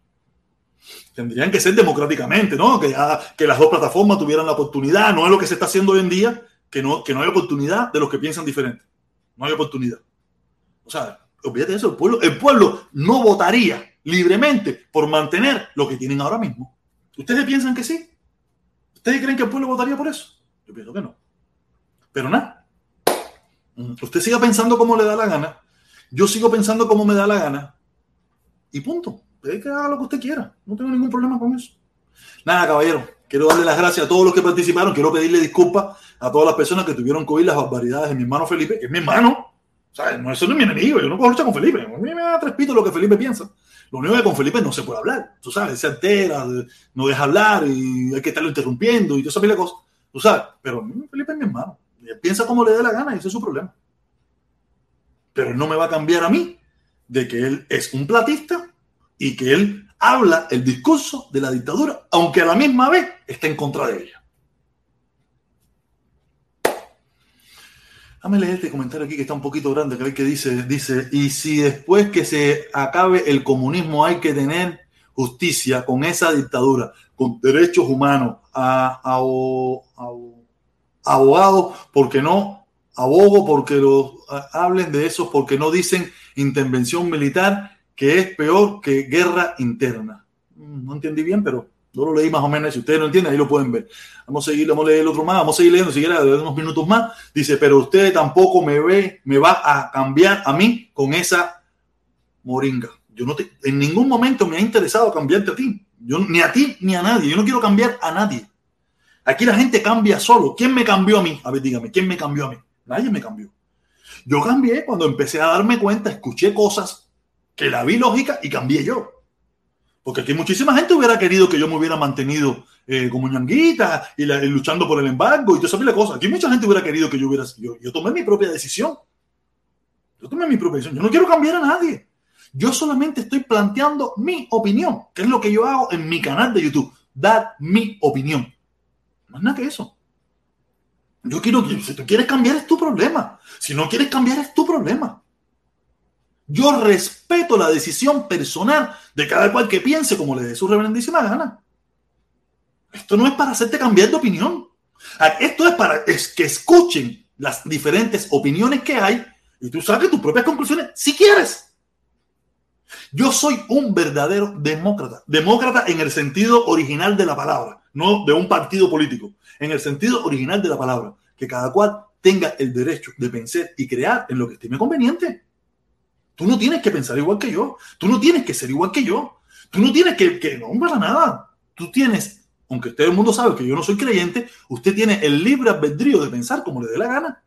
Tendrían que ser democráticamente, ¿no? Que las dos plataformas tuvieran la oportunidad. No es lo que se está haciendo hoy en día, que no hay oportunidad de los que piensan diferente. No hay oportunidad. O sea, olvídate de eso. El pueblo no votaría libremente por mantener lo que tienen ahora mismo. ¿Ustedes piensan que sí? ¿Ustedes creen que el pueblo votaría por eso? Yo pienso que no. Pero nada. Usted siga pensando como le da la gana. Yo sigo pensando como me da la gana. Y punto. Usted que haga lo que usted quiera. No tengo ningún problema con eso. Nada, caballero. Quiero darle las gracias a todos los que participaron. Quiero pedirle disculpas a todas las personas que tuvieron que oír las barbaridades de mi hermano Felipe, que es mi hermano. ¿Sabes? No, eso no es mi enemigo. Yo no puedo luchar con Felipe. A mí me da tres pitos lo que Felipe piensa. Lo único que con Felipe no se puede hablar. Tú sabes, se altera, no deja hablar y hay que estarlo interrumpiendo y toda esa pila de cosas. Tú sabes. Pero Felipe es mi hermano. Y él piensa como le dé la gana y ese es su problema. Pero él no me va a cambiar a mí de que él es un platista y que él habla el discurso de la dictadura, aunque a la misma vez está en contra de ella. Déjame leer este comentario aquí que está un poquito grande, que a ver qué dice, y si después que se acabe el comunismo hay que tener justicia con esa dictadura, con derechos humanos, abogados, porque no abogo porque los hablen de eso, porque no dicen intervención militar, que es peor que guerra interna. No entendí bien, pero yo lo leí más o menos. Si ustedes no entienden, ahí lo pueden ver. Vamos a leer el otro más, vamos a seguir leyendo, si quieren, unos minutos más. Dice, pero usted tampoco me va a cambiar a mí con esa moringa. En ningún momento me ha interesado cambiarte a ti. Ni a ti, ni a nadie. Yo no quiero cambiar a nadie. Aquí la gente cambia solo. ¿Quién me cambió a mí? A ver, dígame, ¿quién me cambió a mí? Nadie me cambió. Yo cambié cuando empecé a darme cuenta, escuché cosas que la vi lógica y cambié yo. Porque aquí muchísima gente hubiera querido que yo me hubiera mantenido como ñanguita y luchando por el embargo y toda esa pila de cosas. Aquí mucha gente hubiera querido que yo tomé mi propia decisión. Yo no quiero cambiar a nadie. Yo solamente estoy planteando mi opinión, que es lo que yo hago en mi canal de YouTube. Dar mi opinión. Más nada que eso. Yo quiero que si tú quieres cambiar es tu problema. Si no quieres cambiar es tu problema. Yo respeto la decisión personal de cada cual que piense como le dé su reverendísima gana. Esto no es para hacerte cambiar de opinión. Esto es para que escuchen las diferentes opiniones que hay y tú saques tus propias conclusiones si quieres. Yo soy un verdadero demócrata. Demócrata en el sentido original de la palabra, no de un partido político. En el sentido original de la palabra. Que cada cual tenga el derecho de pensar y crear en lo que estime conveniente. Tú no tienes que pensar igual que yo. Tú no tienes que ser igual que yo. Tú no tienes que no, para nada. Tú tienes, aunque todo el mundo sabe que yo no soy creyente, usted tiene el libre albedrío de pensar como le dé la gana.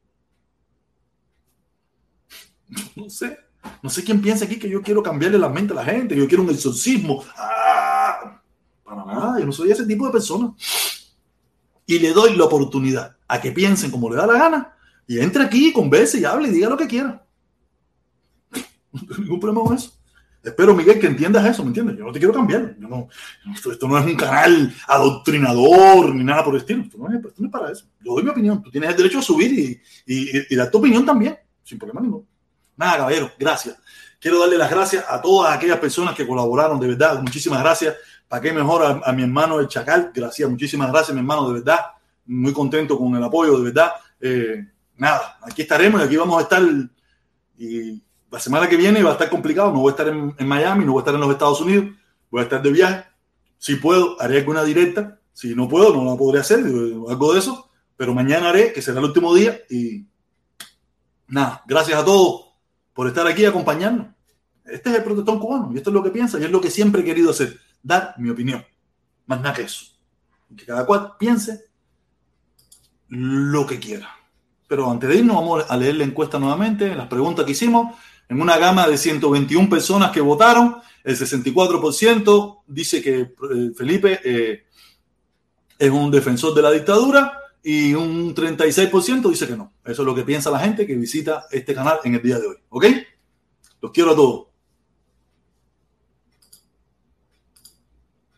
No sé quién piensa aquí que yo quiero cambiarle la mente a la gente, que yo quiero un exorcismo. Para nada, yo no soy ese tipo de persona. Y le doy la oportunidad a que piensen como le da la gana y entre aquí, converse y hable y diga lo que quiera. No tengo ningún problema con eso. Espero, Miguel, que entiendas eso, ¿me entiendes? Yo no te quiero cambiar. Esto no es un canal adoctrinador ni nada por el estilo. Esto no es para eso. Yo doy mi opinión. Tú tienes el derecho a subir y dar tu opinión también, sin problema ninguno. Nada, caballero, gracias. Quiero darle las gracias a todas aquellas personas que colaboraron, de verdad. Muchísimas gracias. ¿Para qué mejor a mi hermano el Chacal? Gracias, muchísimas gracias, mi hermano, de verdad. Muy contento con el apoyo, de verdad. Nada, aquí estaremos y aquí vamos a estar. Y la semana que viene va a estar complicado. No voy a estar en Miami, no voy a estar en los Estados Unidos. Voy a estar de viaje. Si puedo, haré alguna directa. Si no puedo, no la podré hacer. Algo de eso. Pero mañana haré, que será el último día. Y nada, gracias a todos por estar aquí y acompañarnos. Este es el protestón cubano y esto es lo que piensa y es lo que siempre he querido hacer, dar mi opinión, más nada que eso, que cada cual piense lo que quiera. Pero antes de irnos vamos a leer la encuesta nuevamente, las preguntas que hicimos. En una gama de 121 personas que votaron, el 64% dice que Felipe es un defensor de la dictadura y un 36% dice que no. Eso es lo que piensa la gente que visita este canal en el día de hoy. ¿Ok? Los quiero a todos.